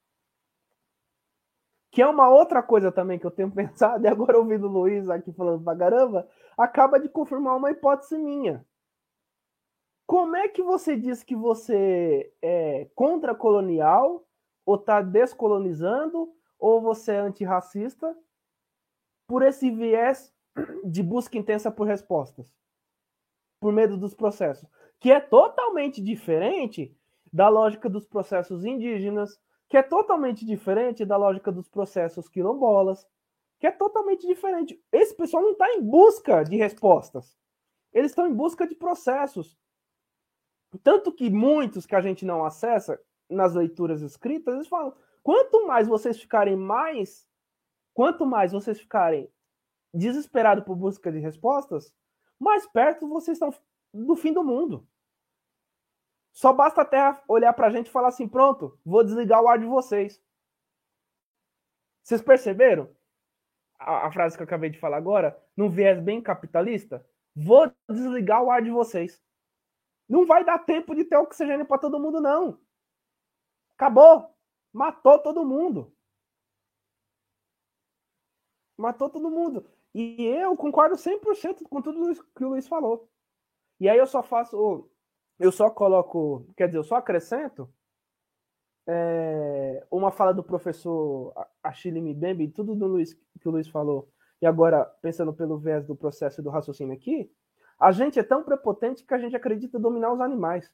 Que é uma outra coisa também que eu tenho pensado, e agora ouvindo o Luiz aqui falando pra caramba, acaba de confirmar uma hipótese minha. Como é que você diz que você é contra-colonial, ou está descolonizando, ou você é antirracista, por esse viés de busca intensa por respostas, por medo dos processos, que é totalmente diferente da lógica dos processos indígenas, que é totalmente diferente da lógica dos processos quilombolas, que é totalmente diferente. Esse pessoal não está em busca de respostas, eles estão em busca de processos. Tanto que muitos que a gente não acessa nas leituras escritas, eles falam, quanto mais vocês ficarem mais, quanto mais vocês ficarem desesperados por busca de respostas, mais perto vocês estão do fim do mundo. Só basta a Terra olhar para a gente e falar assim, pronto, vou desligar o ar de vocês. Vocês perceberam a, a frase que eu acabei de falar agora, num viés bem capitalista? Vou desligar o ar de vocês. Não vai dar tempo de ter oxigênio para todo mundo, não. Acabou. Matou todo mundo. Matou todo mundo. E eu concordo cem por cento com tudo que o Luiz falou. E aí eu só faço... Eu só coloco... Quer dizer, eu só acrescento é, uma fala do professor Achille Mbembe, tudo do Luiz, que o Luiz falou. E agora, pensando pelo viés do processo e do raciocínio aqui, a gente é tão prepotente que a gente acredita dominar os animais.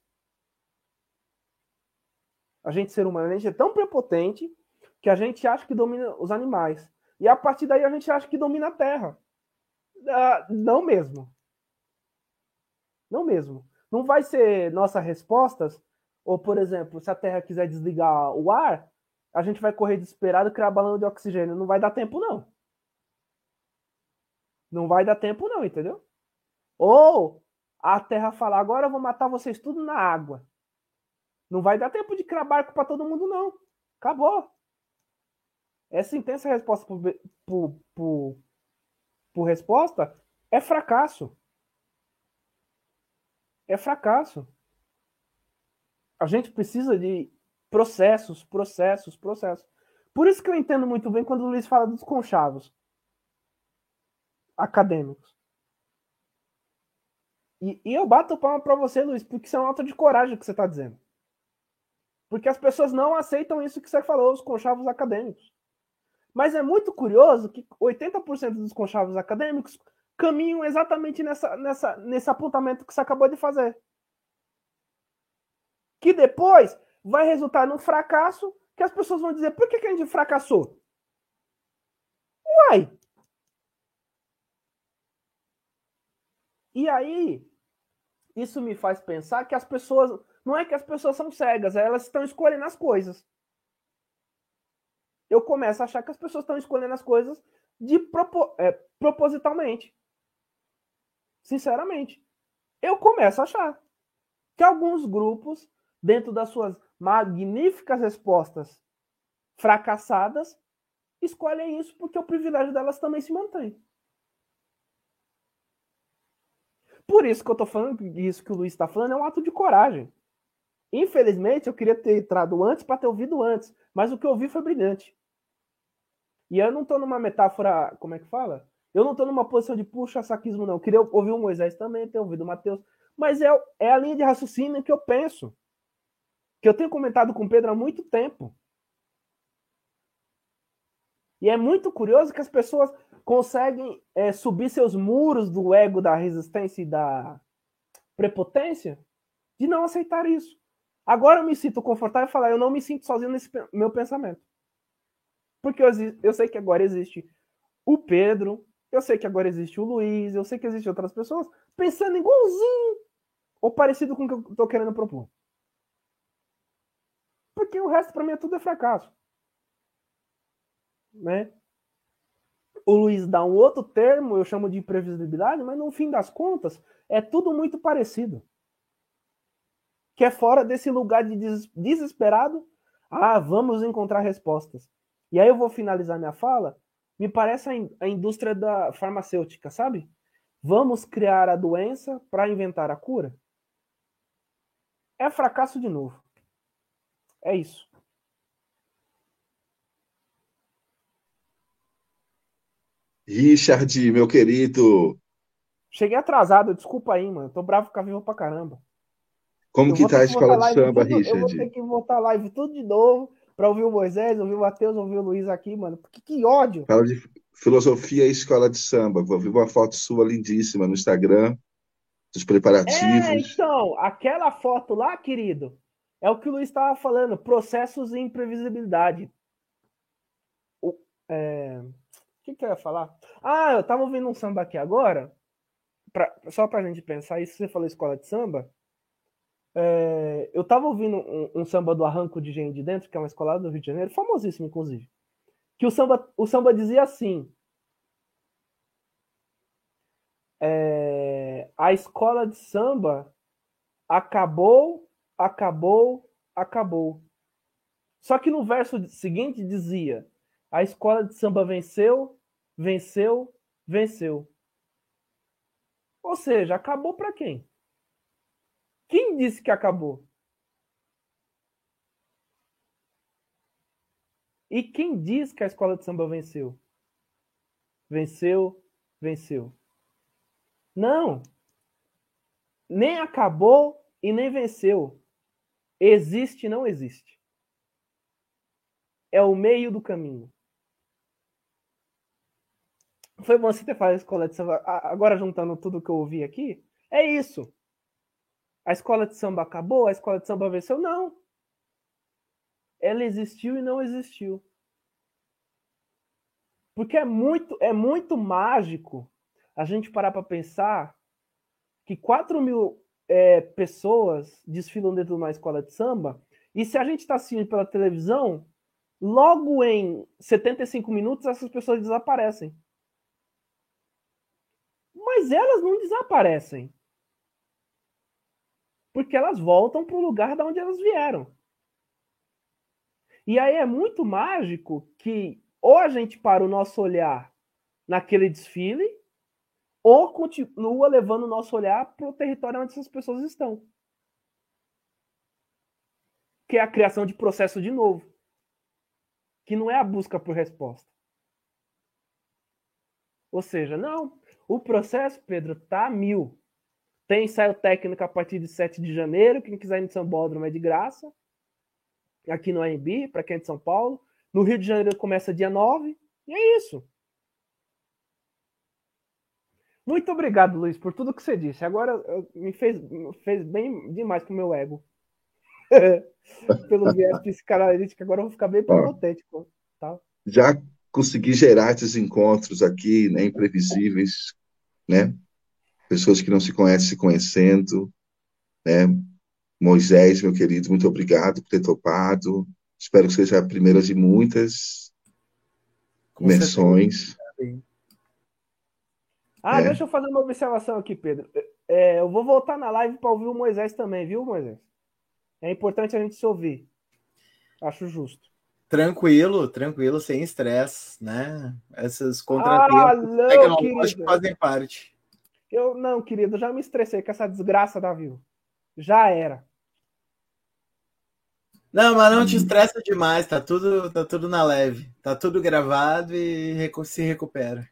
A gente, ser humano, a gente é tão prepotente que a gente acha que domina os animais. E a partir daí a gente acha que domina a Terra. Ah, não mesmo. Não mesmo. Não vai ser nossas respostas, ou, por exemplo, se a Terra quiser desligar o ar, a gente vai correr desesperado e criar balão de oxigênio. Não vai dar tempo, não. Não vai dar tempo, não, entendeu? Ou a Terra falar, agora eu vou matar vocês tudo na água. Não vai dar tempo de criar barco para todo mundo, não. Acabou. Essa intensa resposta por, por, por, por resposta é fracasso. É fracasso. A gente precisa de processos, processos, processos. Por isso que eu entendo muito bem quando o Luiz fala dos conchavos acadêmicos. E, e eu bato palma para você, Luiz, porque isso é um ato de coragem que você está dizendo. Porque as pessoas não aceitam isso que você falou, os conchavos acadêmicos. Mas é muito curioso que oitenta por cento dos conchavos acadêmicos caminham exatamente nessa, nessa, nesse apontamento que você acabou de fazer. Que depois vai resultar num fracasso que as pessoas vão dizer, por que, que a gente fracassou? Uai! E aí, isso me faz pensar que as pessoas... Não é que as pessoas são cegas, elas estão escolhendo as coisas. Eu começo a achar que as pessoas estão escolhendo as coisas de propo, é, propositalmente. Sinceramente. Eu começo a achar que alguns grupos, dentro das suas magníficas respostas fracassadas, escolhem isso porque o privilégio delas também se mantém. Por isso que eu estou falando, isso que o Luiz está falando, é um ato de coragem. Infelizmente, eu queria ter entrado antes para ter ouvido antes, mas o que eu ouvi foi brilhante. E eu não estou numa metáfora, como é que fala? Eu não estou numa posição de puxa-saquismo, não. Eu queria ouvir o Moisés também, ter ouvido o Mateus, mas é, é a linha de raciocínio que eu penso. que eu tenho comentado com o Pedro há muito tempo. E é muito curioso que as pessoas conseguem é, subir seus muros do ego, da resistência e da prepotência de não aceitar isso. Agora eu me sinto confortável e falar, eu não me sinto sozinho nesse meu pensamento. Porque eu, eu sei que agora existe o Pedro, eu sei que agora existe o Luiz, eu sei que existem outras pessoas pensando igualzinho ou parecido com o que eu estou querendo propor. Porque o resto para mim é tudo é fracasso. Né? O Luiz dá um outro termo, eu chamo de imprevisibilidade, mas no fim das contas é tudo muito parecido. Que é fora desse lugar de des- desesperado, ah, vamos encontrar respostas. E aí eu vou finalizar minha fala, me parece a, in- a indústria da farmacêutica, sabe? Vamos criar a doença para inventar a cura. É fracasso de novo. É isso. Richard, meu querido, Cheguei atrasado, desculpa aí, mano. Tô bravo com a Viva pra caramba. como Eu que vou tá ter a que voltar escola de live samba, tudo, eu vou ter Richard? que voltar live tudo de novo pra ouvir o Moisés, ouvir o Matheus, ouvir o Luiz aqui, mano. Porque que ódio. Fala de filosofia e escola de samba. Vou ver uma foto sua lindíssima no Instagram, dos É, preparativos. então, aquela foto lá, querido, é o que o Luiz estava falando, processos e imprevisibilidade. O é... que, que eu ia falar? Ah, eu tava ouvindo um samba aqui agora, pra, só pra gente pensar, isso você falou escola de samba, é, eu tava ouvindo um, um samba do Arranco de Engenho de Dentro, que é uma escola do Rio de Janeiro, famosíssimo, inclusive, que o samba, o samba dizia assim, é, a escola de samba acabou, acabou, acabou. Só que no verso seguinte dizia, a escola de samba venceu, venceu, venceu. Ou seja, acabou para quem? Quem disse que acabou? E quem diz que a escola de samba venceu? Venceu, venceu. Não. Nem acabou e nem venceu. Existe, não existe. É o meio do caminho. Foi bom você ter falado a escola de samba. Agora, juntando tudo que eu ouvi aqui, é isso. A escola de samba acabou? A escola de samba venceu? Não. Ela existiu e não existiu. Porque é muito, é muito mágico a gente parar para pensar que quatro mil é, pessoas desfilam dentro de uma escola de samba e se a gente está assistindo pela televisão, logo em setenta e cinco minutos essas pessoas desaparecem. Mas elas não desaparecem. Porque elas voltam para o lugar de onde elas vieram. E aí é muito mágico que ou a gente para o nosso olhar naquele desfile, ou continua levando o nosso olhar para o território onde essas pessoas estão. Que é a criação de processo de novo. Que não é a busca por resposta. Ou seja, não, o processo, Pedro, tá a mil. Tem ensaio técnico a partir de sete de janeiro, quem quiser ir no Sambódromo é de graça. Aqui no A M B, para quem é de São Paulo. No Rio de Janeiro começa dia nove, e é isso. Muito obrigado, Luiz, por tudo que você disse. Agora me fez, me fez bem demais pro meu ego. Pelo viés psicanalítico, agora eu vou ficar bem prepotente. Tá? Já consegui gerar esses encontros aqui, né, imprevisíveis, né? Pessoas que não se conhecem se conhecendo, né? Moisés, meu querido, muito obrigado por ter topado. Espero que seja a primeira de muitas imersões. Ah, é. Deixa eu fazer uma observação aqui, Pedro. É, eu vou voltar na live para ouvir o Moisés também, viu, Moisés? É importante a gente se ouvir. Acho justo. Tranquilo, tranquilo, sem estresse, né? Essas contratempos ah, não, tecnológicos querido. fazem parte. Eu não, querido, já me estressei com essa desgraça da Viu. Já era. Não, mas não te estressa demais, tá tudo, tá tudo na leve. Tá tudo gravado e se recupera.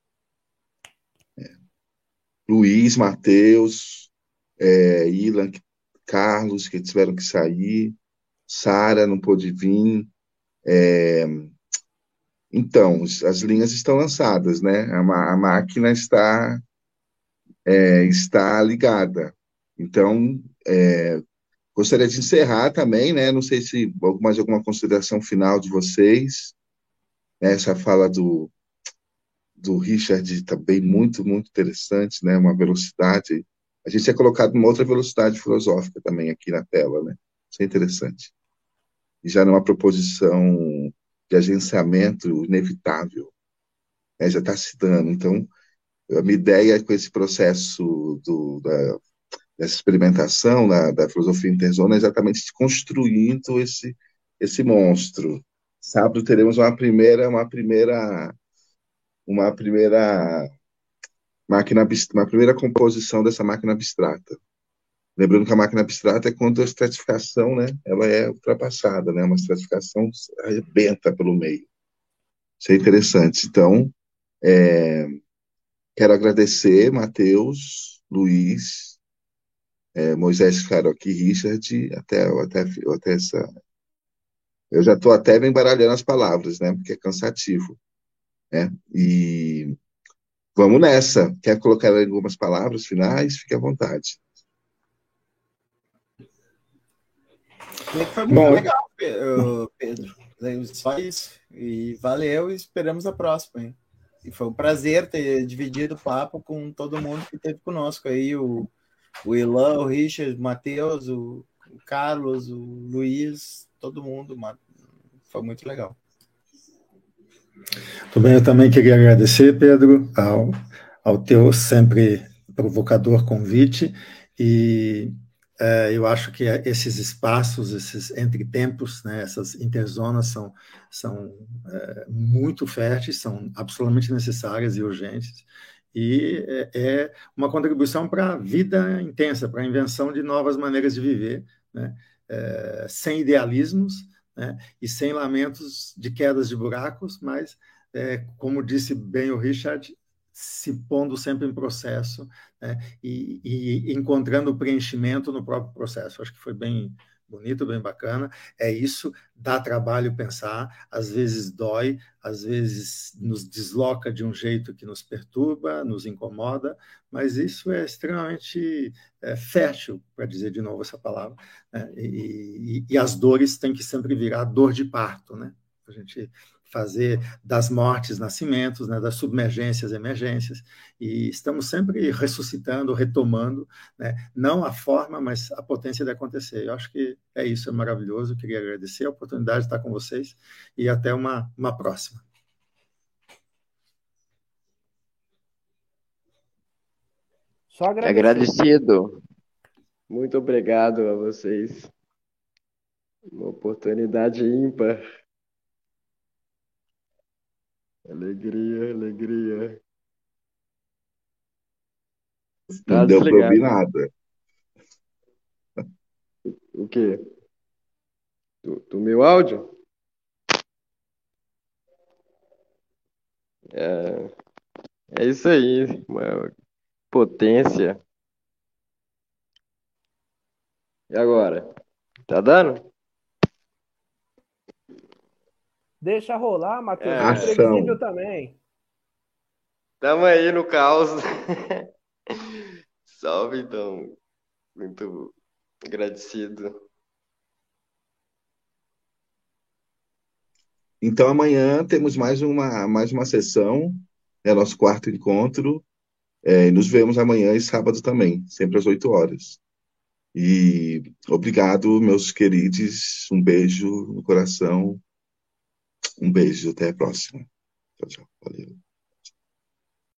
É. Luiz, Matheus, é, Ilan, Carlos, que tiveram que sair. Sara não pôde vir. É, então, as linhas estão lançadas, né? A, a máquina está, é, está ligada. Então, é, gostaria de encerrar também, né? Não sei se mais alguma consideração final de vocês. Essa fala do, do Richard também muito, muito interessante, né? Uma velocidade. A gente tinha colocado uma outra velocidade filosófica também aqui na tela, né? Isso é interessante. E já numa proposição de agenciamento inevitável, né? Já está se dando. Então, a minha ideia com esse processo do, da, dessa experimentação da, da filosofia interzona é exatamente construindo esse, esse monstro. Sábado teremos uma primeira, uma primeira, uma primeira máquina, uma primeira composição dessa máquina abstrata. Lembrando que a máquina abstrata é quando a estratificação, né, ela é ultrapassada, né, uma estratificação arrebenta pelo meio. Isso é interessante. Então, é, quero agradecer, Matheus, Luiz, é, Moisés ficaram aqui, Richard, até, até, até essa. Eu já estou até me embaralhando as palavras, né, porque é cansativo, né, e vamos nessa. Quer colocar algumas palavras finais? Fique à vontade. Foi muito Bom, legal, Pedro. Só isso. E valeu e esperamos a próxima. Hein? E foi um prazer ter dividido o papo com todo mundo que esteve conosco aí, o, o Ilan, o Richard, o Matheus, o, o Carlos, o Luiz, todo mundo. Foi muito legal. Tudo bem, eu também queria agradecer, Pedro, ao, ao teu sempre provocador convite, e é, eu acho que esses espaços, esses entretempos, né, essas interzonas são, são é, muito férteis, são absolutamente necessárias e urgentes, e é, é uma contribuição para a vida intensa, para a invenção de novas maneiras de viver, né, é, sem idealismos, né, e sem lamentos de quedas de buracos, mas, é, como disse bem o Richard, se pondo sempre em processo, né, e, e encontrando preenchimento no próprio processo. Acho que foi bem bonito, bem bacana. É isso, dá trabalho pensar, às vezes dói, às vezes nos desloca de um jeito que nos perturba, nos incomoda, mas isso é extremamente é, fértil, para dizer de novo essa palavra, né? e, e, e as dores têm que sempre virar dor de parto, né? A gente fazer das mortes nascimentos, né, das submergências emergências, e estamos sempre ressuscitando, retomando, né, não a forma, mas a potência de acontecer. Eu acho que é isso, é maravilhoso. Eu queria agradecer a oportunidade de estar com vocês e até uma, uma próxima. Só agradecer. Agradecido. Muito obrigado a vocês. Uma oportunidade ímpar. Alegria, alegria. Não deu para ouvir nada. O quê? Do, do meu áudio? É, é isso aí. Uma potência. E agora? Tá dando? Deixa rolar, Matheus. É. É imprevisível também. Tamo aí no caos. Salve, então. Muito agradecido. Então, amanhã temos mais uma, mais uma sessão, é nosso quarto encontro, é, e nos vemos amanhã e sábado também, sempre às oito horas. E obrigado, meus queridos, um beijo no coração, um beijo, até a próxima. Tchau, tchau, valeu.